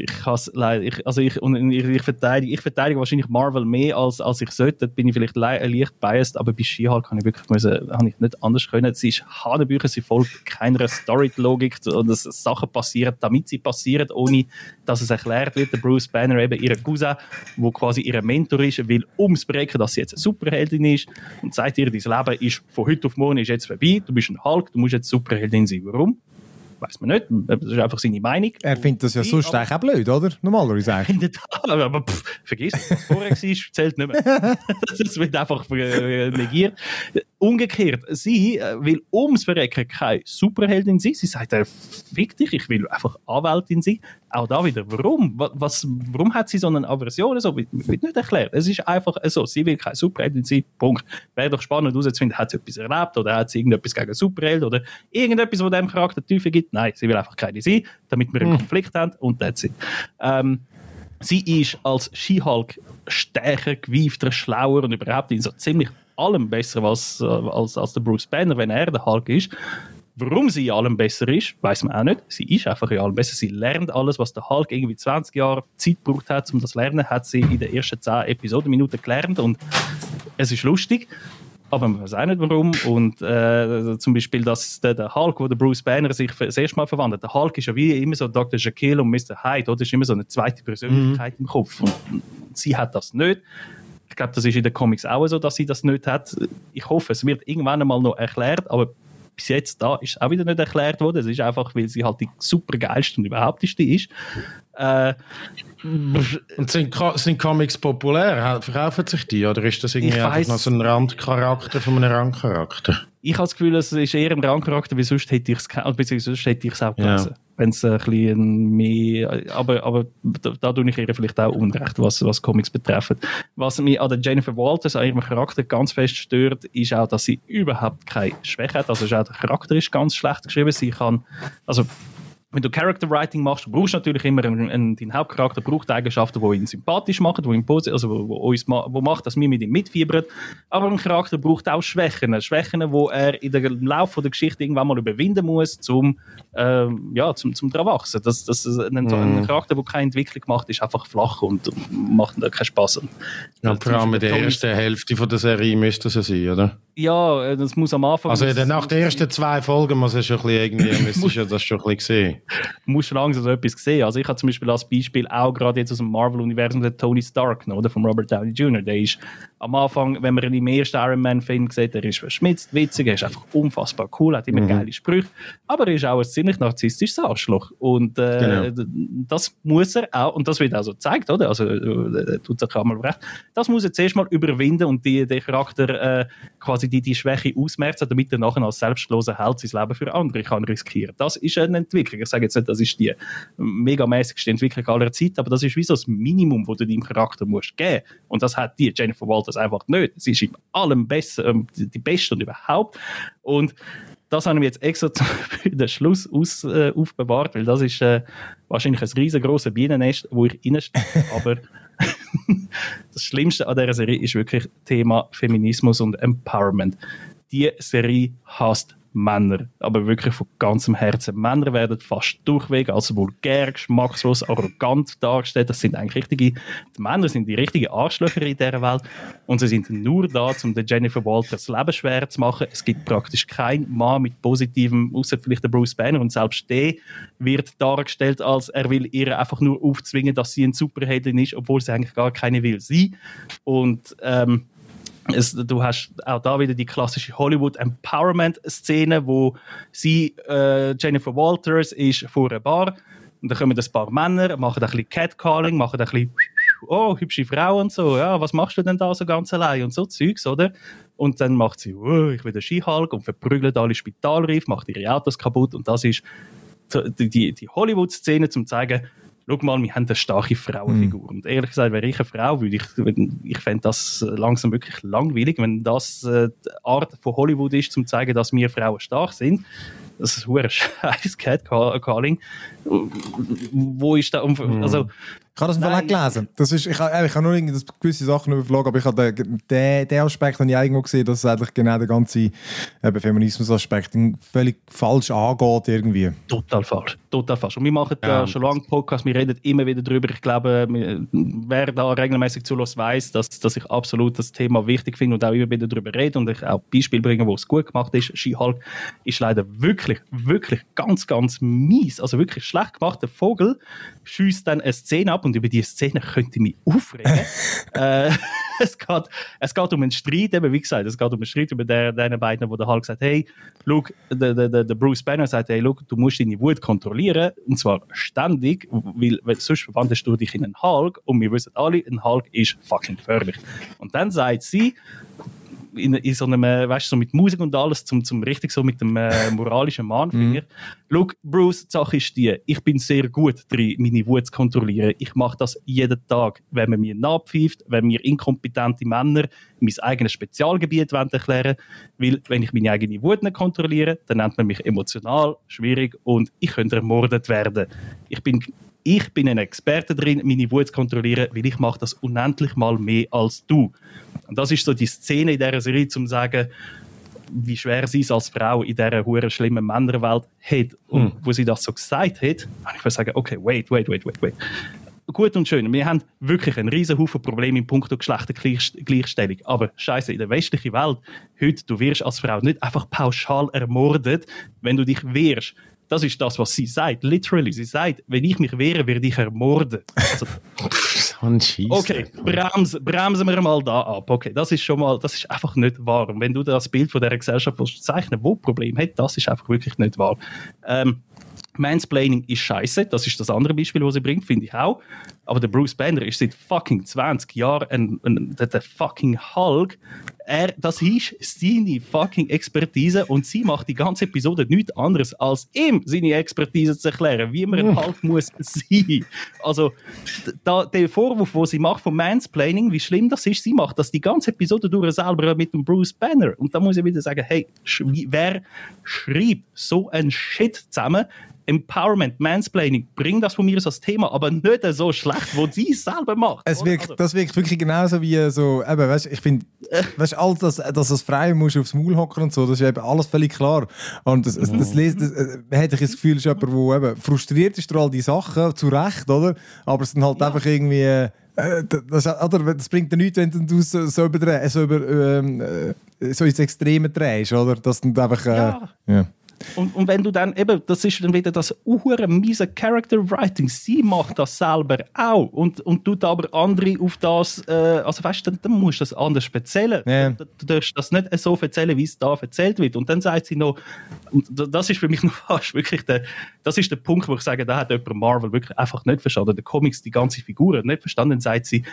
C: verteidige wahrscheinlich Marvel mehr als ich sollte. Da bin ich vielleicht leicht biased, aber bei She-Hulk habe ich nicht anders können. Sie ist Hanebücher, sie folgt keiner Story-Logik und Sachen passieren, damit sie passieren, ohne dass es erklärt wird. Der Bruce Banner, eben ihr Cousin, der quasi ihr Mentor ist, will ums Brechen, dass sie jetzt eine Superheldin ist und sagt ihr, dein Leben ist von heute auf morgen ist jetzt vorbei, du bist ein Hulk, du musst jetzt Superheldin sein. Warum? Weiß man nicht. Das ist einfach seine Meinung.
A: Er findet das ja sonst eigentlich auch blöd, oder? Normalerweise eigentlich.
C: Aber vergiss, was vorher war, zählt nicht mehr. Das wird einfach negiert. Umgekehrt, sie will ums Verrecken keine Superheldin sein. Sie sagt, fick dich, ich will einfach Anwältin sein. Auch da wieder, warum? Warum hat sie so eine Aversion? So, wird nicht erklärt. Es ist einfach so, sie will keine Superheldin sein, Punkt. Wäre doch spannend herauszufinden, hat sie etwas erlebt oder hat sie irgendetwas gegen Superheld oder irgendetwas, was dem Charakter Teufel gibt. Nein, sie will einfach keine sein, damit wir einen Konflikt haben und that's it. Sie ist als She-Hulk stärker, gewiefter, schlauer und überhaupt in so ziemlich allem besser als der Bruce Banner, wenn er der Hulk ist. Warum sie in allem besser ist, weiß man auch nicht. Sie ist einfach in allem besser. Sie lernt alles, was der Hulk irgendwie 20 Jahre Zeit gebraucht hat, um das zu lernen, hat sie in den ersten 10 Episodenminuten gelernt und es ist lustig. Aber man weiß auch nicht warum. Und zum Beispiel, dass der Hulk, wo der Bruce Banner sich das erste Mal verwandelt, der Hulk ist ja wie immer so Dr. Jekyll und Mr. Hyde, oder? Ist immer so eine zweite Persönlichkeit im Kopf. Und sie hat das nicht. Ich glaube, das ist in den Comics auch so, dass sie das nicht hat. Ich hoffe, es wird irgendwann einmal noch erklärt, aber bis jetzt da ist es auch wieder nicht erklärt worden. Es ist einfach, weil sie halt die super geilste und überhaupteste ist.
B: Und sind Comics populär? Verkaufen sich die? Oder ist das irgendwie einfach noch so ein Randcharakter von einem Randcharakter?
C: Ich habe das Gefühl, es ist eher ein Randcharakter, weil sonst hätte ich es auch gelesen. Ja. Wenn es ein bisschen mehr... Aber da tue ich ihr vielleicht auch Unrecht, was Comics betreffen. Was mich an der Jennifer Walters, an ihrem Charakter ganz fest stört, ist auch, dass sie überhaupt keine Schwäche hat. Also auch der Charakter ist ganz schlecht geschrieben. Sie kann... Also, wenn du Character Writing machst, du brauchst natürlich immer dein Hauptcharakter braucht Eigenschaften, die ihn sympathisch machen, wo macht, dass wir mit ihm mitfiebern. Aber ein Charakter braucht auch Schwächen, wo er im Laufe der Geschichte irgendwann mal überwinden muss, zum dran wachsen. Ein Charakter, der keine Entwicklung macht, ist einfach flach und macht keinen Spaß.
B: Ja, vor allem in der ersten Hälfte von der Serie müsste es sein, oder?
C: Ja, das muss am Anfang...
B: Also nach den ersten 2 Folgen muss es schon ein bisschen müsstest du das schon ein bisschen sehen.
C: Du musst schon langsam so etwas sehen. Also ich habe zum Beispiel als Beispiel auch gerade jetzt aus dem Marvel-Universum den Tony Stark, oder, von Robert Downey Jr. Der ist am Anfang, wenn man ihn im ersten Iron Man-Film sieht, der ist verschmitzt, witzig, er ist einfach unfassbar cool, hat immer geile Sprüche, aber er ist auch ein ziemlich narzisstisches Arschloch. Und das muss er auch, und das wird auch so gezeigt, oder? Also tut sich auch mal recht. Das muss er zuerst mal überwinden und den Charakter quasi die Schwäche ausmerzen, damit er nachher als selbstloser Held sein Leben für andere kann riskieren. Das ist eine Entwicklung. Ich sage jetzt nicht, das ist die megamäßigste Entwicklung aller Zeit, aber das ist wie so das Minimum, das du deinem Charakter musst geben. Und das hat die Jennifer Walters einfach nicht. Sie ist in allem besser, die Beste und überhaupt. Und das haben wir jetzt extra für den Schluss aufbewahrt, weil das ist wahrscheinlich ein riesengroßes Bienennest, wo ich reinstehe. Aber das Schlimmste an dieser Serie ist wirklich Thema Feminismus und Empowerment. Die Serie hasst Männer, aber wirklich von ganzem Herzen. Männer werden fast durchweg als vulgär, geschmackslos, arrogant dargestellt. Das sind eigentlich die Männer sind die richtigen Arschlöcher in dieser Welt und sie sind nur da, um den Jennifer Walters Leben schwer zu machen. Es gibt praktisch keinen Mann mit positivem, außer vielleicht der Bruce Banner, und selbst der wird dargestellt, als er will ihr einfach nur aufzwingen, dass sie ein Superheldin ist, obwohl sie eigentlich gar keine will sein. Und du hast auch da wieder die klassische Hollywood-Empowerment-Szene, wo sie, Jennifer Walters, ist vor einer Bar und dann kommen ein paar Männer, machen ein bisschen Catcalling, machen ein bisschen «Oh, hübsche Frau» und so, «Ja, was machst du denn da so ganz allein?» und so Zeugs, oder? Und dann macht sie «Oh, ich will den She-Hulk» und verprügelt alle Spitalreife, macht ihre Autos kaputt und das ist die Hollywood-Szene, um zu zeigen, schau mal, wir haben eine starke Frauenfigur. Und ehrlich gesagt, wäre ich eine Frau, ich fände das langsam wirklich langweilig, wenn das die Art von Hollywood ist, um zu zeigen, dass wir Frauen stark sind. Das ist ein scheiß Catcalling. Wo ist da... Also,
A: Ich habe das mal gelesen. Ich habe nur gewisse Sachen überflogen, aber ich habe den Aspekt habe ich irgendwo gesehen, dass es eigentlich genau der ganze Feminismus-Aspekt völlig falsch angeht irgendwie.
C: Total falsch. Und wir machen ja schon lange Podcasts, wir reden immer wieder darüber. Ich glaube, wer da regelmäßig zulässt, weiss, dass ich absolut das Thema wichtig finde und auch immer wieder darüber rede und ich auch Beispiele bringe, wo es gut gemacht ist. She-Hulk ist leider wirklich, wirklich ganz, ganz mies, also wirklich schlecht gemacht. Der Vogel schießt dann eine Szene ab und über diese Szene könnte ich mich aufregen. Es geht um einen Streit, eben wie gesagt, es geht um einen Streit über den beiden, wo der Hulk sagt, hey, look, der Bruce Banner sagt, hey, look, du musst deine Wut kontrollieren, und zwar ständig, weil sonst verwandelst du dich in einen Hulk und wir wissen alle, ein Hulk ist fucking gefährlich. Und dann sagt sie, in so einem, weißt du, so mit Musik und alles, zum richtig so mit dem moralischen Mahnfinger. Look, Bruce, die Sache ist die, ich bin sehr gut drin, meine Wut zu kontrollieren. Ich mache das jeden Tag, wenn man mir nachpfeift, wenn mir inkompetente Männer mein eigenes Spezialgebiet erklären wollen, weil wenn ich meine eigene Wut nicht kontrolliere, dann nennt man mich emotional, schwierig und ich könnte ermordet werden. Ich bin ein Experte drin, meine Wut zu kontrollieren, weil ich mache das unendlich mal mehr als du. Und das ist so die Szene in dieser Serie, um zu sagen, wie schwer sie es als Frau in dieser huere schlimmen Männerwelt hat. Und wo sie das so gesagt hat, habe ich sagen, okay, wait. Gut und schön, wir haben wirklich einen riesen Haufen Probleme in puncto Geschlechtergleichstellung. Aber Scheiße, in der westlichen Welt, heute, du wirst als Frau nicht einfach pauschal ermordet, wenn du dich wehrst. Das ist das, was sie sagt. Literally, sie sagt, wenn ich mich wehre, werde ich ermordet. Also, okay, bremsen wir mal da ab. Okay, das ist einfach nicht wahr. Und wenn du das Bild von dieser Gesellschaft zeichnen, wo Problem hat, das ist einfach wirklich nicht wahr. Mansplaining ist scheiße, das ist das andere Beispiel, das sie bringt, finde ich auch. Aber der Bruce Banner ist seit fucking 20 Jahren der fucking Hulk. Das ist seine fucking Expertise und sie macht die ganze Episode nichts anderes, als ihm seine Expertise zu erklären, wie man ein Hulk muss sein. Also, der Vorwurf, den sie macht vom Mansplaining, wie schlimm das ist, sie macht das die ganze Episode durch selber mit dem Bruce Banner. Und da muss ich wieder sagen, hey, wer schreibt so ein Shit zusammen? Empowerment, Mansplaining, bring das von mir als Thema, aber nicht so schlecht, wo sie es selber macht.
A: Das wirkt wirklich genauso wie so, eben, weißt, ich finde, weißt, alles, dass das Frauen musst aufs Maul hocken und so, das ist eben alles völlig klar. Und man hat das Gefühl, es ist jemand, der eben frustriert ist durch all die Sachen, zu Recht, oder? Aber es sind halt einfach irgendwie... Das bringt dir nichts, wenn du so ins Extreme drehst, oder? Das sind einfach... ja.
C: Und wenn du dann eben, das ist dann wieder das miese Character Writing, sie macht das selber auch und tut aber andere auf das, also weißt du, dann musst du das anders erzählen. Yeah. Du darfst das nicht so erzählen, wie es da erzählt wird. Und dann sagt sie noch, und das ist für mich noch fast wirklich das ist der Punkt, wo ich sage, da hat jemand Marvel wirklich einfach nicht verstanden, der Comics, die ganze Figur nicht verstanden, dann sagt sie,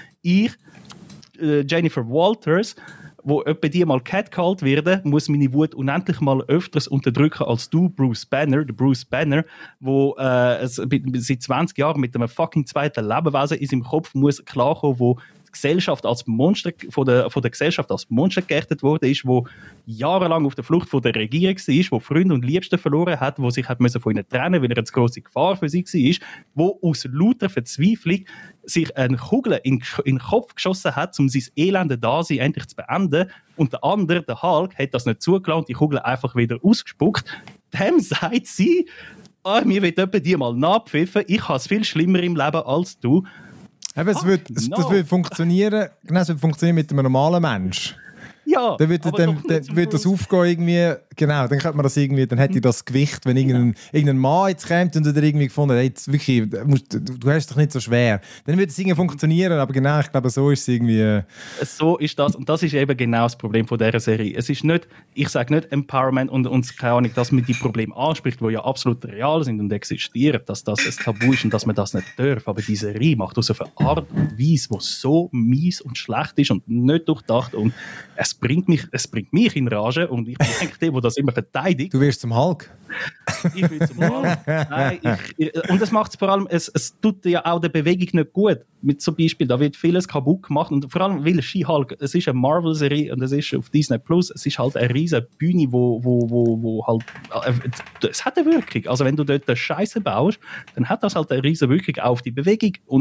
C: Jennifer Walters, wo etwa die mal catcalled werden, muss meine Wut unendlich mal öfters unterdrücken als du, Bruce Banner, der Bruce Banner, wo seit 20 Jahren mit einem fucking zweiten Lebewesen in seinem Kopf muss klarkommen, wo die Gesellschaft als Monster, von der Gesellschaft als Monster geächtet wurde, ist, wo jahrelang auf der Flucht von der Regierung war, wo Freunde und Liebste verloren hat, wo sich hat müssen von ihnen trennen, weil er eine grosse Gefahr für sie war, wo aus lauter Verzweiflung sich eine Kugel in den Kopf geschossen hat, um sein elende Dasein endlich zu beenden. Und der andere, der Hulk, hat das nicht zugelassen und die Kugel einfach wieder ausgespuckt. Dem sagt sie, mir wird jemand die mal nachpfiffen, ich habe es viel schlimmer im Leben als du.
A: Aber das würde funktionieren, genau, es würde funktionieren mit einem normalen Menschen.
C: Ja,
A: dann würde das aufgehen irgendwie, genau, dann könnte man das irgendwie, dann hätte das Gewicht, wenn irgendein Mann jetzt kommt und er irgendwie gefunden hat, hey, wirklich, du hast es doch nicht so schwer, dann würde es irgendwie funktionieren, aber genau, ich glaube, so ist es irgendwie...
C: So ist das, und das ist eben genau das Problem von dieser Serie. Es ist nicht, ich sage nicht Empowerment und keine Ahnung, dass man die Probleme anspricht, die ja absolut real sind und existieren, dass das ein Tabu ist und dass man das nicht darf, aber diese Serie macht das auf eine Art und Weise, die so mies und schlecht ist und nicht durchdacht und es bringt mich in Rage und ich bin eigentlich der das immer verteidigt.
A: Du wirst zum Hulk.
C: Ich will zum Hulk. Nein, und es macht vor allem, es tut ja auch der Bewegung nicht gut. Mit zum Beispiel, da wird vieles kaputt gemacht und vor allem, weil She-Hulk, es ist eine Marvel-Serie und es ist auf Disney Plus, es ist halt eine riesige Bühne, wo halt, es hat eine Wirkung. Also wenn du dort eine Scheiße baust, dann hat das halt eine riesige Wirkung auf die Bewegung und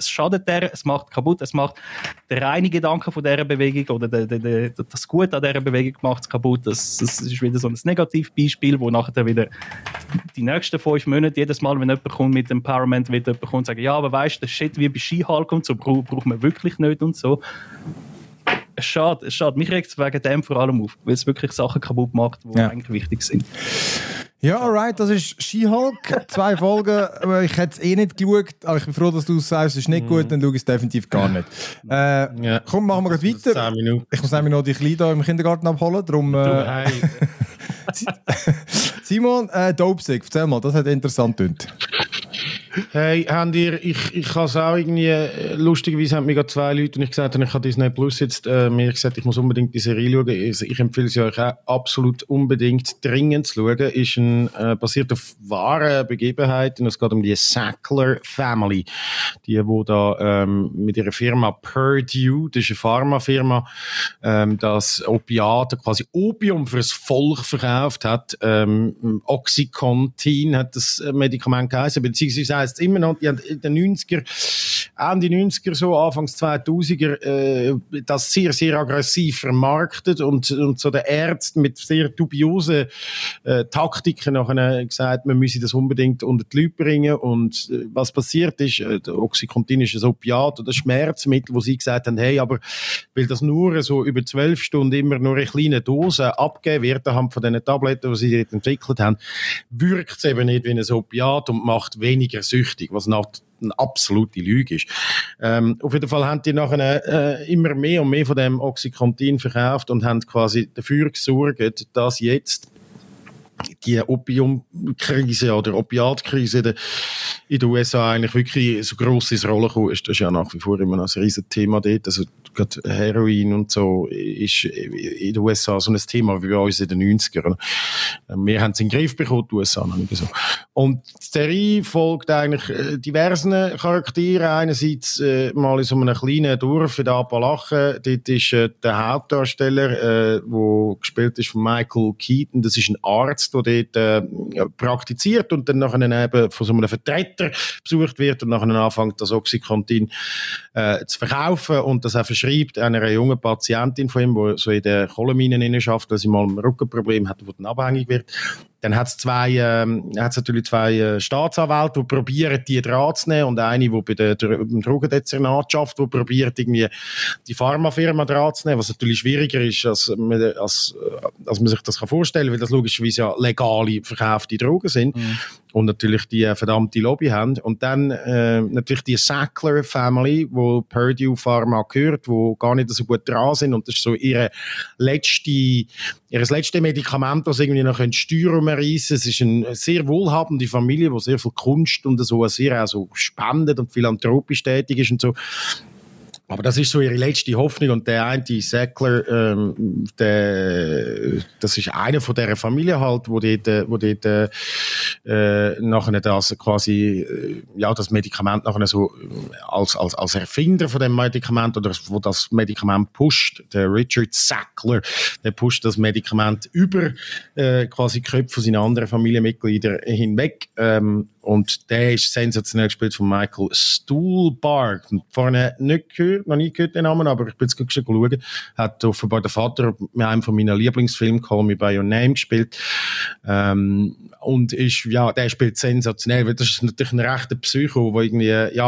C: es schadet der, es macht kaputt, es macht den reinen Gedanken von dieser Bewegung oder das Gute an dieser Bewegung macht es kaputt. Das ist wieder so ein Negativbeispiel, wo nachher wieder die nächsten 5 Monate, jedes Mal, wenn jemand kommt mit Empowerment, wird jemand kommt und sagen, ja, aber weißt du, das Shit wie bei Skihulk und so braucht man wirklich nicht und so. Es schadet. Mich regt es wegen dem vor allem auf, weil es wirklich Sachen kaputt macht, die eigentlich wichtig sind.
A: Ja, alright, das ist She-Hulk. 2 Folgen. Ich hätte es nicht geschaut, aber ich bin froh, dass du sagst, es ist nicht gut, dann schaue ich es definitiv gar nicht. Komm, machen wir gleich weiter.
B: 10 Minuten.
A: Ich muss nämlich noch die Kleine im Kindergarten abholen, darum... Simon, Dopesick, erzähl mal, das hat interessant gedacht.
B: Hey, ich habe es auch irgendwie, lustigerweise haben mir gerade 2 Leute, und ich gesagt habe, ich habe Disney Plus jetzt, mir gesagt, ich muss unbedingt die Serie schauen. Ich empfehle sie euch auch absolut unbedingt dringend zu schauen. Ist basiert auf wahren Begebenheiten. Es geht um die Sackler Family. Die da mit ihrer Firma Purdue, das ist eine Pharmafirma, das Opiate, quasi Opium fürs Volk verkauft hat. Oxycontin hat das Medikament geheißen, beziehungsweise heisst es immer noch, die haben in den 90er, Ende 90er, so Anfangs 2000er, das sehr, sehr aggressiv vermarktet und so der Ärzte mit sehr dubiosen Taktiken nachher gesagt, man müsse das unbedingt unter die Leute bringen. Und was passiert ist, der Oxycontin ist ein Opiat oder ein Schmerzmittel, wo sie gesagt haben, hey, aber weil das nur so über 12 Stunden immer nur eine kleine Dose abgegeben wird, anhand von diesen Tabletten, die sie dort entwickelt haben, wirkt es eben nicht wie ein Opiat und macht weniger süchtig, was eine absolute Lüge ist. Auf jeden Fall haben die nachher immer mehr und mehr von dem Oxycontin verkauft und haben quasi dafür gesorgt, dass jetzt die Opiumkrise oder Opiatkrise in den USA eigentlich wirklich so gross ins Rollen gekommen ist. Das ist ja nach wie vor immer noch ein riesen Thema dort. Also gerade Heroin und so ist in den USA so ein Thema wie bei uns in den 90ern. Wir haben es in den Griff bekommen, die USA noch nicht so. Und die Serie folgt eigentlich diversen Charakteren. Einerseits mal in so einem kleinen Dorf in Appalachen. Dort ist der Hauptdarsteller, der gespielt ist von Michael Keaton. Das ist ein Arzt, der dort praktiziert und dann nachher eben von so einem Vertreter besucht wird und nachher anfängt, das Oxycontin zu verkaufen und das auch verschreibt einer jungen Patientin von ihm, die so in der Kohlenminen schafft, weil sie mal ein Rückenproblem hat, wo dann abhängig wird. Dann hat es natürlich 2 Staatsanwälte, die probieren, die dran zu nehmen, und eine, die beim Drogendezernat schafft, die probiert, irgendwie die Pharmafirma dran zu nehmen, was natürlich schwieriger ist, als man sich das vorstellen kann, weil das logischerweise ja legale, verkaufte Drogen sind. Und natürlich die verdammte Lobby haben. Und dann natürlich die Sackler Family, wo Purdue Pharma gehört, wo gar nicht so gut dran sind. Und das ist so ihr letztes Medikament, das irgendwie noch die Steuer umreissen. Es ist eine sehr wohlhabende Familie, die sehr viel Kunst und so sehr auch so spendet und philanthropisch tätig ist und so. Aber das ist so ihre letzte Hoffnung, und der eine Sackler, das ist einer von dieser Familie halt, wo dort nachher das quasi, das Medikament nachher so als Erfinder von dem Medikament, oder wo das Medikament pusht, der Richard Sackler, der pusht das Medikament über quasi die Köpfe von seinen anderen Familienmitgliedern hinweg. Und der ist sensationell gespielt von Michael Stuhlbarg. Vorne noch nie gehört den Namen, aber ich bin jetzt schon geschaut. Hat offenbar der Vater mit einem von meinen Lieblingsfilmen, Call Me By Your Name, gespielt. Und der spielt sensationell, weil das ist natürlich ein rechter Psycho, wo irgendwie,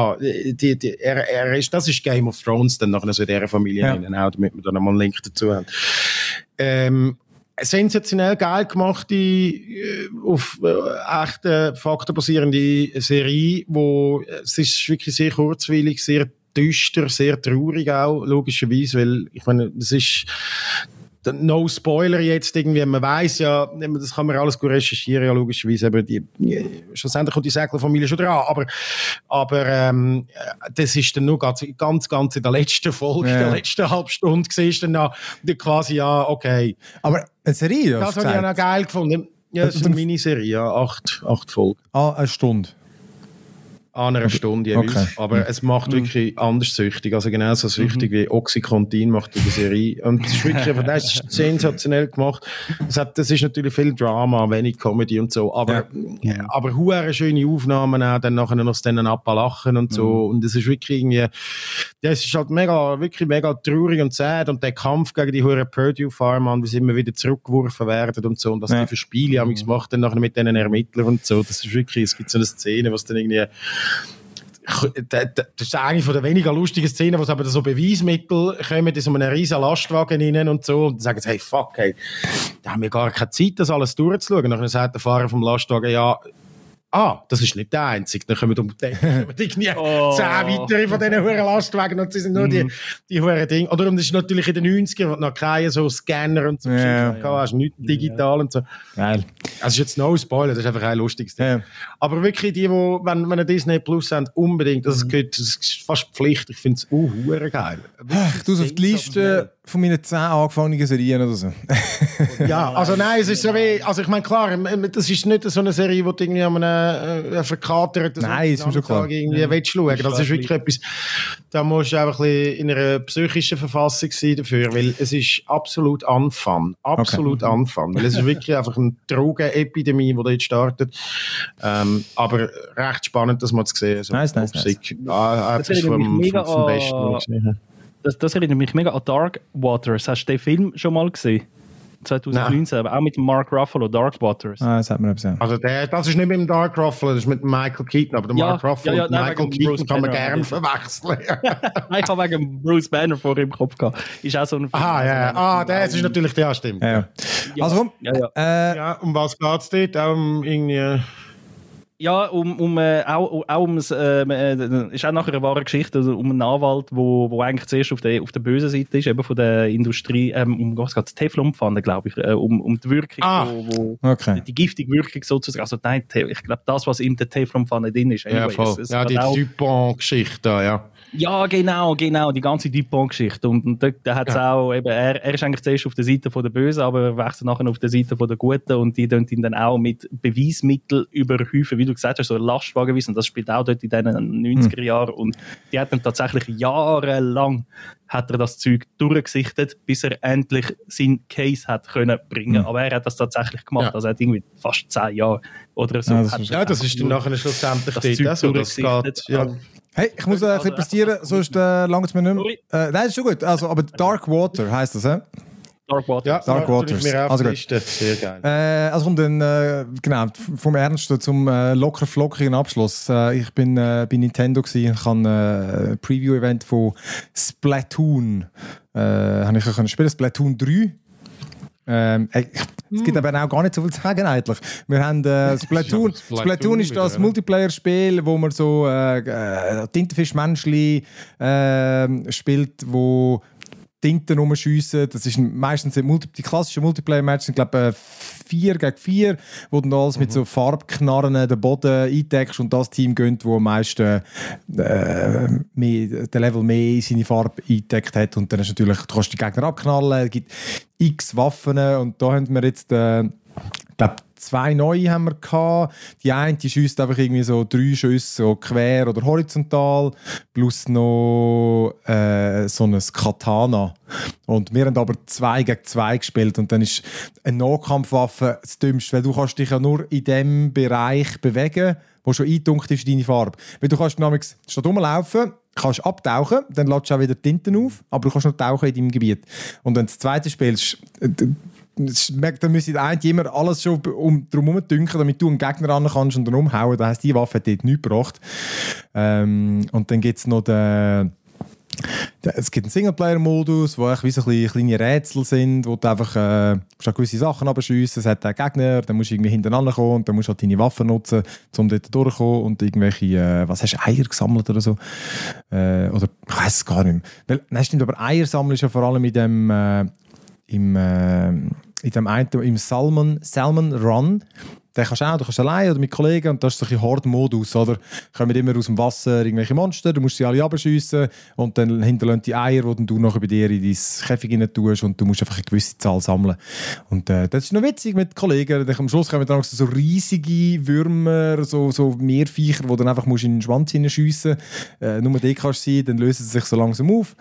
B: das ist Game of Thrones, dann nachher so in dieser Familie, auch, damit wir da nochmal einen Link dazu haben. Sensationell geil gemachte, auf echten Fakten basierende Serie, es ist wirklich sehr kurzweilig, sehr düster, sehr traurig auch, logischerweise, weil, ich meine, das ist no Spoiler jetzt irgendwie, man weiss ja, das kann man alles gut recherchieren, ja, logischerweise, aber schlussendlich kommt die Säckler-Familie schon dran, aber das ist dann nur ganz in der letzten Folge, in der letzten Halbstunde siehst du dann quasi, okay.
A: Aber eine Serie?
B: Das habe ich auch noch geil gefunden. Ja, das ist eine Miniserie, 8 Folgen.
A: Eine Stunde?
B: an einer Stunde jeweils. Aber es macht wirklich anders süchtig. Also genauso süchtig wie Oxycontin macht die Serie. Und es ist wirklich, das ist sensationell gemacht. Das ist natürlich viel Drama, wenig Comedy und so. Aber hure schöne Aufnahmen auch, dann nachher noch denen Appalachen und so. Und es ist wirklich irgendwie, es ist halt wirklich mega traurig und sad. Und der Kampf gegen die hure Purdue Farmer, wie sie immer wieder zurückgeworfen werden und so. Und was die für Spiele macht dann nachher mit diesen Ermittlern und so. Das ist wirklich, es gibt so eine Szene, was dann irgendwie, das ist eine von der weniger lustigen Szenen, wo es aber so Beweismittel kommen in so einen riesen Lastwagen rein und so und dann sagen sie, hey, fuck, hey, da haben wir gar keine Zeit, das alles durchzuschauen. Dann sagt der Fahrer vom Lastwagen, ja, das ist nicht der Einzige. Dann kommen irgendwie 10 weitere von diesen huren Lastwagen und sie sind nur die huren Dinge. Oder und das ist natürlich in den 90ern, wo noch keine so Scanner und so hast, nichts digital und so.
A: Geil.
B: Also ist jetzt no Spoiler, das ist einfach ein lustiges Ding. Aber wirklich die, wenn eine Disney Plus haben, unbedingt, das ist fast Pflicht. Ich finde es hure geil.
A: Ich tue es auf die Liste von meinen 10 angefangenen Serien oder so.
B: Ja, also nein, es ist so wie, also ich meine, klar, das ist nicht so eine Serie, die du irgendwie an einem verkaterten
A: ist mir schon klar.
B: Irgendwie willst schauen. Das ist wirklich etwas, da musst du einfach ein bisschen in einer psychischen Verfassung sein dafür, weil es ist absolut unfun. Absolut unfun. Weil es ist wirklich einfach eine Drogenepidemie, die da jetzt startet. Aber recht spannend, das mal zu sehen. So
A: nice.
B: Das erinnert mich mega an
C: Das erinnert mich mega an Dark Waters. Hast du den Film schon mal gesehen? 2019, aber auch mit Mark Ruffalo, Dark Waters.
A: Das hat man gesehen.
B: Also das ist nicht mit dem Dark Ruffalo, das ist mit Michael Keaton, aber der Mark Ruffalo und Michael Keaton kann man gerne verwechseln.
C: Nein, ich habe wegen Bruce Banner vor im Kopf gehabt. Ist auch so ein
B: Film. Das ist natürlich der, stimmt.
A: Ja. Also komm.
B: Um was geht es dort? Auch um irgendwie...
C: Ja, ist auch nachher eine wahre Geschichte, also um einen Anwalt, wo eigentlich zuerst auf der bösen Seite ist, eben von der Industrie, was geht es, Teflonpfanne, glaube ich, um die Wirkung, die giftige Wirkung sozusagen, also nein, ich glaube, das, was in der Teflonpfanne drin ist.
B: Anyway, die Dupont-Geschichte, ja.
C: Ja, genau, die ganze Dupont-Geschichte. Und da hat es auch, eben, er ist eigentlich zuerst auf der Seite von der Bösen, aber wechselt nachher auf der Seite von der Guten und die tun ihn dann auch mit Beweismitteln überhäufen, wie du gesagt hast, so Lastwagenweise. Und das spielt auch dort in den 90er Jahren. Und die hat dann tatsächlich jahrelang hat er das Zeug durchgesichtet, bis er endlich seinen Case hat können bringen. Aber er hat das tatsächlich gemacht. Also er hat irgendwie fast 10 Jahre oder so.
B: Das ist dann nachher schlussendlich
C: das Zeug durchgesichtet.
A: Hey, ich muss ein bisschen prestieren, sonst langt es mir nicht mehr. Nein, ist schon gut. Also, aber Dark Water heisst das, hä?
C: Dark Waters.
B: Ja,
A: Dark Waters.
B: Also gut. Sehr geil.
A: Also kommt dann, genau, vom Ernsten zum locker flockigen Abschluss. Ich bin bei Nintendo gewesen. Ich habe ein Preview-Event von Splatoon. Habe ich können spielen, Splatoon 3. Es gibt aber auch gar nicht so viel zu sagen eigentlich. Wir haben Splatoon. Splatoon ist das Multiplayer-Spiel, wo man so Tintenfisch-Menschli spielt, wo Tinten rumschiessen. Das ist meistens die klassischen Multiplayer-Matches, sind glaube 4 gegen 4, wo du alles mit so Farbknarren den Boden eindeckst und das Team gönnt, das am meisten den Level mehr in seine Farbe eingedeckt hat. Und dann ist natürlich, du kannst die Gegner abknallen, es gibt x Waffen und da haben wir jetzt ich glaube 2 neue haben wir gehabt. Die eine, die schiesst einfach irgendwie so 3 Schüsse so quer oder horizontal, plus noch so ein Katana. Und wir haben aber 2 gegen 2 gespielt und dann ist eine Nahkampfwaffe das Dümmste, weil du kannst dich ja nur in dem Bereich bewegen, wo schon eingedunkt ist in deine Farbe. Weil du kannst nämlich statt rumlaufen, kannst abtauchen, dann lädst du auch wieder Tinten auf, aber du kannst nur tauchen in deinem Gebiet. Und wenn du das zweite spielst, dann müsste der eine immer alles schon drumherum dünken, damit du einen Gegner ran kannst und dann umhauen. Das heisst, die Waffe hat dort nichts gebracht. Und dann gibt es noch es gibt einen Singleplayer-Modus, wo wie so kleine Rätsel sind, wo du einfach gewisse Sachen abschiessen. Es hat einen Gegner, dann musst du irgendwie hintereinander kommen und dann musst du halt deine Waffen nutzen, um dort durchzukommen und irgendwelche, was hast du, Eier gesammelt oder so? Oder ich weiss es gar nicht mehr. Nein, stimmt, aber Eier sammeln ist ja vor allem in dem in in dem einen, im Salmon Run. Den kannst du kannst alleine oder mit Kollegen, und das ist so ein bisschen Horde-Modus, oder? Kommen immer aus dem Wasser irgendwelche Monster, du musst sie alle abschiessen und dann hinterlassen die Eier, die du nachher bei dir in dein Käfig rein tust und du musst einfach eine gewisse Zahl sammeln. Und das ist noch witzig mit Kollegen. Dann am Schluss kommen dann so riesige Würmer, so Meerviecher, die dann einfach musst in den Schwanz hineinschiessen musst. Nur die kannst du sein, dann lösen sie sich so langsam auf.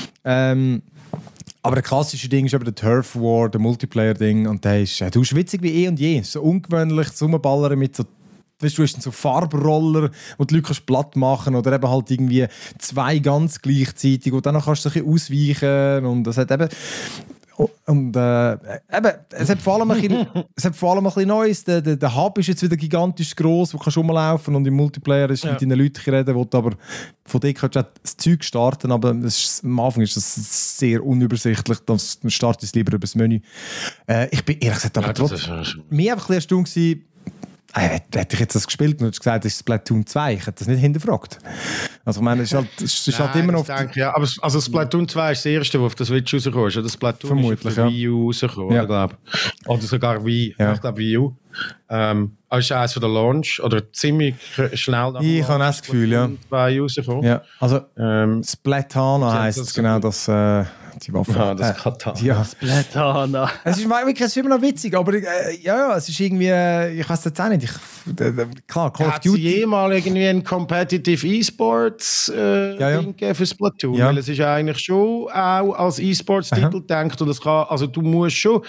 A: Aber der klassische Ding ist eben der Turf War, der Multiplayer-Ding. Und der ist witzig wie und je. So ungewöhnlich, so rumballern mit so, weißt du, hast dann so Farbroller, wo die Leute kannst platt machen oder eben halt irgendwie 2 ganz gleichzeitig und dann kannst du ein bisschen ausweichen. Und das hat eben... Und eben, es hat vor allem ein bisschen Neues. Der Hub ist jetzt wieder gigantisch gross, wo du rumlaufen und im Multiplayer ist mit deinen Leuten reden, wo du aber von dir kannst du auch das Zeug starten, aber am Anfang ist das sehr unübersichtlich, dann startest du lieber über das Menü. Ich bin ehrlich gesagt aber trotzdem mir einfach ein bisschen erstaunt gewesen, hätte ich jetzt das gespielt und hätte gesagt, das ist Splatoon 2. Ich hätte das nicht hinterfragt. Also ich meine, es ist halt immer noch...
B: Ja, aber also Splatoon 2 ist das erste, das auf der Switch rausgekommen ist. Oder Splatoon
A: vermutlich,
B: ist auf der Wii U rausgekommen,
A: ja.
B: glaube ich. Oder sogar Wii. Ja. Ich glaube Wii U. Ist eines von der Launch, oder ziemlich schnell nach
A: Ich habe das Gefühl, ja.
B: 2 rausgekommen.
A: Ja, also Splatana heisst es genau, dass... die Waffe.
B: Ja, das Katana.
A: Ja.
C: Splatana.
A: Es ist wirklich immer noch witzig, aber es ist irgendwie, ich weiß jetzt auch nicht. Klar, Call of Duty.
B: Hat es jemals irgendwie ein Competitive E-Sports-Ding gegeben für Splatoon?
A: Ja.
B: Weil es ist eigentlich schon auch als E-Sports-Titel gedacht und es kann, also du musst schon,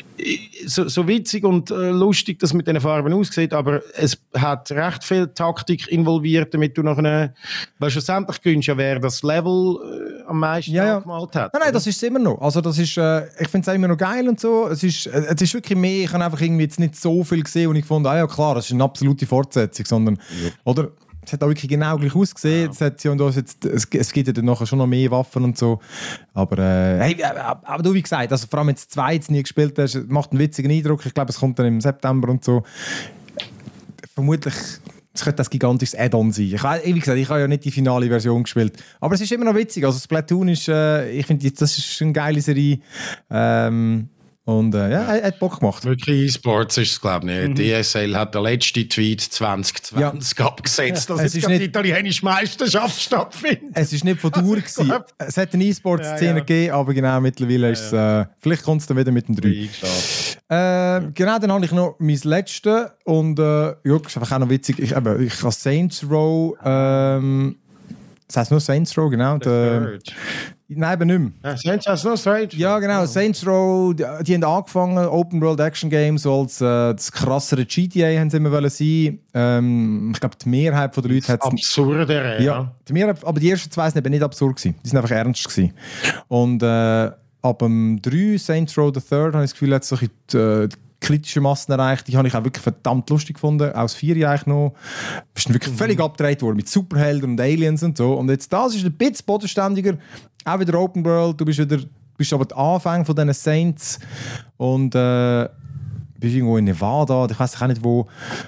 B: so witzig und lustig das mit den Farben aussieht, aber es hat recht viel Taktik involviert, damit du nachher, weil schlussendlich gönnst ja, wer das Level am meisten angemalt hat.
A: Nein, das ist es immer noch. Also das ist, ich finde es auch immer noch geil und so. Es ist wirklich mehr, ich habe einfach irgendwie jetzt nicht so viel gesehen und ich fand, ja klar, das ist eine absolute Fortsetzung, sondern, oder, es hat auch wirklich genau gleich ausgesehen. Ja. Es gibt ja dann nachher schon noch mehr Waffen und so. Aber, aber du, wie gesagt, also vor allem jetzt 2 jetzt nie gespielt hast, macht einen witzigen Eindruck. Ich glaube, es kommt dann im September und so. Vermutlich... Es könnte das gigantisches Add-on sein. Wie gesagt, ich habe ja nicht die finale Version gespielt. Aber es ist immer noch witzig. Also Splatoon ist, ich finde, das ist eine geile Serie. Und hat Bock gemacht.
B: Wirklich E-Sports ist es, glaube ich, nicht. Die ESL hat den letzten Tweet 2020 abgesetzt, dass jetzt die italienische Meisterschaft stattfindet.
A: Es war nicht von Dauer gewesen. Es hat eine E-Sports-Szene gegeben, aber genau, mittlerweile ist es... vielleicht kommt es dann wieder mit dem 3. Genau, dann habe ich noch mein letztes. Und ist einfach auch noch witzig. Ich habe Saints Row... das heisst nur Saints Row, genau. Nein, eben nicht mehr.
B: Saints heißt nur Saints Row.
A: Ja, genau. Saints Row, die haben angefangen, Open World Action Games, so als das krassere GTA haben sie immer wollen sein. Ich glaube, die Mehrheit der Leute hat es...
B: Absurder,
A: ja. Die Mehrheit, aber die ersten 2 sind eben nicht absurd gewesen. Die sind einfach ernst gewesen. Und ab dem 3, Saints Row the Third, habe ich das Gefühl, hat es so die kritische Massen erreicht. Die habe ich auch wirklich verdammt lustig gefunden. Aus 4 eigentlich noch. Ist dann wirklich völlig abgedreht worden mit Superhelden und Aliens und so. Und jetzt das ist ein bisschen bodenständiger. Auch wieder Open World. Du bist aber der Anfang von diesen Saints. Und bist irgendwo in Nevada, ich weiß auch nicht wo.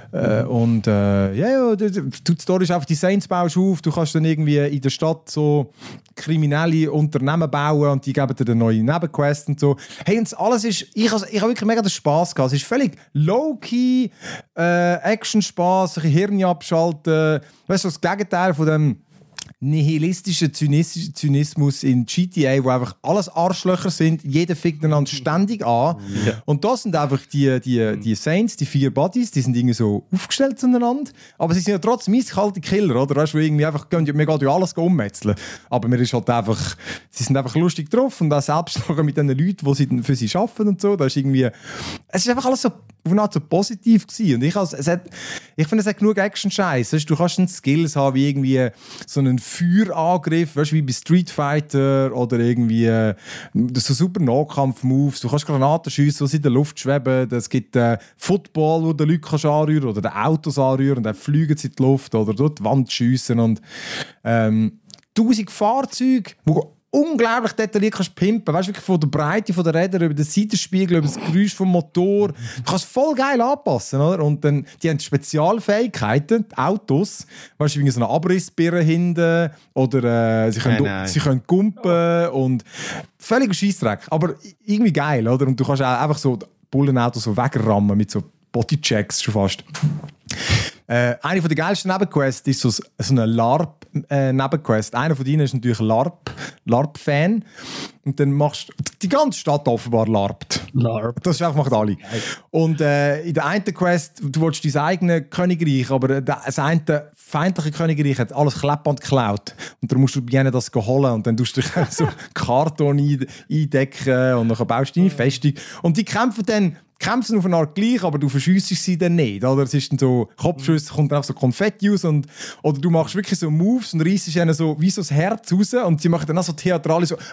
A: Die Story ist einfach, die Saints baust auf, du kannst dann irgendwie in der Stadt so kriminelle Unternehmen bauen und die geben dir eine neue Nebenquest und so. Hey, und alles ist, ich habe wirklich mega den Spass gehabt. Es ist völlig low-key, Action-Spass, ein bisschen Hirn abschalten. Weißt du, das Gegenteil von dem nihilistischen Zynismus in GTA, wo einfach alles Arschlöcher sind, jeder fickt einander ständig an. Ja. Und das sind einfach die Saints, die 4 Buddies, die sind irgendwie so aufgestellt zueinander, aber sie sind ja trotzdem eiskalte Killer, oder? Weißt du, irgendwie einfach, man geht ja alles ummetzeln. Aber mir ist halt einfach, sie sind einfach lustig drauf und auch selbst mit den Leuten, die sie für sie arbeiten und so, da ist irgendwie, es ist einfach alles so auf eine Art so positiv gewesen. Und ich finde, es hat genug Action-Scheiß. Du kannst dann Skills haben, wie irgendwie so einen Feuerangriff, weißt du, wie bei Street Fighter oder irgendwie so super Nahkampf-Moves. Du kannst Granaten schiessen, die in der Luft schweben. Es gibt Football, wo du Leute anrühren kannst oder Autos anrühren und dann fliegen sie in die Luft oder dort die Wand schiessen und 1000 Fahrzeuge, die unglaublich detailliert kannst pimpen. Weißt du, wirklich von der Breite der Räder über den Seitenspiegel, über das Geräusch vom Motor. Du kannst voll geil anpassen, oder? Und dann, die haben Spezialfähigkeiten, die Autos. Weißt du, wie so eine Abrissbirne hinten oder sie können gumpen und völliger Scheissdreck. Aber irgendwie geil, oder? Und du kannst auch einfach so Bullenautos so wegrammen mit so Bodychecks schon fast. Eine der geilsten Nebenquests ist so eine LARP-Nebenquest. Einer von denen ist natürlich LARP-Fan. Und dann machst du die ganze Stadt offenbar LARPt.
C: LARP.
A: Das machen alle. Und in der einen Quest, du willst dein eigenes Königreich, aber das eine feindliche Königreich hat alles Klebband geklaut. Und dann musst du beginnen, das holen. Und dann tust du dich so Karton eindecken und dann baust du deine Festung. Und die kämpfen auf eine Art gleich, aber du verschiessest sie dann nicht. Oder? Es ist dann so, Kopfschuss, kommt dann auch so Konfetti raus oder du machst wirklich so Moves und reissest ihnen so wie so das Herz raus und sie machen dann auch so theatralisch so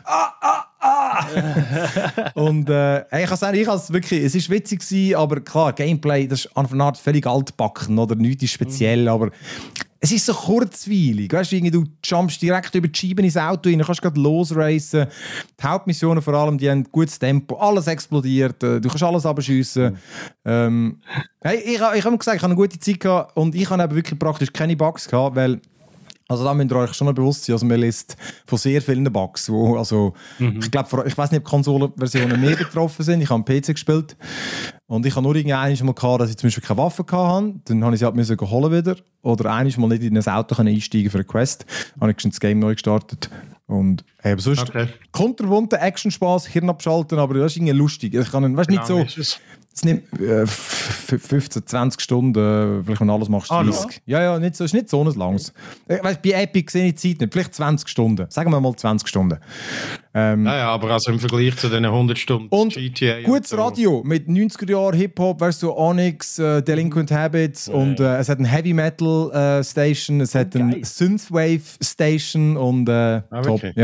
A: Und ich kann sagen, es ist witzig gewesen, aber klar, Gameplay, das ist auf eine Art völlig altbacken oder nichts ist speziell, aber es ist so kurzweilig. Weißt du, du jumpst direkt über die Scheiben ins Auto rein, kannst gerade losracen. Die Hauptmissionen vor allem, die haben gutes Tempo, alles explodiert, du kannst alles abschiessen. Hey, ich habe gesagt, ich habe eine gute Zeit gehabt und ich habe eben wirklich praktisch keine Bugs gehabt, weil also da müsst ihr euch schon noch bewusst sein, also man liest von sehr vielen Bugs, wo, also ich glaube, ich weiß nicht, ob Konsolenversionen mehr betroffen sind, ich habe am PC gespielt und ich habe nur irgendwann mal gehabt, dass ich zum Beispiel keine Waffe hatte, dann habe ich sie halt müssen holen wieder oder einmal mal nicht in ein Auto einsteigen für eine Quest, dann habe ich das Game neu gestartet und aber sonst kunterbunter Action-Spaß, Hirn abschalten, aber das ist irgendwie lustig, ich kann, weißt, nicht so... Es nimmt 15, 20 Stunden, vielleicht wenn du alles machst, 30. Ja, nicht so, ist nicht so ein langes. Weißt, bei Epic sehe ich die Zeit nicht, vielleicht 20 Stunden. Sagen wir mal 20 Stunden.
B: Aber also im Vergleich zu den 100 Stunden
A: und
B: GTA
A: gutes Radio mit 90er Jahren Hip-Hop, weißt du, Onyx, Delinquent Habits und es hat eine Heavy Metal Station, es hat eine Synthwave Station und top.
B: Okay.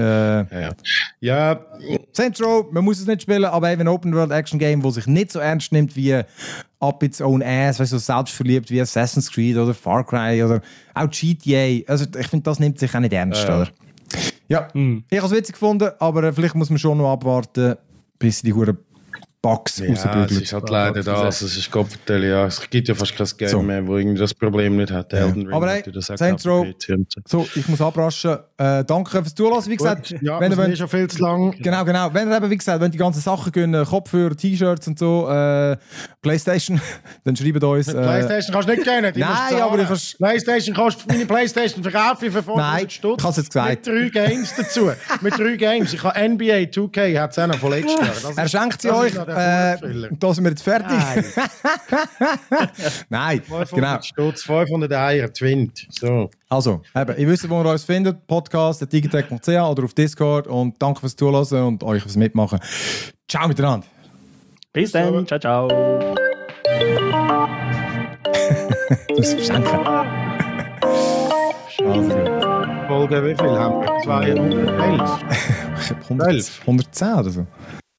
A: Ja. Saints Row, man muss es nicht spielen, aber eben ein Open-World-Action-Game, das sich nicht so ernst nimmt wie Up Its Own Ass, weißt du, so selbstverliebt wie Assassin's Creed oder Far Cry oder auch GTA. Also ich finde, das nimmt sich auch nicht ernst, oder? Ja, ich habe es witzig gefunden, aber vielleicht muss man schon noch abwarten, bis die Huren Bugs rausbügeln.
B: Es ist halt leider das, es ist Kopfverteil, ja. Es gibt ja fast kein Game mehr, wo irgendwie das Problem nicht hat. Elden Ring,
A: aber hey, Saints Row, so, ich muss abraschen. Danke fürs Zuhören, wie gesagt.
B: Gut, ja, wenn ihr schon viel zu lang.
A: Genau. Wenn ihr eben, wie gesagt, wenn die ganzen Sachen können, Kopfhörer, T-Shirts und so, Playstation, dann schreibt uns.
B: Playstation kannst du nicht gerne.
A: Nein, aber du kannst...
B: Playstation kannst du meine Playstation verkaufen für 500 Stutz.
A: Ich habe es jetzt gesagt.
B: Mit 3 Games dazu. Mit 3 Games. Ich habe NBA 2K, hat es auch noch von letztes Jahr.
A: Er schenkt sie euch. Da sind wir jetzt fertig. Nein.
B: 500
A: genau.
B: Stutz, 500 Eier, Twint. So.
A: Also, ihr wisst, wo ihr uns findet. Podcast, digitech.ch oder auf Discord. Und danke fürs Zuhören und euch fürs Mitmachen. Ciao miteinander.
C: Bis dann. Ciao, ciao.
A: Das ist schenken.
B: Folge, wie viel haben wir? 211?
A: Ich habe 110 oder so.